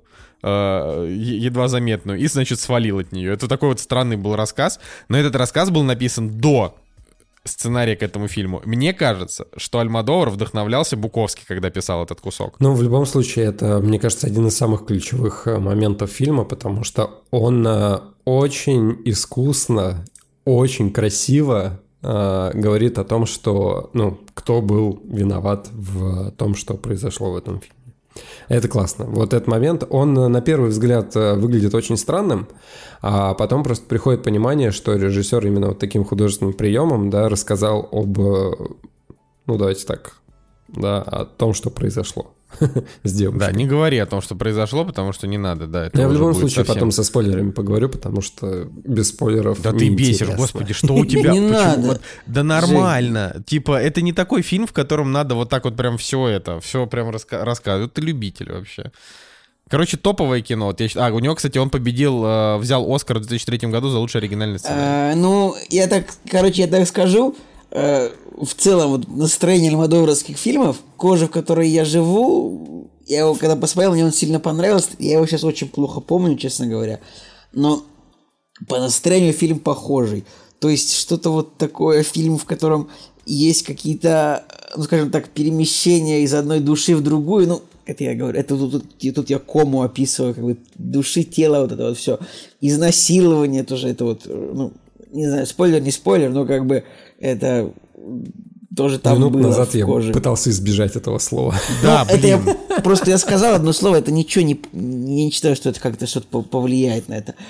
едва заметную, и, значит, свалил от нее. Это такой вот странный был рассказ. Но этот рассказ был написан до сценария к этому фильму. Мне кажется, что Альмодовар вдохновлялся Буковски, когда писал этот кусок. Ну, в любом случае, это, мне кажется, один из самых ключевых моментов фильма, потому что он очень искусно, очень красиво э, говорит о том, что, ну, кто был виноват в том, что произошло в этом фильме. Это классно. Вот этот момент, он на первый взгляд выглядит очень странным, а потом просто приходит понимание, что режиссер именно вот таким художественным приемом, да, рассказал об, ну, давайте так, да, о том, что произошло с девушкой. Да, не говори о том, что произошло, потому что не надо, да. Это я в любом случае совсем... потом со спойлерами поговорю, потому что без спойлеров да ты бесишь, господи, что у тебя? Не надо. Да нормально. Типа, это не такой фильм, в котором надо вот так вот прям все это, все прям рассказывать. Ты любитель вообще. Короче, топовое кино. Вот я... А, у него, кстати, он победил, э, взял Оскар в две тысячи третьем году за лучший оригинальный сценарий. А, ну, я так, короче, я так скажу. Э, в целом, вот настроение альмодоваровских фильмов, «Кожа, в которой я живу», я его когда посмотрел, мне он сильно понравился. Я его сейчас очень плохо помню, честно говоря. Но по настроению фильм похожий. То есть что-то вот такое, фильм, в котором есть какие-то, ну, скажем так, перемещения из одной души в другую. Ну, это я говорю, это тут, тут, тут я кому описываю, как бы души, тела, вот это вот все. Изнасилование тоже, это вот, ну, не знаю, спойлер, не спойлер, но как бы это тоже там Минут было назад в я коже. пытался избежать этого слова. Да, это блин. я, просто я сказал одно слово, это ничего не... Я не считаю, что это как-то что-то повлияет на это.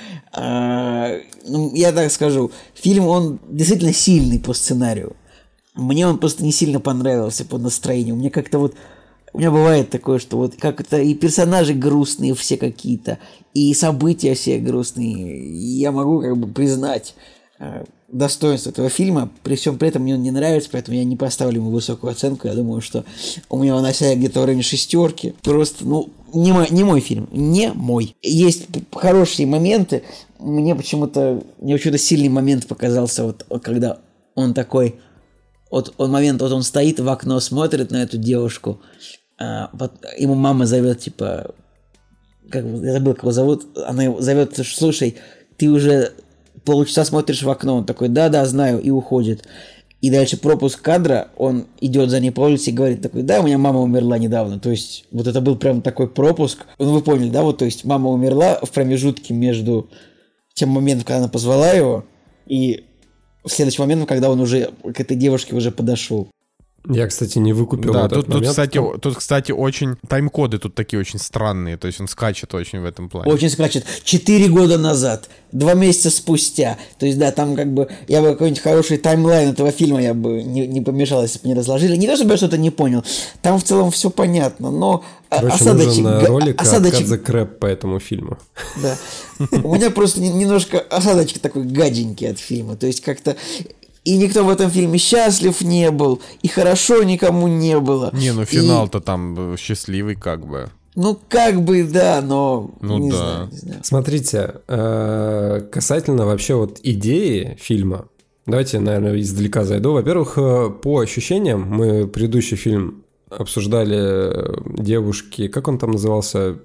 А, ну, я так скажу, фильм, он действительно сильный по сценарию. Мне он просто не сильно понравился по настроению. Мне как-то вот... У меня бывает такое, что вот как-то и персонажи грустные все какие-то, и события все грустные. И я могу как бы признать э, достоинство этого фильма. При всем при этом мне он не нравится, поэтому я не поставлю ему высокую оценку. Я думаю, что у меня он осяет где-то в районе шестерки. Просто, ну, не мой, не мой фильм. Не мой. Есть хорошие моменты. Мне почему-то, мне почему-то сильный момент показался, вот, вот когда он такой... Вот он момент, вот он стоит в окно, смотрит на эту девушку, а, вот, ему мама зовет, типа, как, я забыл, как его зовут, она его зовет, слушай, ты уже полчаса смотришь в окно, он такой, да-да, знаю, и уходит. И дальше пропуск кадра, он идет за ней по улице и говорит такой, да, у меня мама умерла недавно, то есть вот это был прям такой пропуск, ну вы поняли, да, вот, то есть мама умерла в промежутке между тем моментом, когда она позвала его, и в следующий момент, когда он уже к этой девушке уже подошел. Я, кстати, не выкупил Да, этот тут, тут, момент. кстати, тут, кстати, очень... Тайм-коды тут такие очень странные, то есть он скачет очень в этом плане. Очень скачет. Четыре года назад, два месяца спустя. То есть, да, там как бы... Я бы какой-нибудь хороший таймлайн этого фильма я бы не, не помешал, если бы не разложили. Не то, чтобы я что-то не понял. Там в целом все понятно, но... Короче, осадочек, нужен ролик осадочек... от Кадзе Крэп по этому фильму. Да. У меня просто немножко осадочек такой гаденький от фильма. То есть, как-то... И никто в этом фильме счастлив не был, и хорошо никому не было. Не, ну финал-то и... там счастливый как бы. Ну, как бы, да, но... Ну не да. Знаю, не знаю. Смотрите, касательно вообще вот идеи фильма, давайте, наверное, издалека зайду. Во-первых, по ощущениям, мы предыдущий фильм обсуждали девушки, как он там назывался?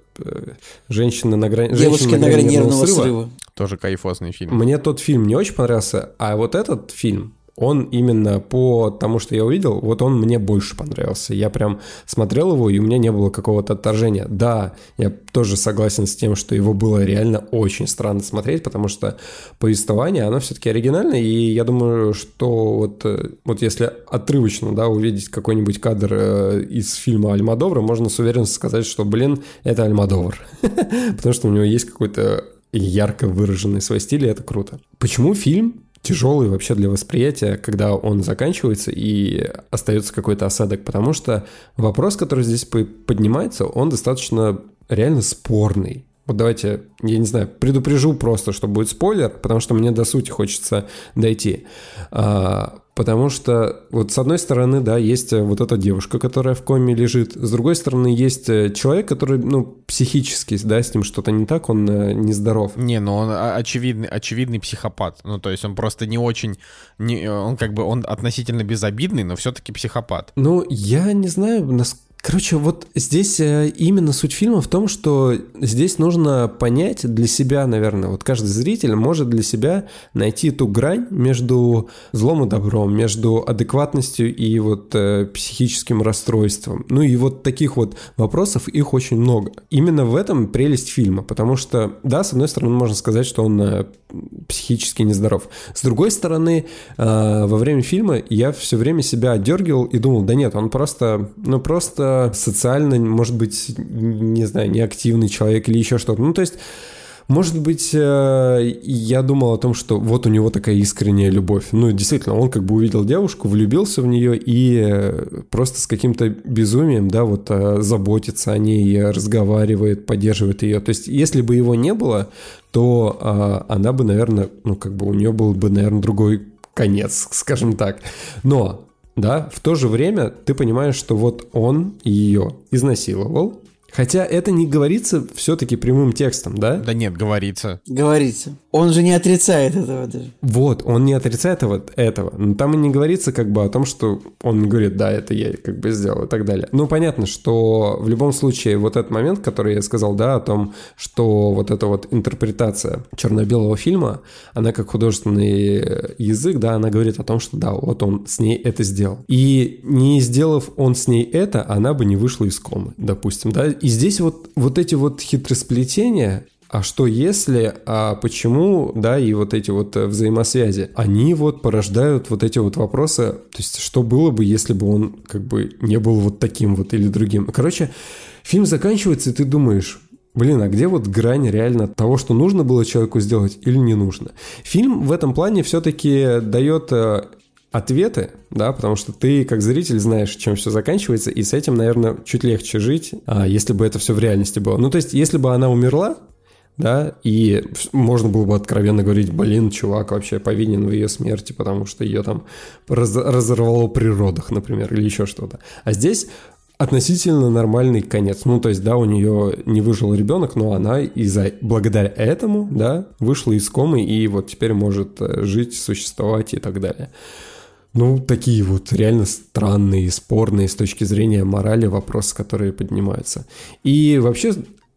Женщины на грани... Девушки на грани нервного срыва. срыва. Тоже кайфосный фильм. Мне тот фильм не очень понравился, а вот этот фильм, он именно по тому, что я увидел, вот он мне больше понравился. Я прям смотрел его, и у меня не было какого-то отторжения. Да, я тоже согласен с тем, что его было реально очень странно смотреть, потому что повествование, оно все-таки оригинальное, и я думаю, что вот, вот если отрывочно, да, увидеть какой-нибудь кадр из фильма Альмодовара, можно с уверенностью сказать, что, блин, это Альмодовар. Потому что у него есть какой-то ярко выраженный свой стиль, и это круто. Почему фильм тяжелый вообще для восприятия, когда он заканчивается и остается какой-то осадок? Потому что вопрос, который здесь поднимается, он достаточно реально спорный. Вот давайте, я не знаю, предупрежу просто, что будет спойлер, потому что мне до сути хочется дойти. А, потому что вот с одной стороны, да, есть вот эта девушка, которая в коме лежит, с другой стороны есть человек, который, ну, психически, да, с ним что-то не так, он нездоров. Не, ну он очевидный, очевидный психопат. Ну, то есть он просто не очень, не, он как бы, он относительно безобидный, но все-таки психопат. Ну, я не знаю, насколько... Короче, вот здесь именно суть фильма в том, что здесь нужно понять для себя, наверное, вот каждый зритель может для себя найти ту грань между злом и добром, между адекватностью и вот э, психическим расстройством. Ну и вот таких вот вопросов, их очень много. Именно в этом прелесть фильма, потому что, да, с одной стороны, можно сказать, что он э, психически нездоров. С другой стороны, э, во время фильма я все время себя отдергивал и думал, да нет, он просто, ну просто социально, может быть, не знаю, неактивный человек или еще что-то. Ну, то есть, может быть, я думал о том, что вот у него такая искренняя любовь. Ну, действительно, он как бы увидел девушку, влюбился в нее и просто с каким-то безумием, да, вот заботится о ней, разговаривает, поддерживает ее. То есть, если бы его не было, то она бы, наверное, ну, как бы у нее был бы, наверное, другой конец, скажем так. Но... Да, в то же время ты понимаешь, что вот он ее изнасиловал, Хотя это не говорится все-таки прямым текстом, да? Да нет, говорится. Говорится. Он же не отрицает этого даже. Вот, он не отрицает вот этого. Но там и не говорится как бы о том, что он не говорит, да, это я как бы сделал и так далее. Ну, понятно, что в любом случае вот этот момент, который я сказал, да, о том, что вот эта вот интерпретация черно-белого фильма, она как художественный язык, да, она говорит о том, что да, вот он с ней это сделал. И не сделав он с ней это, она бы не вышла из комы, допустим, да. И здесь вот, вот эти вот хитросплетения, а что если, а почему, да, и вот эти вот взаимосвязи, они вот порождают вот эти вот вопросы, то есть что было бы, если бы он как бы не был вот таким вот или другим. Короче, фильм заканчивается, и ты думаешь, блин, а где вот грань реально того, что нужно было человеку сделать или не нужно? Фильм в этом плане все-таки дает ответы, да, потому что ты, как зритель, знаешь, чем все заканчивается, и с этим, наверное, чуть легче жить, а если бы это все в реальности было. Ну, то есть, если бы она умерла, да, и можно было бы откровенно говорить, блин, чувак вообще повинен в ее смерти, потому что ее там раз- разорвало при родах, например, или еще что-то. А здесь относительно нормальный конец. Ну, то есть, да, у нее не выжил ребенок, но она из-за благодаря этому, да, вышла из комы и вот теперь может жить, существовать и так далее. Ну, такие вот реально странные, спорные с точки зрения морали вопросы, которые поднимаются. И вообще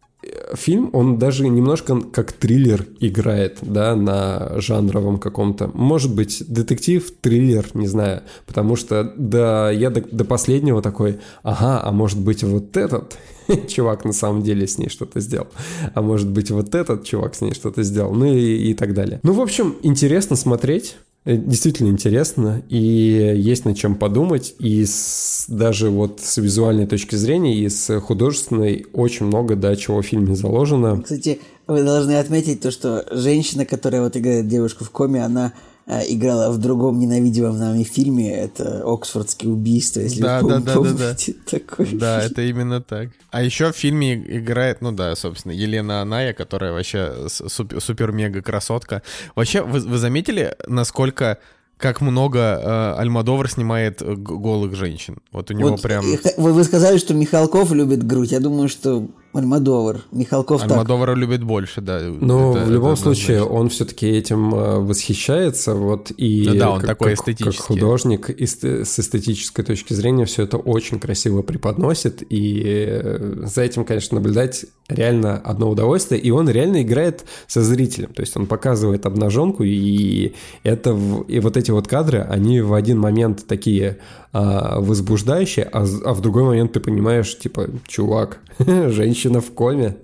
фильм, он даже немножко как триллер играет, да, на жанровом каком-то. Может быть, детектив, триллер, не знаю. Потому что да, я до, до последнего такой, ага, а может быть вот этот чувак на самом деле с ней что-то сделал. А может быть вот этот чувак с ней что-то сделал. Ну и, и так далее. Ну, в общем, интересно смотреть. Действительно интересно, и есть над чем подумать, и с, даже вот с визуальной точки зрения, и с художественной очень много, да, чего в фильме заложено. Кстати, вы должны отметить то, что женщина, которая вот играет девушку в коме, она а, играла в другом ненавидимом нами фильме, это «Оксфордские убийства», если да, вы да, да, помните. Да, да, такой да, фильм. это именно так. А еще в фильме играет, ну да, собственно, Елена Аная, которая вообще супер-мега-красотка. Вообще, вы, вы заметили, насколько... Как много э, Альмодовар снимает г- голых женщин. Вот у него вот прям... Вы, вы сказали, что Михалков любит грудь. Я думаю, что Альмодовар. Михалков так. Альмодовара любит больше, да. Но это, в любом это случае он все-таки этим восхищается. Вот, и ну да, он как, такой как, эстетический. Как художник и с, с эстетической точки зрения все это очень красиво преподносит. И за этим, конечно, наблюдать реально одно удовольствие. И он реально играет со зрителем. То есть он показывает обнаженку, и, это, и вот эти вот кадры, они в один момент такие а, возбуждающие, а, а в другой момент ты понимаешь, типа, чувак, женщина в коме,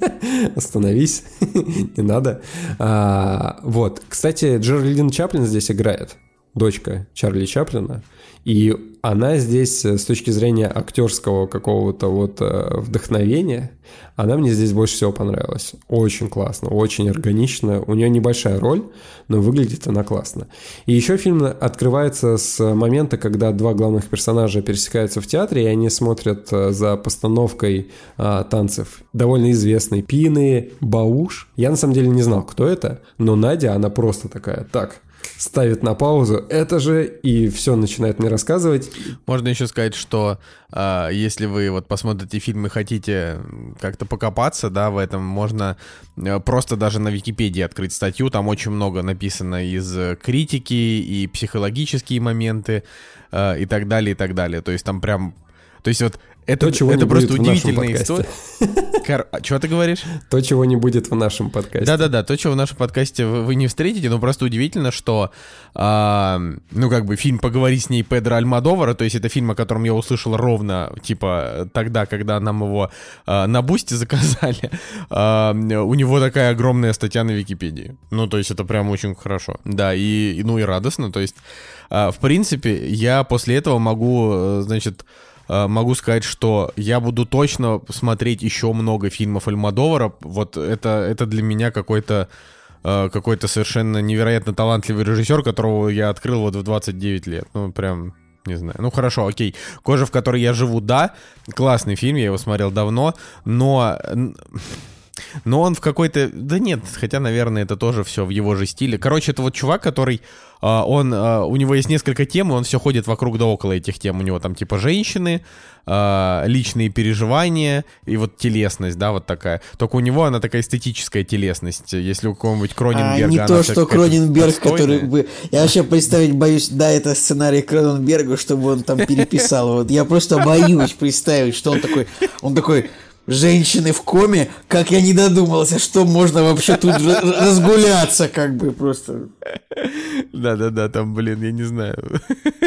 остановись, не надо. А, вот, кстати, Джеральдин Чаплин здесь играет, дочка Чарли Чаплина, и она здесь с точки зрения актерского какого-то вот вдохновения, она мне здесь больше всего понравилась. Очень классно, очень органично. У нее небольшая роль, но выглядит она классно. И еще фильм открывается с момента, когда два главных персонажа пересекаются в театре, и они смотрят за постановкой а, танцев довольно известной Пины Бауш. Я на самом деле не знал, кто это, но Надя, она просто такая, так... ставит на паузу, это же, и все начинает мне рассказывать. Можно еще сказать, что э, если вы вот посмотрите фильм и хотите как-то покопаться, да, в этом, можно э, просто даже на Википедии открыть статью, там очень много написано из критики и психологические моменты э, и так далее, и так далее. То есть там прям... То есть вот это, То, это просто удивительная история. Кор... А, чего ты говоришь? То, чего не будет в нашем подкасте. Да-да-да, то, чего в нашем подкасте вы, вы не встретите, но просто удивительно, что, а, ну, как бы, фильм «Поговори с ней» Педро Альмодовара, то есть это фильм, о котором я услышал ровно, типа, тогда, когда нам его а, на Бусти заказали, а, у него такая огромная статья на Википедии. Ну, то есть это прям очень хорошо. Да, и, ну, и радостно, то есть, а, в принципе, я после этого могу, значит... Могу сказать, что я буду точно смотреть еще много фильмов Альмодовара. Вот это, это для меня какой-то, какой-то совершенно невероятно талантливый режиссер, которого я открыл вот в двадцать девять лет. Ну, прям, не знаю. Ну, хорошо, окей. «Кожа, в которой я живу», да, классный фильм, я его смотрел давно, но... Но он в какой-то... Да нет, хотя, наверное, это тоже все в его же стиле. Короче, это вот чувак, который... Он, у него есть несколько тем, и он все ходит вокруг да около этих тем. У него там типа женщины, личные переживания и вот телесность, да, вот такая. Только у него она такая эстетическая телесность. Если у какого-нибудь Кроненберга... А не то, что Кроненберг, который бы... Я вообще представить боюсь, да, это сценарий Кроненберга, чтобы он там переписал. Вот я просто боюсь представить, что он такой... Он такой... Женщины в коме, как я не додумался, что можно вообще тут разгуляться, как бы просто. Да-да-да, там, блин, я не знаю.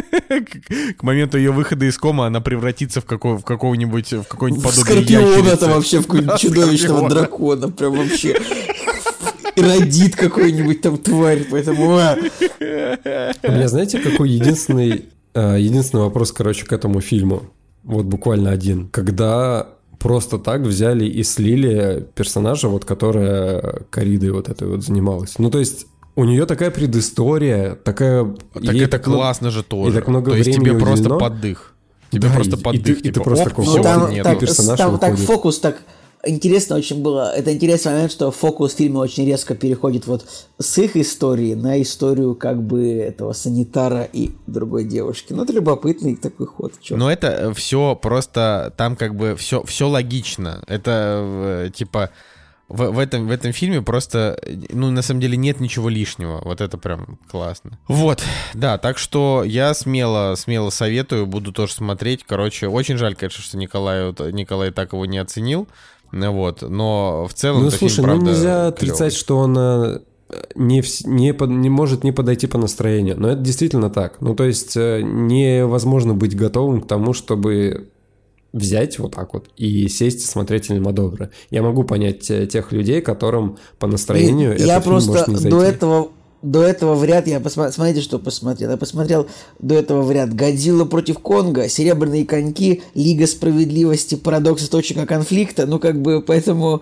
К моменту ее выхода из кома она превратится в, какого- в какого-нибудь в какой-нибудь подобие ящерицы. Скорпиона-то вообще, в какого-нибудь чудовищного дракона, прям вообще. И родит какой-нибудь там тварь, поэтому... А. У меня, знаете, какой единственный, единственный вопрос, короче, к этому фильму? Вот буквально один. Когда... Просто так взяли и слили персонажа, вот, которая корридой вот этой вот занималась. Ну, то есть, у нее такая предыстория, такая... Так это классно же тоже. И так много то есть, времени тебе уделено. просто поддых. Тебе да, просто и, поддых. И, типа, и ты просто оп, такой, ну, все, там, нет, так, персонаж там так выходит. фокус так... Интересно очень было, это интересный момент, что фокус в фильме очень резко переходит вот с их истории на историю как бы этого санитара и другой девушки. Ну, это любопытный такой ход. Чё? Но это все просто, там как бы все, все логично. Это типа в, в, этом, в этом фильме просто, ну, на самом деле нет ничего лишнего. Вот это прям классно. Вот, да, так что я смело, смело советую, буду тоже смотреть. Короче, очень жаль, конечно, что Николай, Николай так его не оценил. Вот, но в целом ну, это слушай, фильм, правда, ну нельзя клёвый. отрицать, что он не, в, не, под, не может не подойти по настроению. Но это действительно так. Ну, то есть невозможно быть готовым к тому, чтобы взять вот так вот и сесть и смотреть Альмодовара. Я могу понять тех людей, которым по настроению и, я этот фильм может не просто зайти. до этого До этого в ряд я посмотрел, смотрите, что посмотрел. Я посмотрел до этого в ряд «Годзилла против Конга», «Серебряные коньки», «Лига справедливости», «Парадокс источника конфликта». Ну, как бы, поэтому...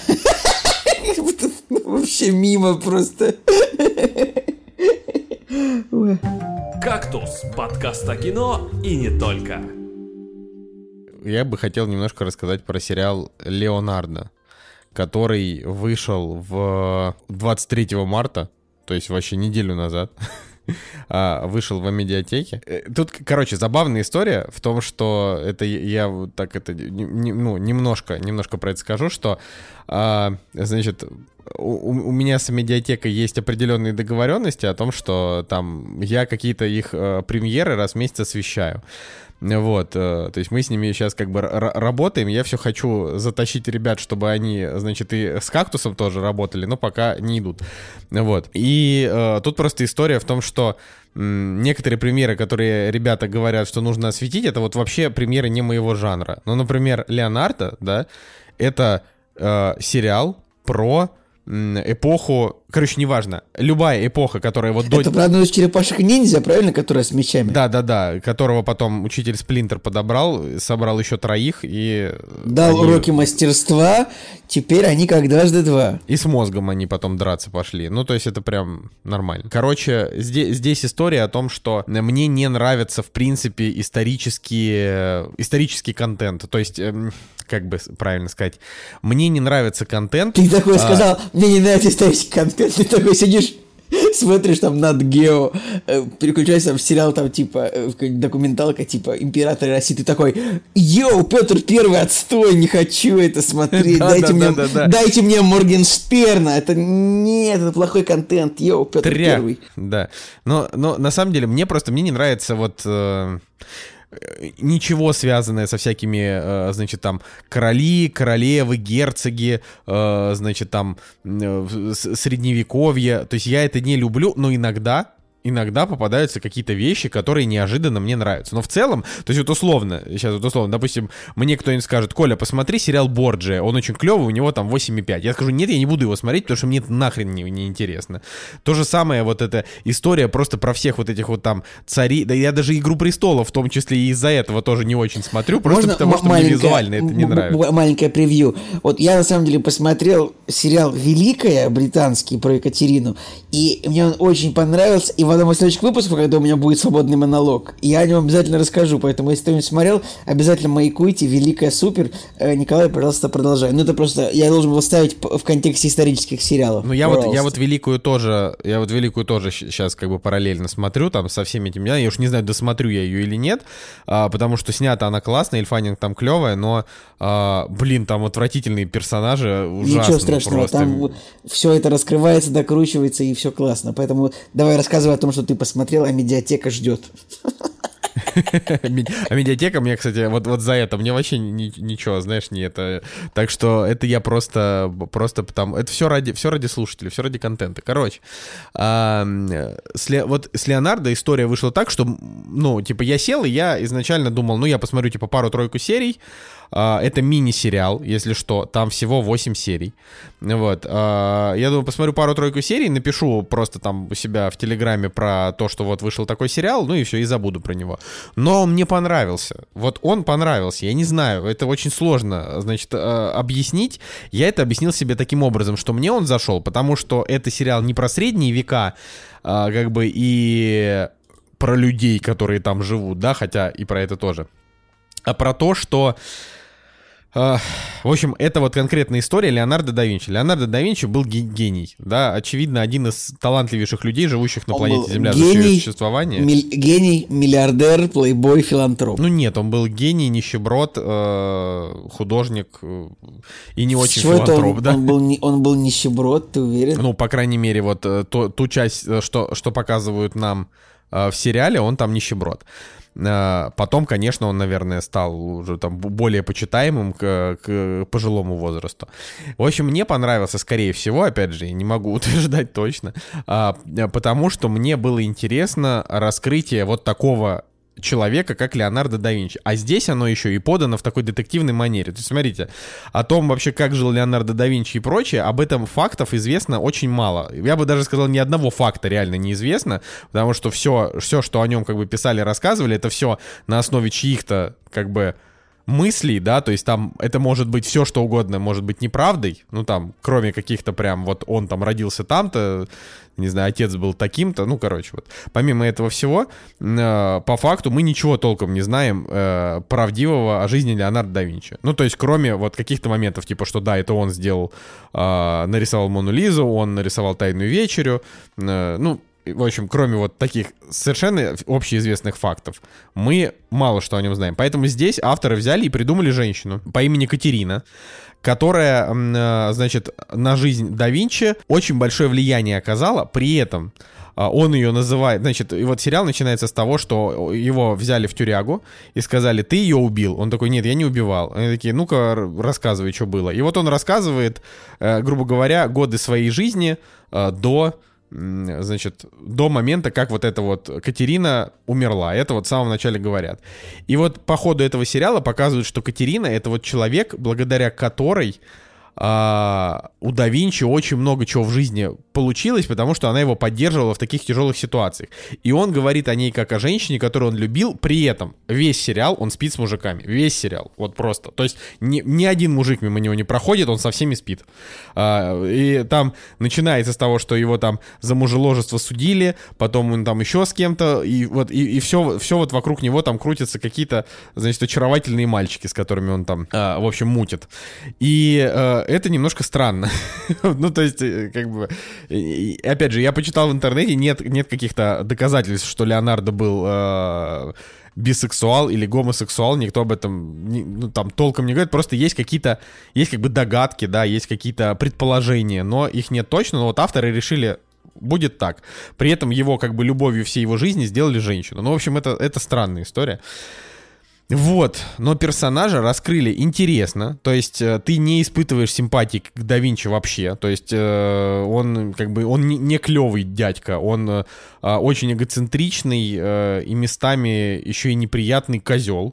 Вообще мимо просто. «Кактус» — подкаст о кино и не только. Я бы хотел немножко рассказать про сериал «Леонардо», который вышел в двадцать третьего марта. То есть вообще неделю назад, вышел в Амедиатеке. Тут, короче, забавная история в том, что это я вот так это, ну, немножко, немножко про это скажу, что, значит, у, у меня с Амедиатекой есть определенные договоренности о том, что там я какие-то их премьеры раз в месяц освещаю. Вот, то есть мы с ними сейчас как бы р- работаем, я все хочу затащить ребят, чтобы они, значит, и с «Кактусом» тоже работали, но пока не идут, вот. И э, тут просто история в том, что м, некоторые премьеры, которые ребята говорят, что нужно осветить, это вот вообще премьеры не моего жанра. Ну, например, «Леонардо», да, это э, сериал про эпоху, короче, неважно, любая эпоха, которая вот до... Это про одну из черепашек-ниндзя, правильно, которая с мечами? Да-да-да, которого потом учитель Сплинтер подобрал, собрал еще троих и... Дал они... уроки мастерства, теперь они как дважды два. И с мозгом они потом драться пошли. Ну, то есть это прям нормально. Короче, здесь, здесь история о том, что мне не нравится, в принципе, исторический, исторический контент. То есть... как бы правильно сказать, мне не нравится контент. Ты такой а... сказал, мне не нравится исторический контент, ты такой сидишь, смотришь там Нат Гео, переключаешься в сериал там типа, документалка типа «Император России», ты такой, йоу, Петр Первый, отстой, не хочу это смотреть, да, дайте, да, мне, да, да, дайте мне Моргенштерна, это нет, это плохой контент, йоу, Петр Тря. Первый. Да, но, но на самом деле мне просто, мне не нравится вот... Э... ничего связанное со всякими, значит, там, короли, королевы, герцоги, значит, там, средневековье. То есть я это не люблю, но иногда... иногда попадаются какие-то вещи, которые неожиданно мне нравятся. Но в целом, то есть вот условно, сейчас вот условно, допустим, мне кто-нибудь скажет: Коля, посмотри сериал «Борджиа», он очень клевый, у него там восемь и пять. Я скажу: нет, я не буду его смотреть, потому что мне это нахрен не, не интересно. То же самое вот эта история просто про всех вот этих вот там царей, да я даже «Игру престолов» в том числе и из-за этого тоже не очень смотрю, просто Можно потому что мне визуально это не нравится. Маленькое превью. Вот я на самом деле посмотрел сериал «Великая» британский про Екатерину, и мне он очень понравился, и одном из следующих выпусков, когда у меня будет свободный монолог, я о нем обязательно расскажу. Поэтому, если кто-нибудь смотрел, обязательно маякуйте. Великая супер. Николай, пожалуйста, продолжай. Ну, это просто... Я должен был ставить в контексте исторических сериалов. Ну, я вот, я вот великую тоже... Я вот великую тоже сейчас как бы параллельно смотрю, там, со всеми этими... Я уж не знаю, досмотрю я ее или нет, а, потому что снята она классная, Эль Фаннинг там клевая, но, а, блин, там отвратительные персонажи, ужасно. Ничего страшного, просто. Там все это раскрывается, докручивается, и все классно. Поэтому давай рассказывай о том, что ты посмотрел, а медиатека ждет. А медиатека мне, кстати, вот, вот за это мне вообще ни, ничего, знаешь, не это. Так что это я просто, просто там, это все ради, все ради слушателей, все ради контента. Короче, а, с, вот с Леонардо история вышла так, что, ну, типа, я сел, и я изначально думал, ну, я посмотрю, типа, пару-тройку серий. Это мини-сериал, если что, там всего восемь серий. Вот. Я думаю, посмотрю пару-тройку серий, напишу просто там у себя в Телеграме про то, что вот вышел такой сериал, ну и все, и забуду про него. Но он мне понравился. Вот он понравился, я не знаю, это очень сложно, значит, объяснить. Я это объяснил себе таким образом, что мне он зашел, потому что это сериал не про средние века, как бы, и про людей, которые там живут, да, хотя и про это тоже. А про то, что... Uh, в общем, это вот конкретная история Леонардо да Винчи. Леонардо да Винчи был гений, да, очевидно, один из талантливейших людей, живущих на он планете Земля за свое существование. Миль, гений, миллиардер, плейбой, филантроп. Ну нет, он был гений, нищеброд, э, художник э, и не очень Чего филантроп, он, да? Он был, он был нищеброд, ты уверен? Ну, по крайней мере, вот то, ту часть, что, что показывают нам э, в сериале, он там нищеброд. Потом, конечно, он, наверное, стал уже там более почитаемым к, к пожилому возрасту. В общем, мне понравился, скорее всего, опять же, я не могу утверждать точно, потому что мне было интересно раскрытие вот такого человека, как Леонардо да Винчи. А здесь оно еще и подано в такой детективной манере. То есть, смотрите, о том вообще, как жил Леонардо да Винчи и прочее, об этом фактов известно очень мало. Я бы даже сказал, ни одного факта реально неизвестно, потому что все, все, что о нем как бы писали, рассказывали, это все на основе чьих-то как бы мыслей, да, то есть там это может быть все, что угодно, может быть неправдой, ну там, кроме каких-то прям, вот он там родился там-то, не знаю, отец был таким-то, ну, короче, вот. Помимо этого всего, э, по факту мы ничего толком не знаем э, правдивого о жизни Леонардо да Винчи. Ну, то есть, кроме вот каких-то моментов, типа, что да, это он сделал, э, нарисовал Мону Лизу, он нарисовал Тайную вечерю, э, ну, в общем, кроме вот таких совершенно общеизвестных фактов, мы мало что о нем знаем. Поэтому здесь авторы взяли и придумали женщину по имени Катерина, которая, значит, на жизнь да Винчи очень большое влияние оказала. При этом он ее называет... Значит, и вот сериал начинается с того, что его взяли в тюрягу и сказали, ты ее убил. Он такой, нет, я не убивал. Они такие, ну-ка, рассказывай, что было. И вот он рассказывает, грубо говоря, годы своей жизни до... значит, до момента, как вот эта вот Катерина умерла. Это вот в самом начале говорят. И вот по ходу этого сериала показывают, что Катерина — это вот человек, благодаря которой а, у да Винчи очень много чего в жизни получилось, потому что она его поддерживала в таких тяжелых ситуациях. И он говорит о ней как о женщине, которую он любил. При этом весь сериал он спит с мужиками. Весь сериал. Вот просто. То есть ни, ни один мужик мимо него не проходит, он со всеми спит. А, и там начинается с того, что его там за мужеложество судили, потом он там еще с кем-то, и вот и, и все, все вот вокруг него там крутятся какие-то, значит, очаровательные мальчики, с которыми он там, а, в общем, мутит. И а, это немножко странно. Ну, то есть, как бы... И, опять же, я почитал в интернете, нет, нет каких-то доказательств, что Леонардо был э, бисексуал или гомосексуал, никто об этом не, ну, там толком не говорит, просто есть какие-то, есть как бы догадки, да, есть какие-то предположения, но их нет точно, но вот авторы решили, будет так. При этом его как бы любовью всей его жизни сделали женщину. Ну, в общем, это, это странная история. Вот, но персонажа раскрыли интересно, то есть э, ты не испытываешь симпатии к да Винчи вообще, то есть э, он как бы, он не, не клевый дядька, он э, очень эгоцентричный э, и местами еще и неприятный козел,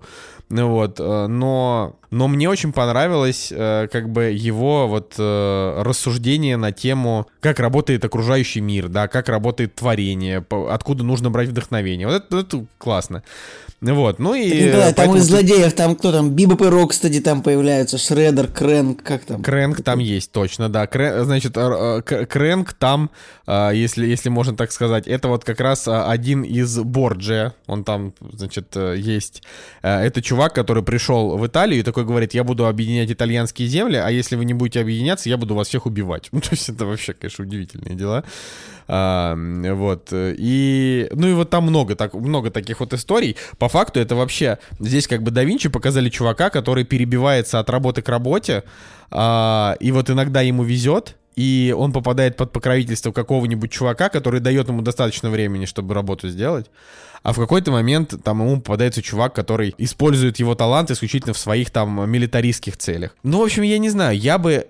Ну вот, но, но мне очень понравилось как бы его вот рассуждение на тему, как работает окружающий мир, да, как работает творение, откуда нужно брать вдохновение. Вот это, это классно. Вот, ну и... Николай, там из злодеев, там кто там, Бибоп и Рокстеди там появляются, Шреддер, Крэнк, как там? Крэнк там есть, точно, да. Крэ... Значит, Крэнк там, если, если можно так сказать, это вот как раз один из Борджиа, он там, значит, есть. Это чувак, который пришел в Италию и такой говорит, я буду объединять итальянские земли, а если вы не будете объединяться, я буду вас всех убивать. Ну, то есть это вообще, конечно, удивительные дела. А, вот, и, ну и вот там много, так, много таких вот историй. По факту это вообще, здесь как бы да Винчи показали чувака, который перебивается от работы к работе, а, и вот иногда ему везет, и он попадает под покровительство какого-нибудь чувака, который дает ему достаточно времени, чтобы работу сделать. А в какой-то момент там ему попадается чувак, который использует его талант исключительно в своих там милитаристских целях. Ну, в общем, я не знаю, я бы...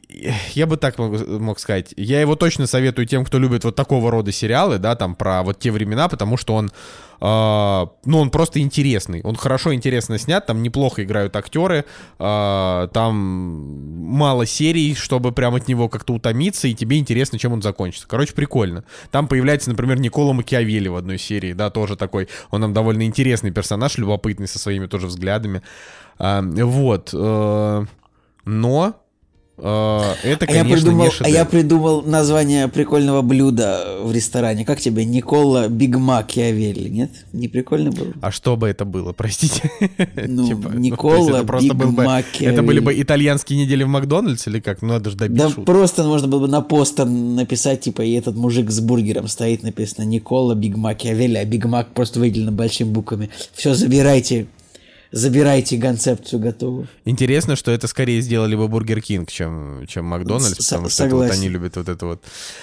Я бы так мог, мог сказать. Я его точно советую тем, кто любит вот такого рода сериалы, да, там про вот те времена, потому что он, э, ну, он просто интересный. Он хорошо, интересно снят, там неплохо играют актеры, э, там мало серий, чтобы прям от него как-то утомиться, и тебе интересно, чем он закончится. Короче, прикольно. Там появляется, например, Никколо Макиавелли в одной серии, да, тоже такой, он нам довольно интересный персонаж, любопытный, со своими тоже взглядами. Э, вот. Э, но... Это, конечно, а я придумал, не шедевр. А я придумал название прикольного блюда в ресторане. Как тебе? Никколо Биг Макиавелли, нет? Не прикольно было? А что бы это было, простите? Ну, типа, Никколо ну, Биг Макиавелли. Это были бы итальянские недели в Макдональдс или как? Ну, надо же добить Да шутку. просто можно было бы на постер написать, типа, и этот мужик с бургером стоит, написано Никколо Биг Макиавелли, а Биг Мак просто выделено большими буквами. Все, забирайте. Забирайте концепцию готовую. Интересно, что это скорее сделали бы Бургер Кинг, чем, чем Макдональдс, С- потому что это вот они любят вот это вот.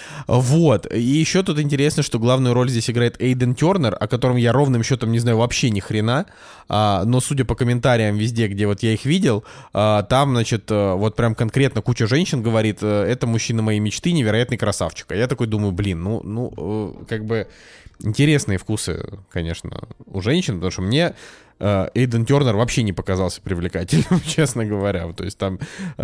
Вот. И еще тут интересно, что главную роль здесь играет Эйден Тернер, о котором я ровным счетом не знаю вообще ни хрена, а, но судя по комментариям везде, где вот я их видел, а, там, значит, вот прям конкретно куча женщин говорит, это мужчина моей мечты, невероятный красавчик. А я такой думаю, блин, ну, ну, как бы интересные вкусы, конечно, у женщин, потому что мне Эйден Тернер вообще не показался привлекательным, честно говоря. То есть там,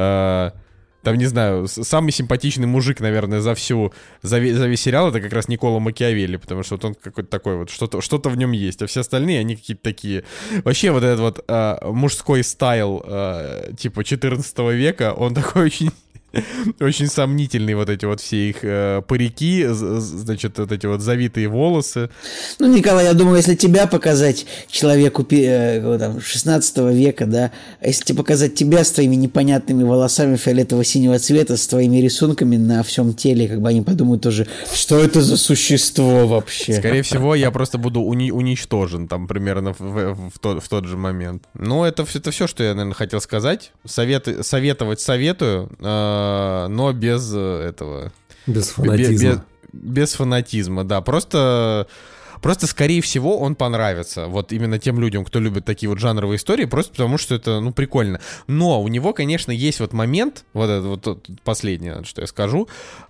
э, там, не знаю, самый симпатичный мужик, наверное, за всю, за весь, за весь сериал это как раз Никколо Макиавелли, потому что вот он какой-то такой вот, что-то, что-то в нем есть, а все остальные, они какие-то такие... Вообще вот этот вот э, мужской стайл э, типа четырнадцатого века, он такой очень... Очень сомнительные вот эти вот все их э, парики, значит, вот эти вот завитые волосы. Ну, Николай, я думаю, если тебя показать человеку э, там, шестнадцатого века, да, а если тебе показать тебя с твоими непонятными волосами фиолетово-синего цвета, с твоими рисунками на всем теле, как бы они подумают тоже, что это за существо вообще? Скорее всего, я просто буду уни- уничтожен там примерно в, в, в, тот, в тот же момент. Ну, это, это все, что я, наверное, хотел сказать. Совет, советовать советую, э, но без этого... Без фанатизма. Без, без фанатизма, да. Просто... Просто, скорее всего, он понравится вот именно тем людям, кто любит такие вот жанровые истории, просто потому что это, ну, прикольно. Но у него, конечно, есть вот момент, вот это вот последнее, что я скажу,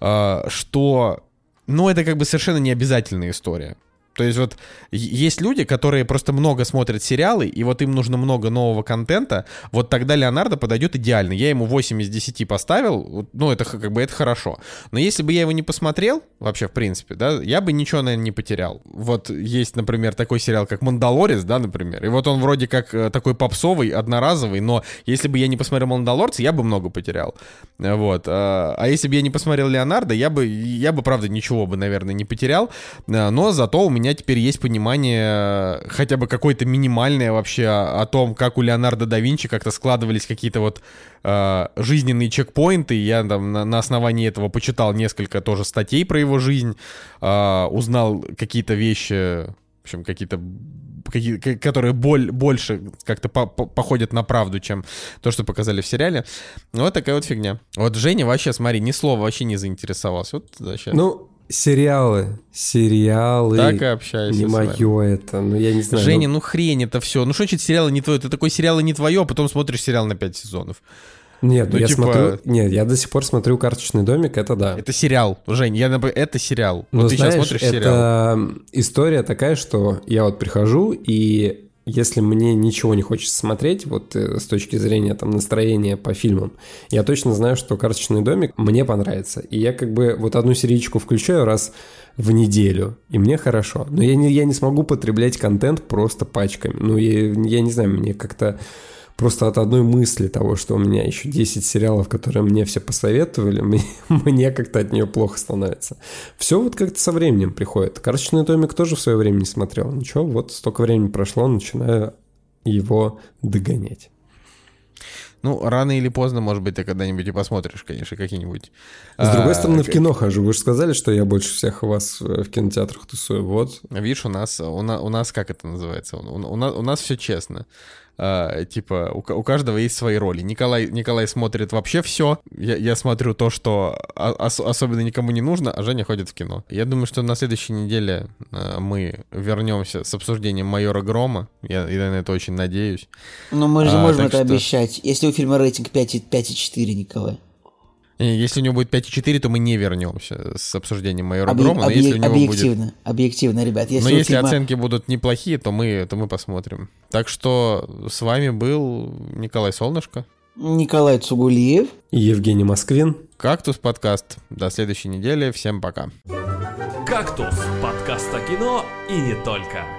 что, ну, это как бы совершенно не обязательная история. То есть вот есть люди, которые просто много смотрят сериалы, и вот им нужно много нового контента, вот тогда Леонардо подойдет идеально. Я ему восемь из десяти поставил, ну это как бы это хорошо. Но если бы я его не посмотрел, вообще в принципе, да, я бы ничего, наверное, не потерял. Вот есть, например, такой сериал, как «Мандалорец», да, например, и вот он вроде как такой попсовый, одноразовый, но если бы я не посмотрел «Мандалорца», я бы много потерял. Вот. А если бы я не посмотрел «Леонардо», я бы, я бы, правда, ничего бы, наверное, не потерял, но зато у меня теперь есть понимание хотя бы какое-то минимальное вообще о, о том, как у Леонардо да Винчи как-то складывались какие-то вот э, жизненные чекпоинты. Я там на, на основании этого почитал несколько тоже статей про его жизнь, э, узнал какие-то вещи, в общем, какие-то какие, которые боль, больше как-то по, по, походят на правду, чем то, что показали в сериале. Ну, вот такая вот фигня. Вот Женя вообще, смотри, ни слова вообще не заинтересовался. Вот зачем? Ну, сериалы, сериалы. Так и общайся. Не мое это, ну я не знаю. Женя, ну, ну хрень это все. Ну что значит сериалы не твое? Ты такой сериалы не твое, а потом смотришь сериал на пять сезонов. Нет, ну, я типа... смотрю. Нет, я до сих пор смотрю «Карточный домик», это да. Это сериал, Жень, я это сериал. Но, вот ты знаешь, сейчас смотришь это сериал. История такая, что я вот прихожу и если мне ничего не хочется смотреть, вот с точки зрения там настроения по фильмам, я точно знаю, что «Карточный домик» мне понравится. И я как бы вот одну сериечку включаю раз в неделю, и мне хорошо. Но я не, я не смогу потреблять контент просто пачками. Ну, я, я не знаю, мне как-то... Просто от одной мысли того, что у меня еще десять сериалов, которые мне все посоветовали, мне, мне как-то от нее плохо становится. Все вот как-то со временем приходит. «Карточный домик» тоже в свое время не смотрел. Ничего, вот столько времени прошло, начинаю его догонять. Ну, рано или поздно, может быть, ты когда-нибудь и посмотришь, конечно, какие-нибудь... С другой а, стороны, как... в кино хожу. Вы же сказали, что я больше всех вас в кинотеатрах тусую. Вот. Видишь, у нас, у нас, у нас как это называется? У, у, нас, у нас все честно. Uh, типа, у, у каждого есть свои роли. Николай, Николай смотрит вообще все. Я, я смотрю то, что ос, особенно никому не нужно, а Женя ходит в кино. Я думаю, что на следующей неделе uh, мы вернемся с обсуждением «Майора Грома». Я, я на это очень надеюсь. Но мы же uh, можем это что... обещать. Если у фильма рейтинг пять и четыре, Николай. Если у него будет пять и четыре, то мы не вернемся с обсуждением «Майора Объ... Грома». Но объ... если у него объективно, будет... объективно, ребят. Если но если фильма... оценки будут неплохие, то мы, то мы посмотрим. Так что с вами был Николай Солнышко, Николай Цугулиев и Евгений Москвин. «Кактус» подкаст. До следующей недели. Всем пока. «Кактус» — подкаст о кино и не только.